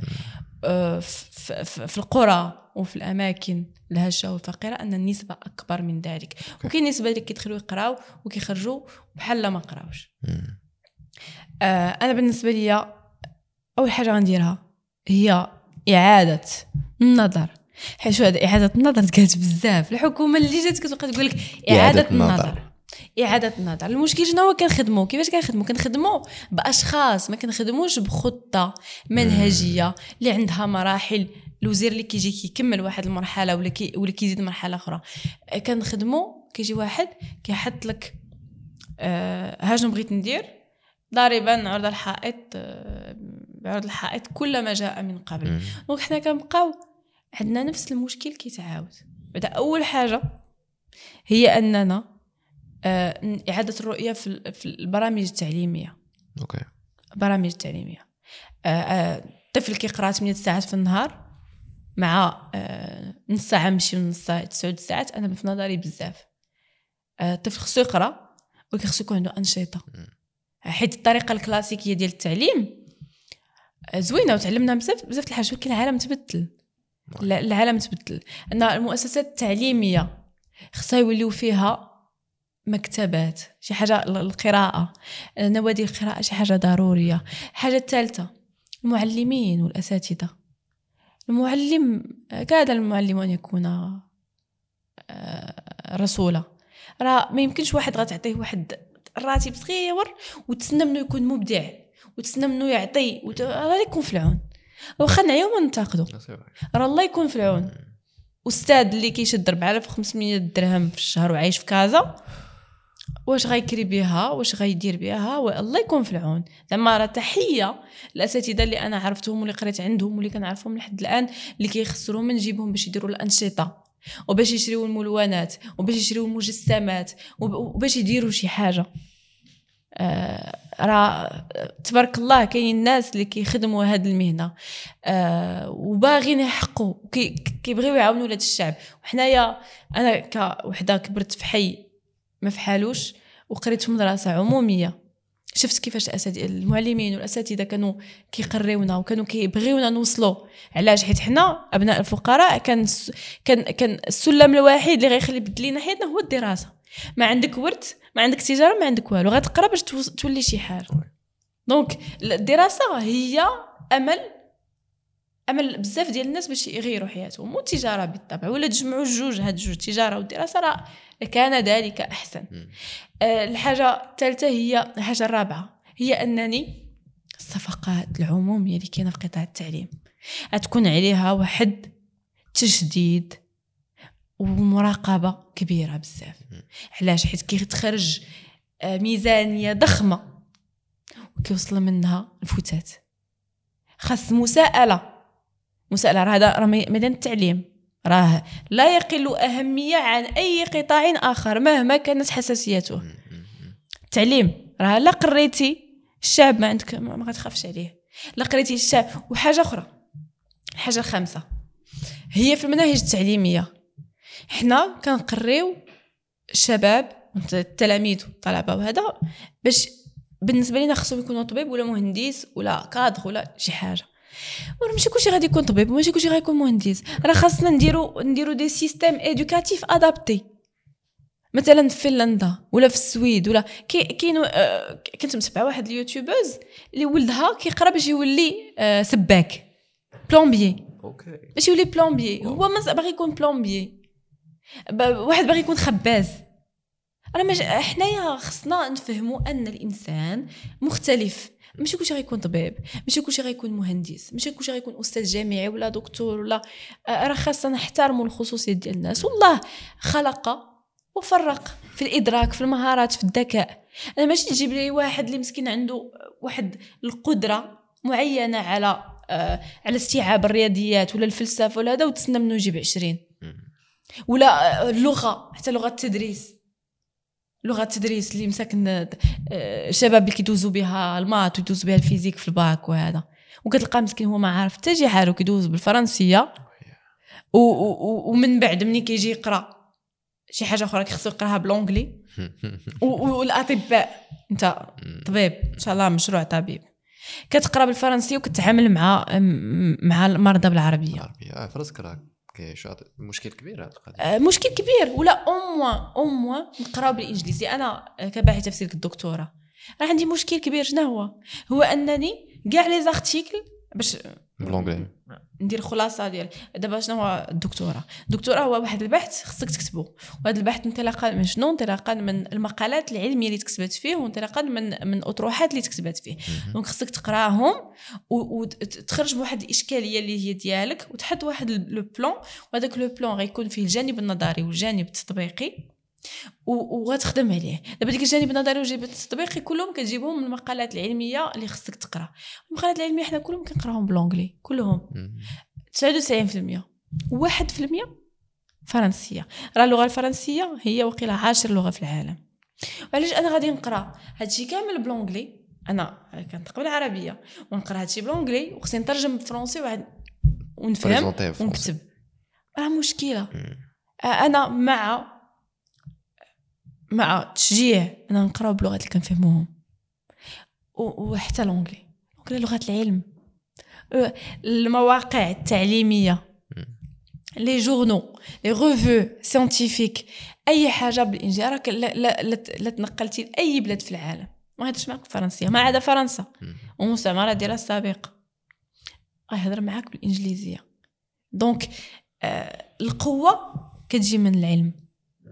في القرى وفي الاماكن الهشه والفقيره ان النسبه اكبر من ذلك. وكاين نسبه اللي كيدخلوا يقراو وكيخرجوا بحال ما قراوش. انا بالنسبه لي اول حاجه غنديرها هي اعاده النظر. حيت شو هذا اعاده النظر قالت بزاف. الحكومه اللي جات كتبقى تقول لك اعاده النظر. المشكل شنو هو؟ كيفاش كنخدموا باشخاص، ما كنخدموش بخطه منهجيه اللي عندها مراحل. الوزير اللي كيجي كيكمل واحد المرحله ولا كيزيد مرحله اخرى. كنخدموا كيجي واحد كيحط لك ها شنو بغيت ندير، ضاربا عرض الحائط كل ما جاء من قبل. دونك حنا كنبقاو عندنا نفس المشكل كيتعاود. بعد اول حاجه هي اننا اعاده الرؤيه في البرامج التعليميه. برامج التعليميه. الطفل كيقرا 8 ساعات في النهار مع نص ساعه مشي ونص ساعه 9 ساعات. انا في نظري بزاف. الطفل خصو يقرا وخصو يكون عنده انشطه، حيت الطريقه الكلاسيكيه ديال التعليم زوينه وتعلمنا بزاف الحاجات، ولكن العالم تبدل. العالم تبدل. ان المؤسسات التعليميه خصها يوليو فيها مكتبات، شي حاجه القراءه، نوادي القراءه شي حاجه ضروريه. حاجه ثالثه المعلمين والاساتذه. المعلم كاد المعلم ان يكون رسولا. راه ما يمكنش واحد غتعطيه واحد الراتب صغير وتسنى منه يكون مبدع وتسنى منه يعطي الله يكون في العون. واخا نعيو ما ننتقدوا، راه الله يكون في العون. استاذ اللي كيشد 4500 درهم في الشهر وعايش في كازا، واش غيكري بها واش غيدير بها؟ والله يكون في العون. زعما راه تحيه الاساتذه اللي انا عرفتهم واللي قريت عندهم واللي كنعرفهم لحد الان، اللي كيخسروا من جيبهم باش يديروا الانشطه وباش يشريوا الملونات وباش يشريوا المجسمات وباش يديروا شي حاجه. راه تبارك الله كاين الناس اللي كيخدموا هذه المهنه وباغيين يحقوا كيبغيو يعاونوا ولاد الشعب. وحنايا انا كوحده كبرت في حي ما فحالوش وقريت في مدرسه عموميه، شفت كيفاش المعلمين والاساتذه كانوا كيقريونا وكانوا كيبغيونا نوصلوا. علاش؟ حيت حنا ابناء الفقراء كان السلم الوحيد اللي غيخلي يبدل لينا حياتنا هو الدراسه. ما عندك ورث، ما عندك تجاره، ما عندك والو، غتقرا باش تولي شي حاجه. دونك الدراسه هي امل بزاف ديال الناس باش يغيروا حياتهم. والتجاره بالطبع، ولا تجمعوا هاد الجوج، التجاره والدراسه، راه كان ذلك احسن. الحاجه الثالثه هي الحاجه الرابعه هي انني الصفقات العموميه اللي كاينه في قطاع التعليم غتكون عليها واحد تشديد ومراقبه كبيره بزاف. علاش؟ حيت كيتخرج ميزانيه ضخمه وكيوصل منها الفتات. خاص مساءله راه هذا راه ميدان التعليم راه لا يقل اهميه عن اي قطاع اخر مهما كانت حساسيته. التعليم راه لا قريتي الشعب ما عندك ما غتخافش عليه، لا قريتي الشعب. وحاجه اخرى، الحاجه الخامسه هي في المناهج التعليميه. حنا كنقريو الشباب التلاميذ والطلبه وهذا باش بالنسبه لينا خصهم يكونوا طبيب ولا مهندس ولا كادر ولا شي حاجه. وراه ماشي كلشي غادي يكون طبيب وماشي كلشي غيكون مهندس. راه خاصنا نديرو دي سيستيم ادوكاتيف ادابتي. مثلا في فنلندا ولا في السويد ولا كاينو كنت متابعه واحد اليوتيوبرز اللي ولدها كيقرا باش يولي سباك بلومبيي. اوكي باش يولي بلومبيي. هو ما باغي يكون بلومبيي، واحد باغي يكون خباز. راه حنايا خصنا نفهموا ان الانسان مختلف. ماشي كلشي غيكون طبيب، ماشي كلشي غيكون مهندس، ماشي كلشي غيكون استاذ جامعي ولا دكتور ولا راه خاصنا نحترموا الخصوصيه ديال الناس. والله خلق وفرق في الادراك، في المهارات، في الذكاء. انا ماشي تجيب لي واحد اللي مسكين عنده واحد القدره معينه على استيعاب الرياضيات ولا الفلسفه ولا هذا وتسنى منه يجيب 20. ولا اللغه، حتى لغه التدريس اللي مساكن الشباب اللي كيدوزوا بها المات ويدوزوا بها الفيزيك في الباك وهذا، وكتلقى مسكين هو ما عارف حتى شي حاجه وكيدوز بالفرنسيه. ومن بعد ملي كيجي يقرا شي حاجه اخرى كيخصو يقراها بالانجلي. والاطباء، انت طبيب ان شاء الله مشروع طبيب، كتقرا بالفرنسيه وكتعامل مع المرضى بالعربيه. فراسك راه مشكل كبير هذا القضيه. مشكل كبير. ولا اموا نقراو بالانجليزي. انا كباحثه في الدكتوراه راه عندي مشكل كبير. شنو هو انني كاع لي زارتيكل باش بالانجلي ندير خلاصه ديال دابا شنو هو الدكتوراه هو واحد البحث خصك تكتبه. وهذا البحث انطلاقا من شنو؟ انطلاقا من المقالات العلميه اللي تكتبت فيه، وانطلاقا من الاطروحات اللي تكتبت فيه. دونك خصك تقراهم وتخرج بواحد الاشكاليه اللي هي ديالك وتحط واحد لو بلان. وهذاك لو بلان غيكون فيه الجانب النظري والجانب التطبيقي وغتخدم عليه. دابا ديك الجانب النظري والجانب التطبيقي كلهم كتجيبهم من المقالات العلميه اللي خصك تقرا. المقالات العلميه حنا كلهم كنقراهم بالانجلي كلهم 99%. 1% فرنسيه. راه اللغه الفرنسيه هي وقيله 10 لغه في العالم. وعلاش انا غادي نقرا هادشي كامل بالانجلي؟ انا كنطق بالعربيه ونقرا هادشي بالانجلي وخصني نترجم بالفرنسي ونفهم ونكتب. راه مشكله. انا مع تشجيع أنا نقراو بلغات اللي كنفهموهم. وحتى الانجلي لغات العلم، المواقع التعليميه، لي جورنو، لي ريفو ساينتيفيك، اي حاجه بالانجليزي. راك لا تنقلتي لاي بلاد في العالم ما هادش معك الفرنسيه ما عدا فرنسا ومستعمره ديالها السابقه غيهضر معاك بالانجليزيه. دونك القوه كتجي من العلم.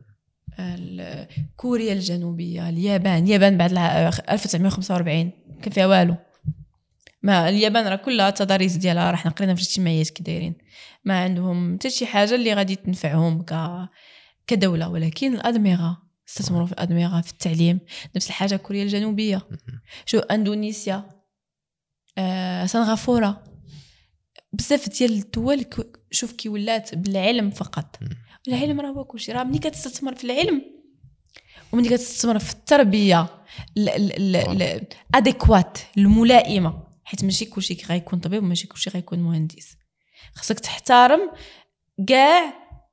كوريا الجنوبيه، اليابان بعد 1945 كان فيها والو. ما اليابان راه كلها التضاريس ديالها راه حنا قرينا في الاجتماعيات كي دايرين، ما عندهم حتى شي حاجه اللي غادي تنفعهم كدوله. ولكن الادمغه استثمروا في الادمغه في التعليم. نفس الحاجه كوريا الجنوبيه. شو اندونيسيا، سنغافوره، بزاف ديال الدول شوف كي ولات بالعلم فقط. العلم راه هو كلشي. راه ملي كتستثمر في العلم وملي كتستثمر في التربيه الاديكوات الملائمه، حيت ماشي كلشي غيكون طبيب وماشي كلشي غيكون مهندس. خصك تحترم كاع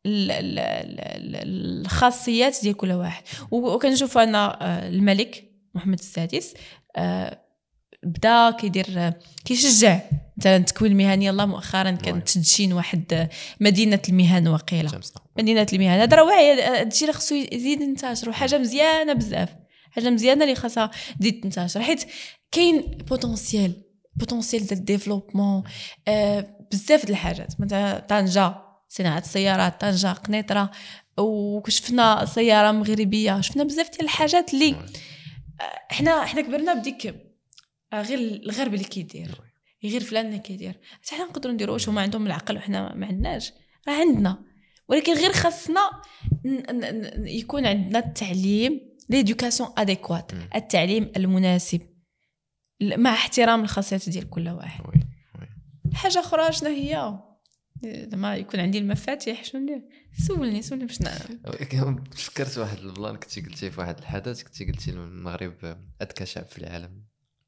الخاصيات ديال كل واحد. وكنشوف انا الملك محمد السادس بدا كيشجع مثلا التكوين المهني. الله مؤخرا كانت تدشين واحد مدينه المهن وقيله مدينه المهن. هذا راه واعي هادشي راه خصو يزيد ينتشر وحاجه مزيانه بزاف، حاجه مزيانه اللي خاصها تزيد تنتشر حيت كاين بوتونسيال ديال الديفلوبمون. بزاف د الحاجات مثلا طنجه صناعه السيارات، طنجه قنيطره، وكشفنا سياره مغربيه، شفنا بزاف ديال الحاجات اللي حنا كبرنا بديك غير الغرب اللي كيدير، غير فلان اللي كيدير، حتى حنا نقدروا نديروا واش هما عندهم العقل وحنا ما عندناش، راه عندنا، ولكن غير خاصنا يكون عندنا التعليم، ليدوكاسيون اديكوات، التعليم المناسب مع احترام الخاصيات ديال كل واحد. حاجه اخرى شنو هي لما يكون عندي المفاتيح شنو ندير؟ سولني باش فكرت واحد البلان كنتي قلتي في واحد الحدث، كنتي قلتي المغرب اذكى شعب في العالم.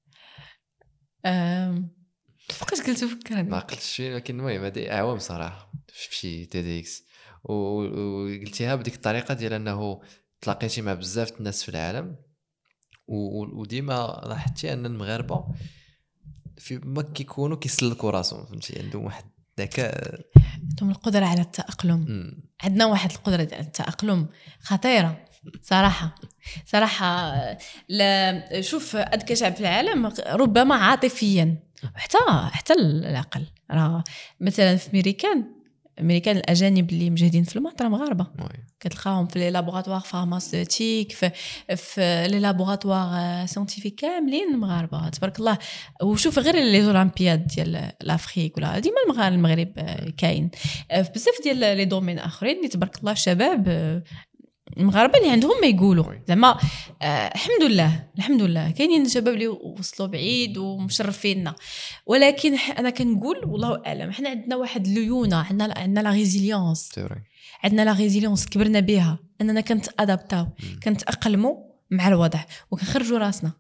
فقاش قلت فكرني ما قلتش شي، لكن المهم هذه اعوام صراحه في شي تيدكس وقلتيها بديك الطريقه ديال انه تلاقيتي مع بزاف الناس في العالم وديما لاحظتي ان المغاربه في ما كيكونوا كيسلكوا راسهم، فهمتي، عندهم واحد ذكاء، عندهم القدره على التاقلم. عندنا واحد القدره على التاقلم خطيره صراحه. لا شوف اذكى شعب في العالم ربما عاطفيا حتى العقل. راه مثلا في امريكان الاجانب اللي مجهدين في الماط راه مغاربه، كتلقاهم في لي لابوغاتوار فارماسيوتيك، في لي لابوغاتوار ساينتيفيك كاملين مغاربه تبارك الله. وشوف غير لي اولمبياد ديال لافريك ولا ديما المغرب كاين بزاف ديال لي دومين اخرين اللي تبارك الله شباب المغاربه اللي عندهم ما يقولوا زعما. الحمد لله كاينين شباب اللي وصلوا بعيد ومشرفيننا، ولكن انا كنقول والله اعلم حنا عندنا واحد الليونه، عندنا لا ريزيليونس كبرنا بها، اننا كنت ادابتاو، كنتاقلموا مع الوضع وكنخرجوا راسنا.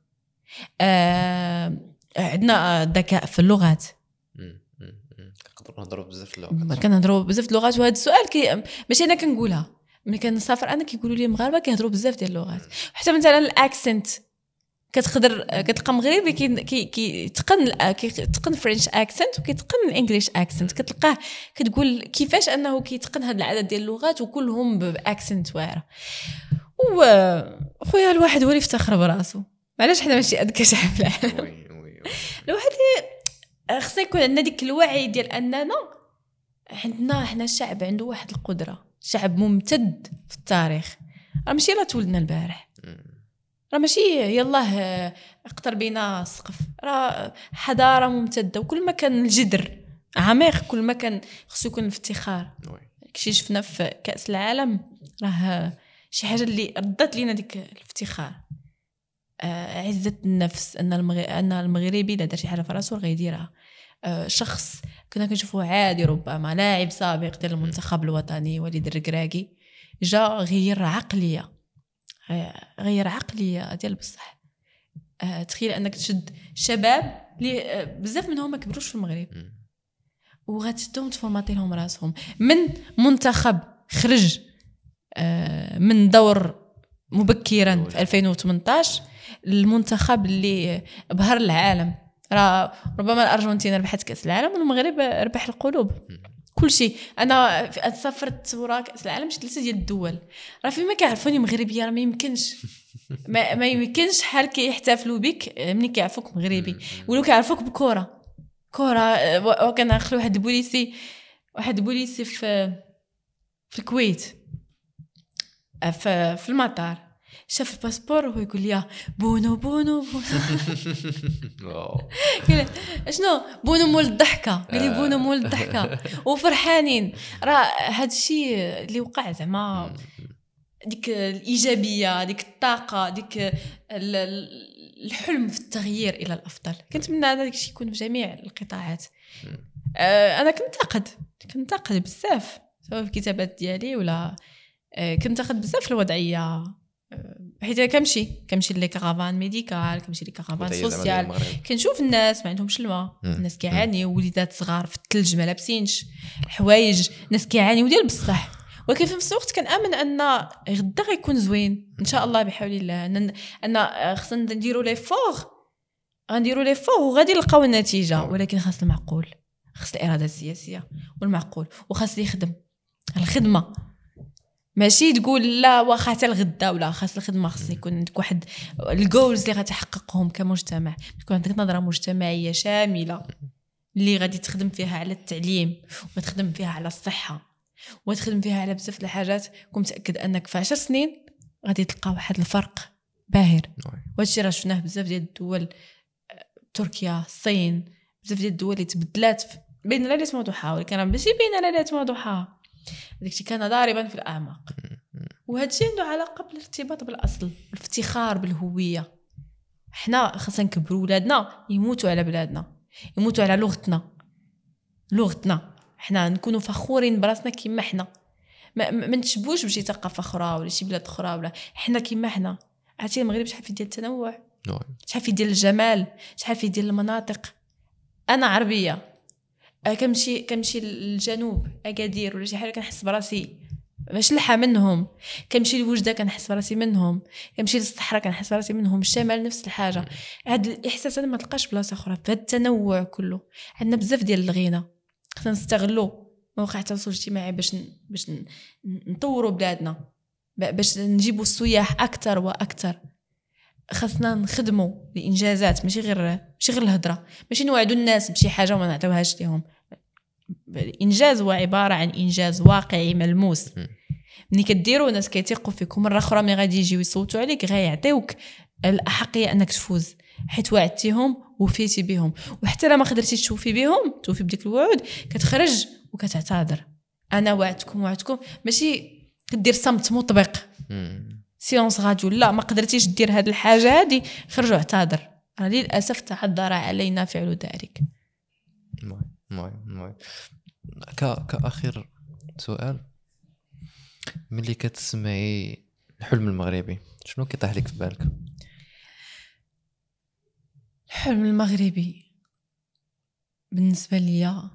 عندنا ذكاء في اللغات، كنهضروا بزاف اللغات وهذا السؤال ماشي انا كنقولها، ملي كنسافر انا كيقولوا لي المغاربه كيهضروا بزاف ديال اللغات، حتى مثلا الاكسنت كتلقى مغربي كيتقن فرنش اكسنت وكيتقن الانجليش اكسنت، كتلقاه كتقول كيفاش انه كيتقن هذا العدد ديال اللغات وكلهم باكسنت واعره. وخويا الواحد هو اللي يفتخر براسو، علاش حنا ماشي اذكى شعب في العالم؟ الواحد خصنا يكون عندنا ديك الوعي ديال اننا حنا الشعب عنده واحد القدره، شعب ممتد في التاريخ، راه ماشي لا تولدنا البارح، راه ماشي يلاه اقتر بينا السقف، راه حضاره ممتده، وكل ما كان الجدر عميق كل ما كان خصو يكون الافتخار. كشي شفنا في كأس العالم راه شي حاجه اللي ردت لينا ديك الافتخار، عزه النفس، ان المغربي الا دار شي حاجه في راسو غيديرها. شخص كنا كنشوفوه عادي ربما لاعب سابق ديال المنتخب الوطني وليد الركراكي جا غير عقليه ديال بصح. تخيل انك تشد شباب اللي بزاف منهم ما كبروش في المغرب وغتشدهم تفورماتي لهم راسهم من منتخب خرج من دور مبكرا في 2018 المنتخب اللي بهر العالم. راه ربما الارجنتين ربحت كاس العالم والمغرب ربح القلوب. كل شيء. انا سافرت وراء كاس العالم شي 3 ديال الدول، راه فيما كيعرفوني مغربيه راه ما يمكنش ما يمكنش حال كيحتفلوا بك ملي كيعرفوك مغربي ولو كيعرفوك بكره وكان اخر واحد البوليسي في الكويت في المطار شاف الباسبور وهو يقول لي بونو بونو قال شنو بونو مول الضحكه، قال لي بونو مول الضحكه وفرحانين. راه هذا الشيء اللي وقع زعما ديك الايجابيه، ديك الطاقه، ديك الحلم في التغيير الى الافضل. كنتمنى هذا الشيء يكون في جميع القطاعات. انا كنتقد بزاف سواء في الكتابات ديالي ولا كنتقد بزاف في الوضعيه، حيت كنمشي لي كارافان ميديكال، كنمشي لي كارافان سوسيال، كنشوف الناس ما عندهمش الماء، الناس كيعانيو، وليدات صغار في الثلج ما لابسينش حوايج، ناس كيعانيو ديال بصح. ولكن في نفس الوقت كنامن ان غدا غيكون زوين ان شاء الله بحول الله، ان خصنا نديروا لي فور وغادي نلقاو النتيجه. ولكن خاص المعقول، خاص الاراده السياسيه والمعقول، وخاص يخدم الخدمه، ماشي تقول لا واخا حتى الغدا، ولا خاص الخدمه، خاص يكون عندك واحد الجولز اللي غتحققهم كمجتمع، تكون عندك نظره مجتمعيه شامله اللي غادي تخدم فيها على التعليم وتخدم فيها على الصحه وتخدم فيها على بزاف الحاجات. كون متاكد انك في 10 سنين غادي تلقى واحد الفرق باهر. وهادشي راه شفناه بزاف ديال الدول تركيا، الصين، بزاف ديال الدول اللي تبدلات بين ليلة وضحاها، ولكن ماشي بين ليلة وضحاها، داكشي كان ضاربا في الاعماق. وهذا الشيء عنده علاقه بالارتباط بالاصل، الافتخار بالهويه. حنا خاصنا نكبروا ولادنا يموتوا على بلادنا، يموتوا على لغتنا، حنا نكونوا فخورين براسنا كيما حنا، ما نتشبوش بشي ثقافه اخرى ولا شي بلاد اخرى، ولا حنا كيما حنا. عرفتي المغرب شحال فيه ديال التنوع، شحال فيه ديال الجمال، شحال فيه ديال المناطق. انا عربيه كنمشي للجنوب اكادير ولا شي حاجه كنحس براسي مشلحه منهم، كنمشي لوجده كنحس براسي منهم، كنمشي للصحراء كنحس براسي منهم، الشمال نفس الحاجه. هذا الاحساس انا ما تلقاش بلاصه اخرى. في هذا التنوع كله عندنا بزاف ديال الغنى، خصنا نستغلوا مواقع التواصل الاجتماعي باش نطوروا بلادنا، باش نجيبوا السياح اكثر واكثر. خاصنا نخدموا بانجازات، ماشي غير الهضره، ماشي نوعدوا الناس بشي حاجه وما نعطيوهاش لهم. الانجاز هو عباره عن انجاز واقعي ملموس. ملي كديروا ناس كيثيقوا فيكم، مره اخرى ملي غادي يجيو يصوتوا عليك غيعطيوك الاحقيه انك تفوز، حيت وعدتيهم وفيتي بهم. وحتى لما قدرتي توفي بهم، توفي بديك الوعود، كتخرج وكتعتذر. انا وعدتكم، ماشي كدير صمت مطبق سيونس غاديو، لا ما قدرتيش دير هذه الحاجه هذه، خرج واعتذر. للاسف تعذر علينا فعل ذلك. موي كاخر سؤال، ملي كتسمعي الحلم المغربي شنو كيطيح لك في بالك؟ الحلم المغربي بالنسبه ليا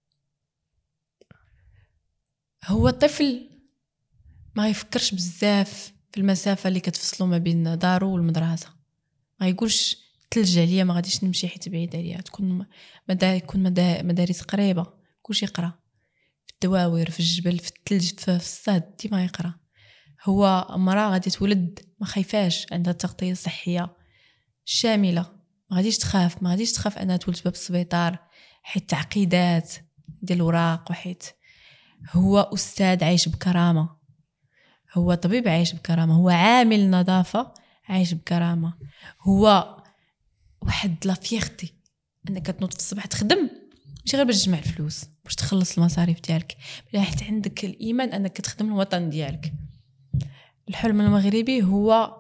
هو طفل ما يفكرش بزاف في المسافه اللي كتفصلوا ما بين دارو والمدرسه، ما يقولش تلج عليا ما غاديش نمشي حيت بعيد عليا، تكون مدارس قريبه، كلشي يقرا في الدواوير، في الجبل، في الثلج، في الصهد، ديما يقرا. هو مراه غادي تولد ما خايفاش، عندها تغطيه صحيه شامله، ما غاديش تخاف انها تولد باب السبيطار حيت تعقيدات ديال الوراق، وحيت هو استاذ عايش بكرامه، هو طبيب عايش بكرامه، هو عامل نظافه عايش بكرامه، هو واحد لا فيختي انك تنوض في الصباح تخدم، ماشي غير باش تجمع الفلوس باش تخلص المصاريف ديالك، بلا حيت عندك الايمان انك تخدم الوطن ديالك. الحلم المغربي هو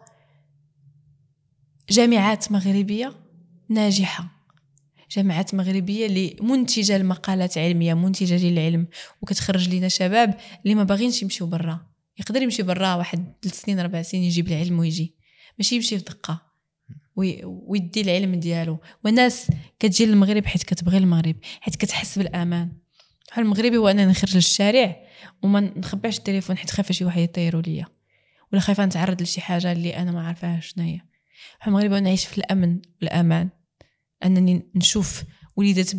جامعات مغربيه ناجحه، جامعات مغربيه اللي منتجه المقالات علميه، منتجه للعلم، وكتخرج لنا شباب اللي ما باغينش يمشيو برا. يقدر يمشي برا واحد 3 سنين 4 سنين يجيب العلم ويجي، ماشي يمشي في دقه ويدي العلم ديالو. وناس كتجي للمغرب حيت كتبغي المغرب، حيت كتحس بالامان. الحلم المغربي هو انني نخرج للشارع وما نخبعش التليفون حيت خايفه شي واحد يطيروا ليا، ولا خايفه نتعرض لشي حاجه اللي انا ما عارفاهاش شنو هي. الحلم المغربي هو نعيش في الامن والامان، انني نشوف وليدات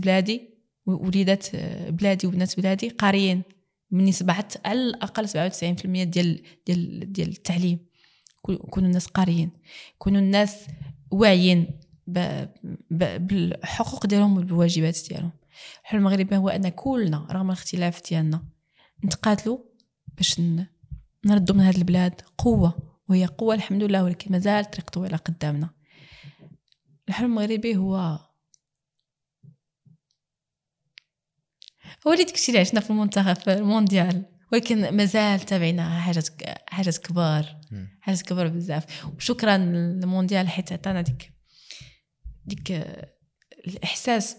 بلادي وبنات بلادي قاريين من نسبه على الاقل 97% ديال التعليم، يكونوا الناس قاريين، يكونوا الناس واعيين بالحقوق ديالهم وبالواجبات ديالهم. الحلم المغربي هو ان كلنا رغم الاختلاف ديالنا نتقاتلوا باش نردوا من هذه البلاد قوه، وهي قوه الحمد لله، ولكن مازال طريق طويله قدامنا. الحلم المغربي هو اللي داكشي اللي عشنا في المنتخب في المونديال، ولكن مازال تابعنا حاجات كبار بزاف. وشكرا للمونديال حيت عطانا ديك الاحساس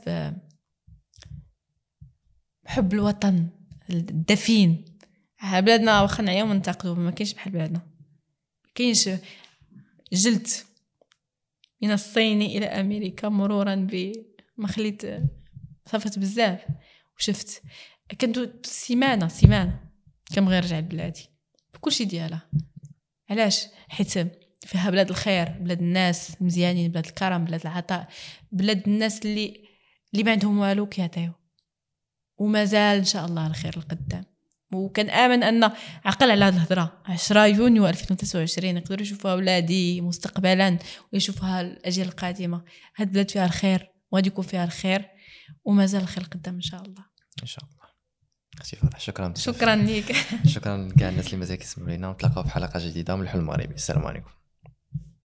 بحب الوطن الدفين. بلادنا واخا نعيو وننتقدوا، ما كاينش بحال بلادنا، ما كاينش جلد من الصين الى امريكا مرورا ما خليت صافت بزاف وشفت. كنت سيمانه كنبغي نرجع لبلادي بكل شيء ديالها. علاش؟ حيت فيها بلاد الخير، بلاد الناس مزيانين، بلاد الكرم، بلاد العطاء، بلاد الناس اللي ما عندهم والو كيعطيو، ومازال ان شاء الله الخير القدام. وكان امن ان عقل على هذه الهضره 10 يونيو 2029 يقدروا يشوفوها اولادي مستقبلا ويشوفوها الاجيال القادمه. هاد البلاد فيها الخير وغادي يكون فيها الخير، ومازال الخير القدام ان شاء الله. ان شاء الله. اختي فرح شكرا ليك. شكرا لكاع الناس اللي مازال كيسمعوا لينا، ونتلاقاو في حلقه جديده من الحلم المغربي. السلام عليكم.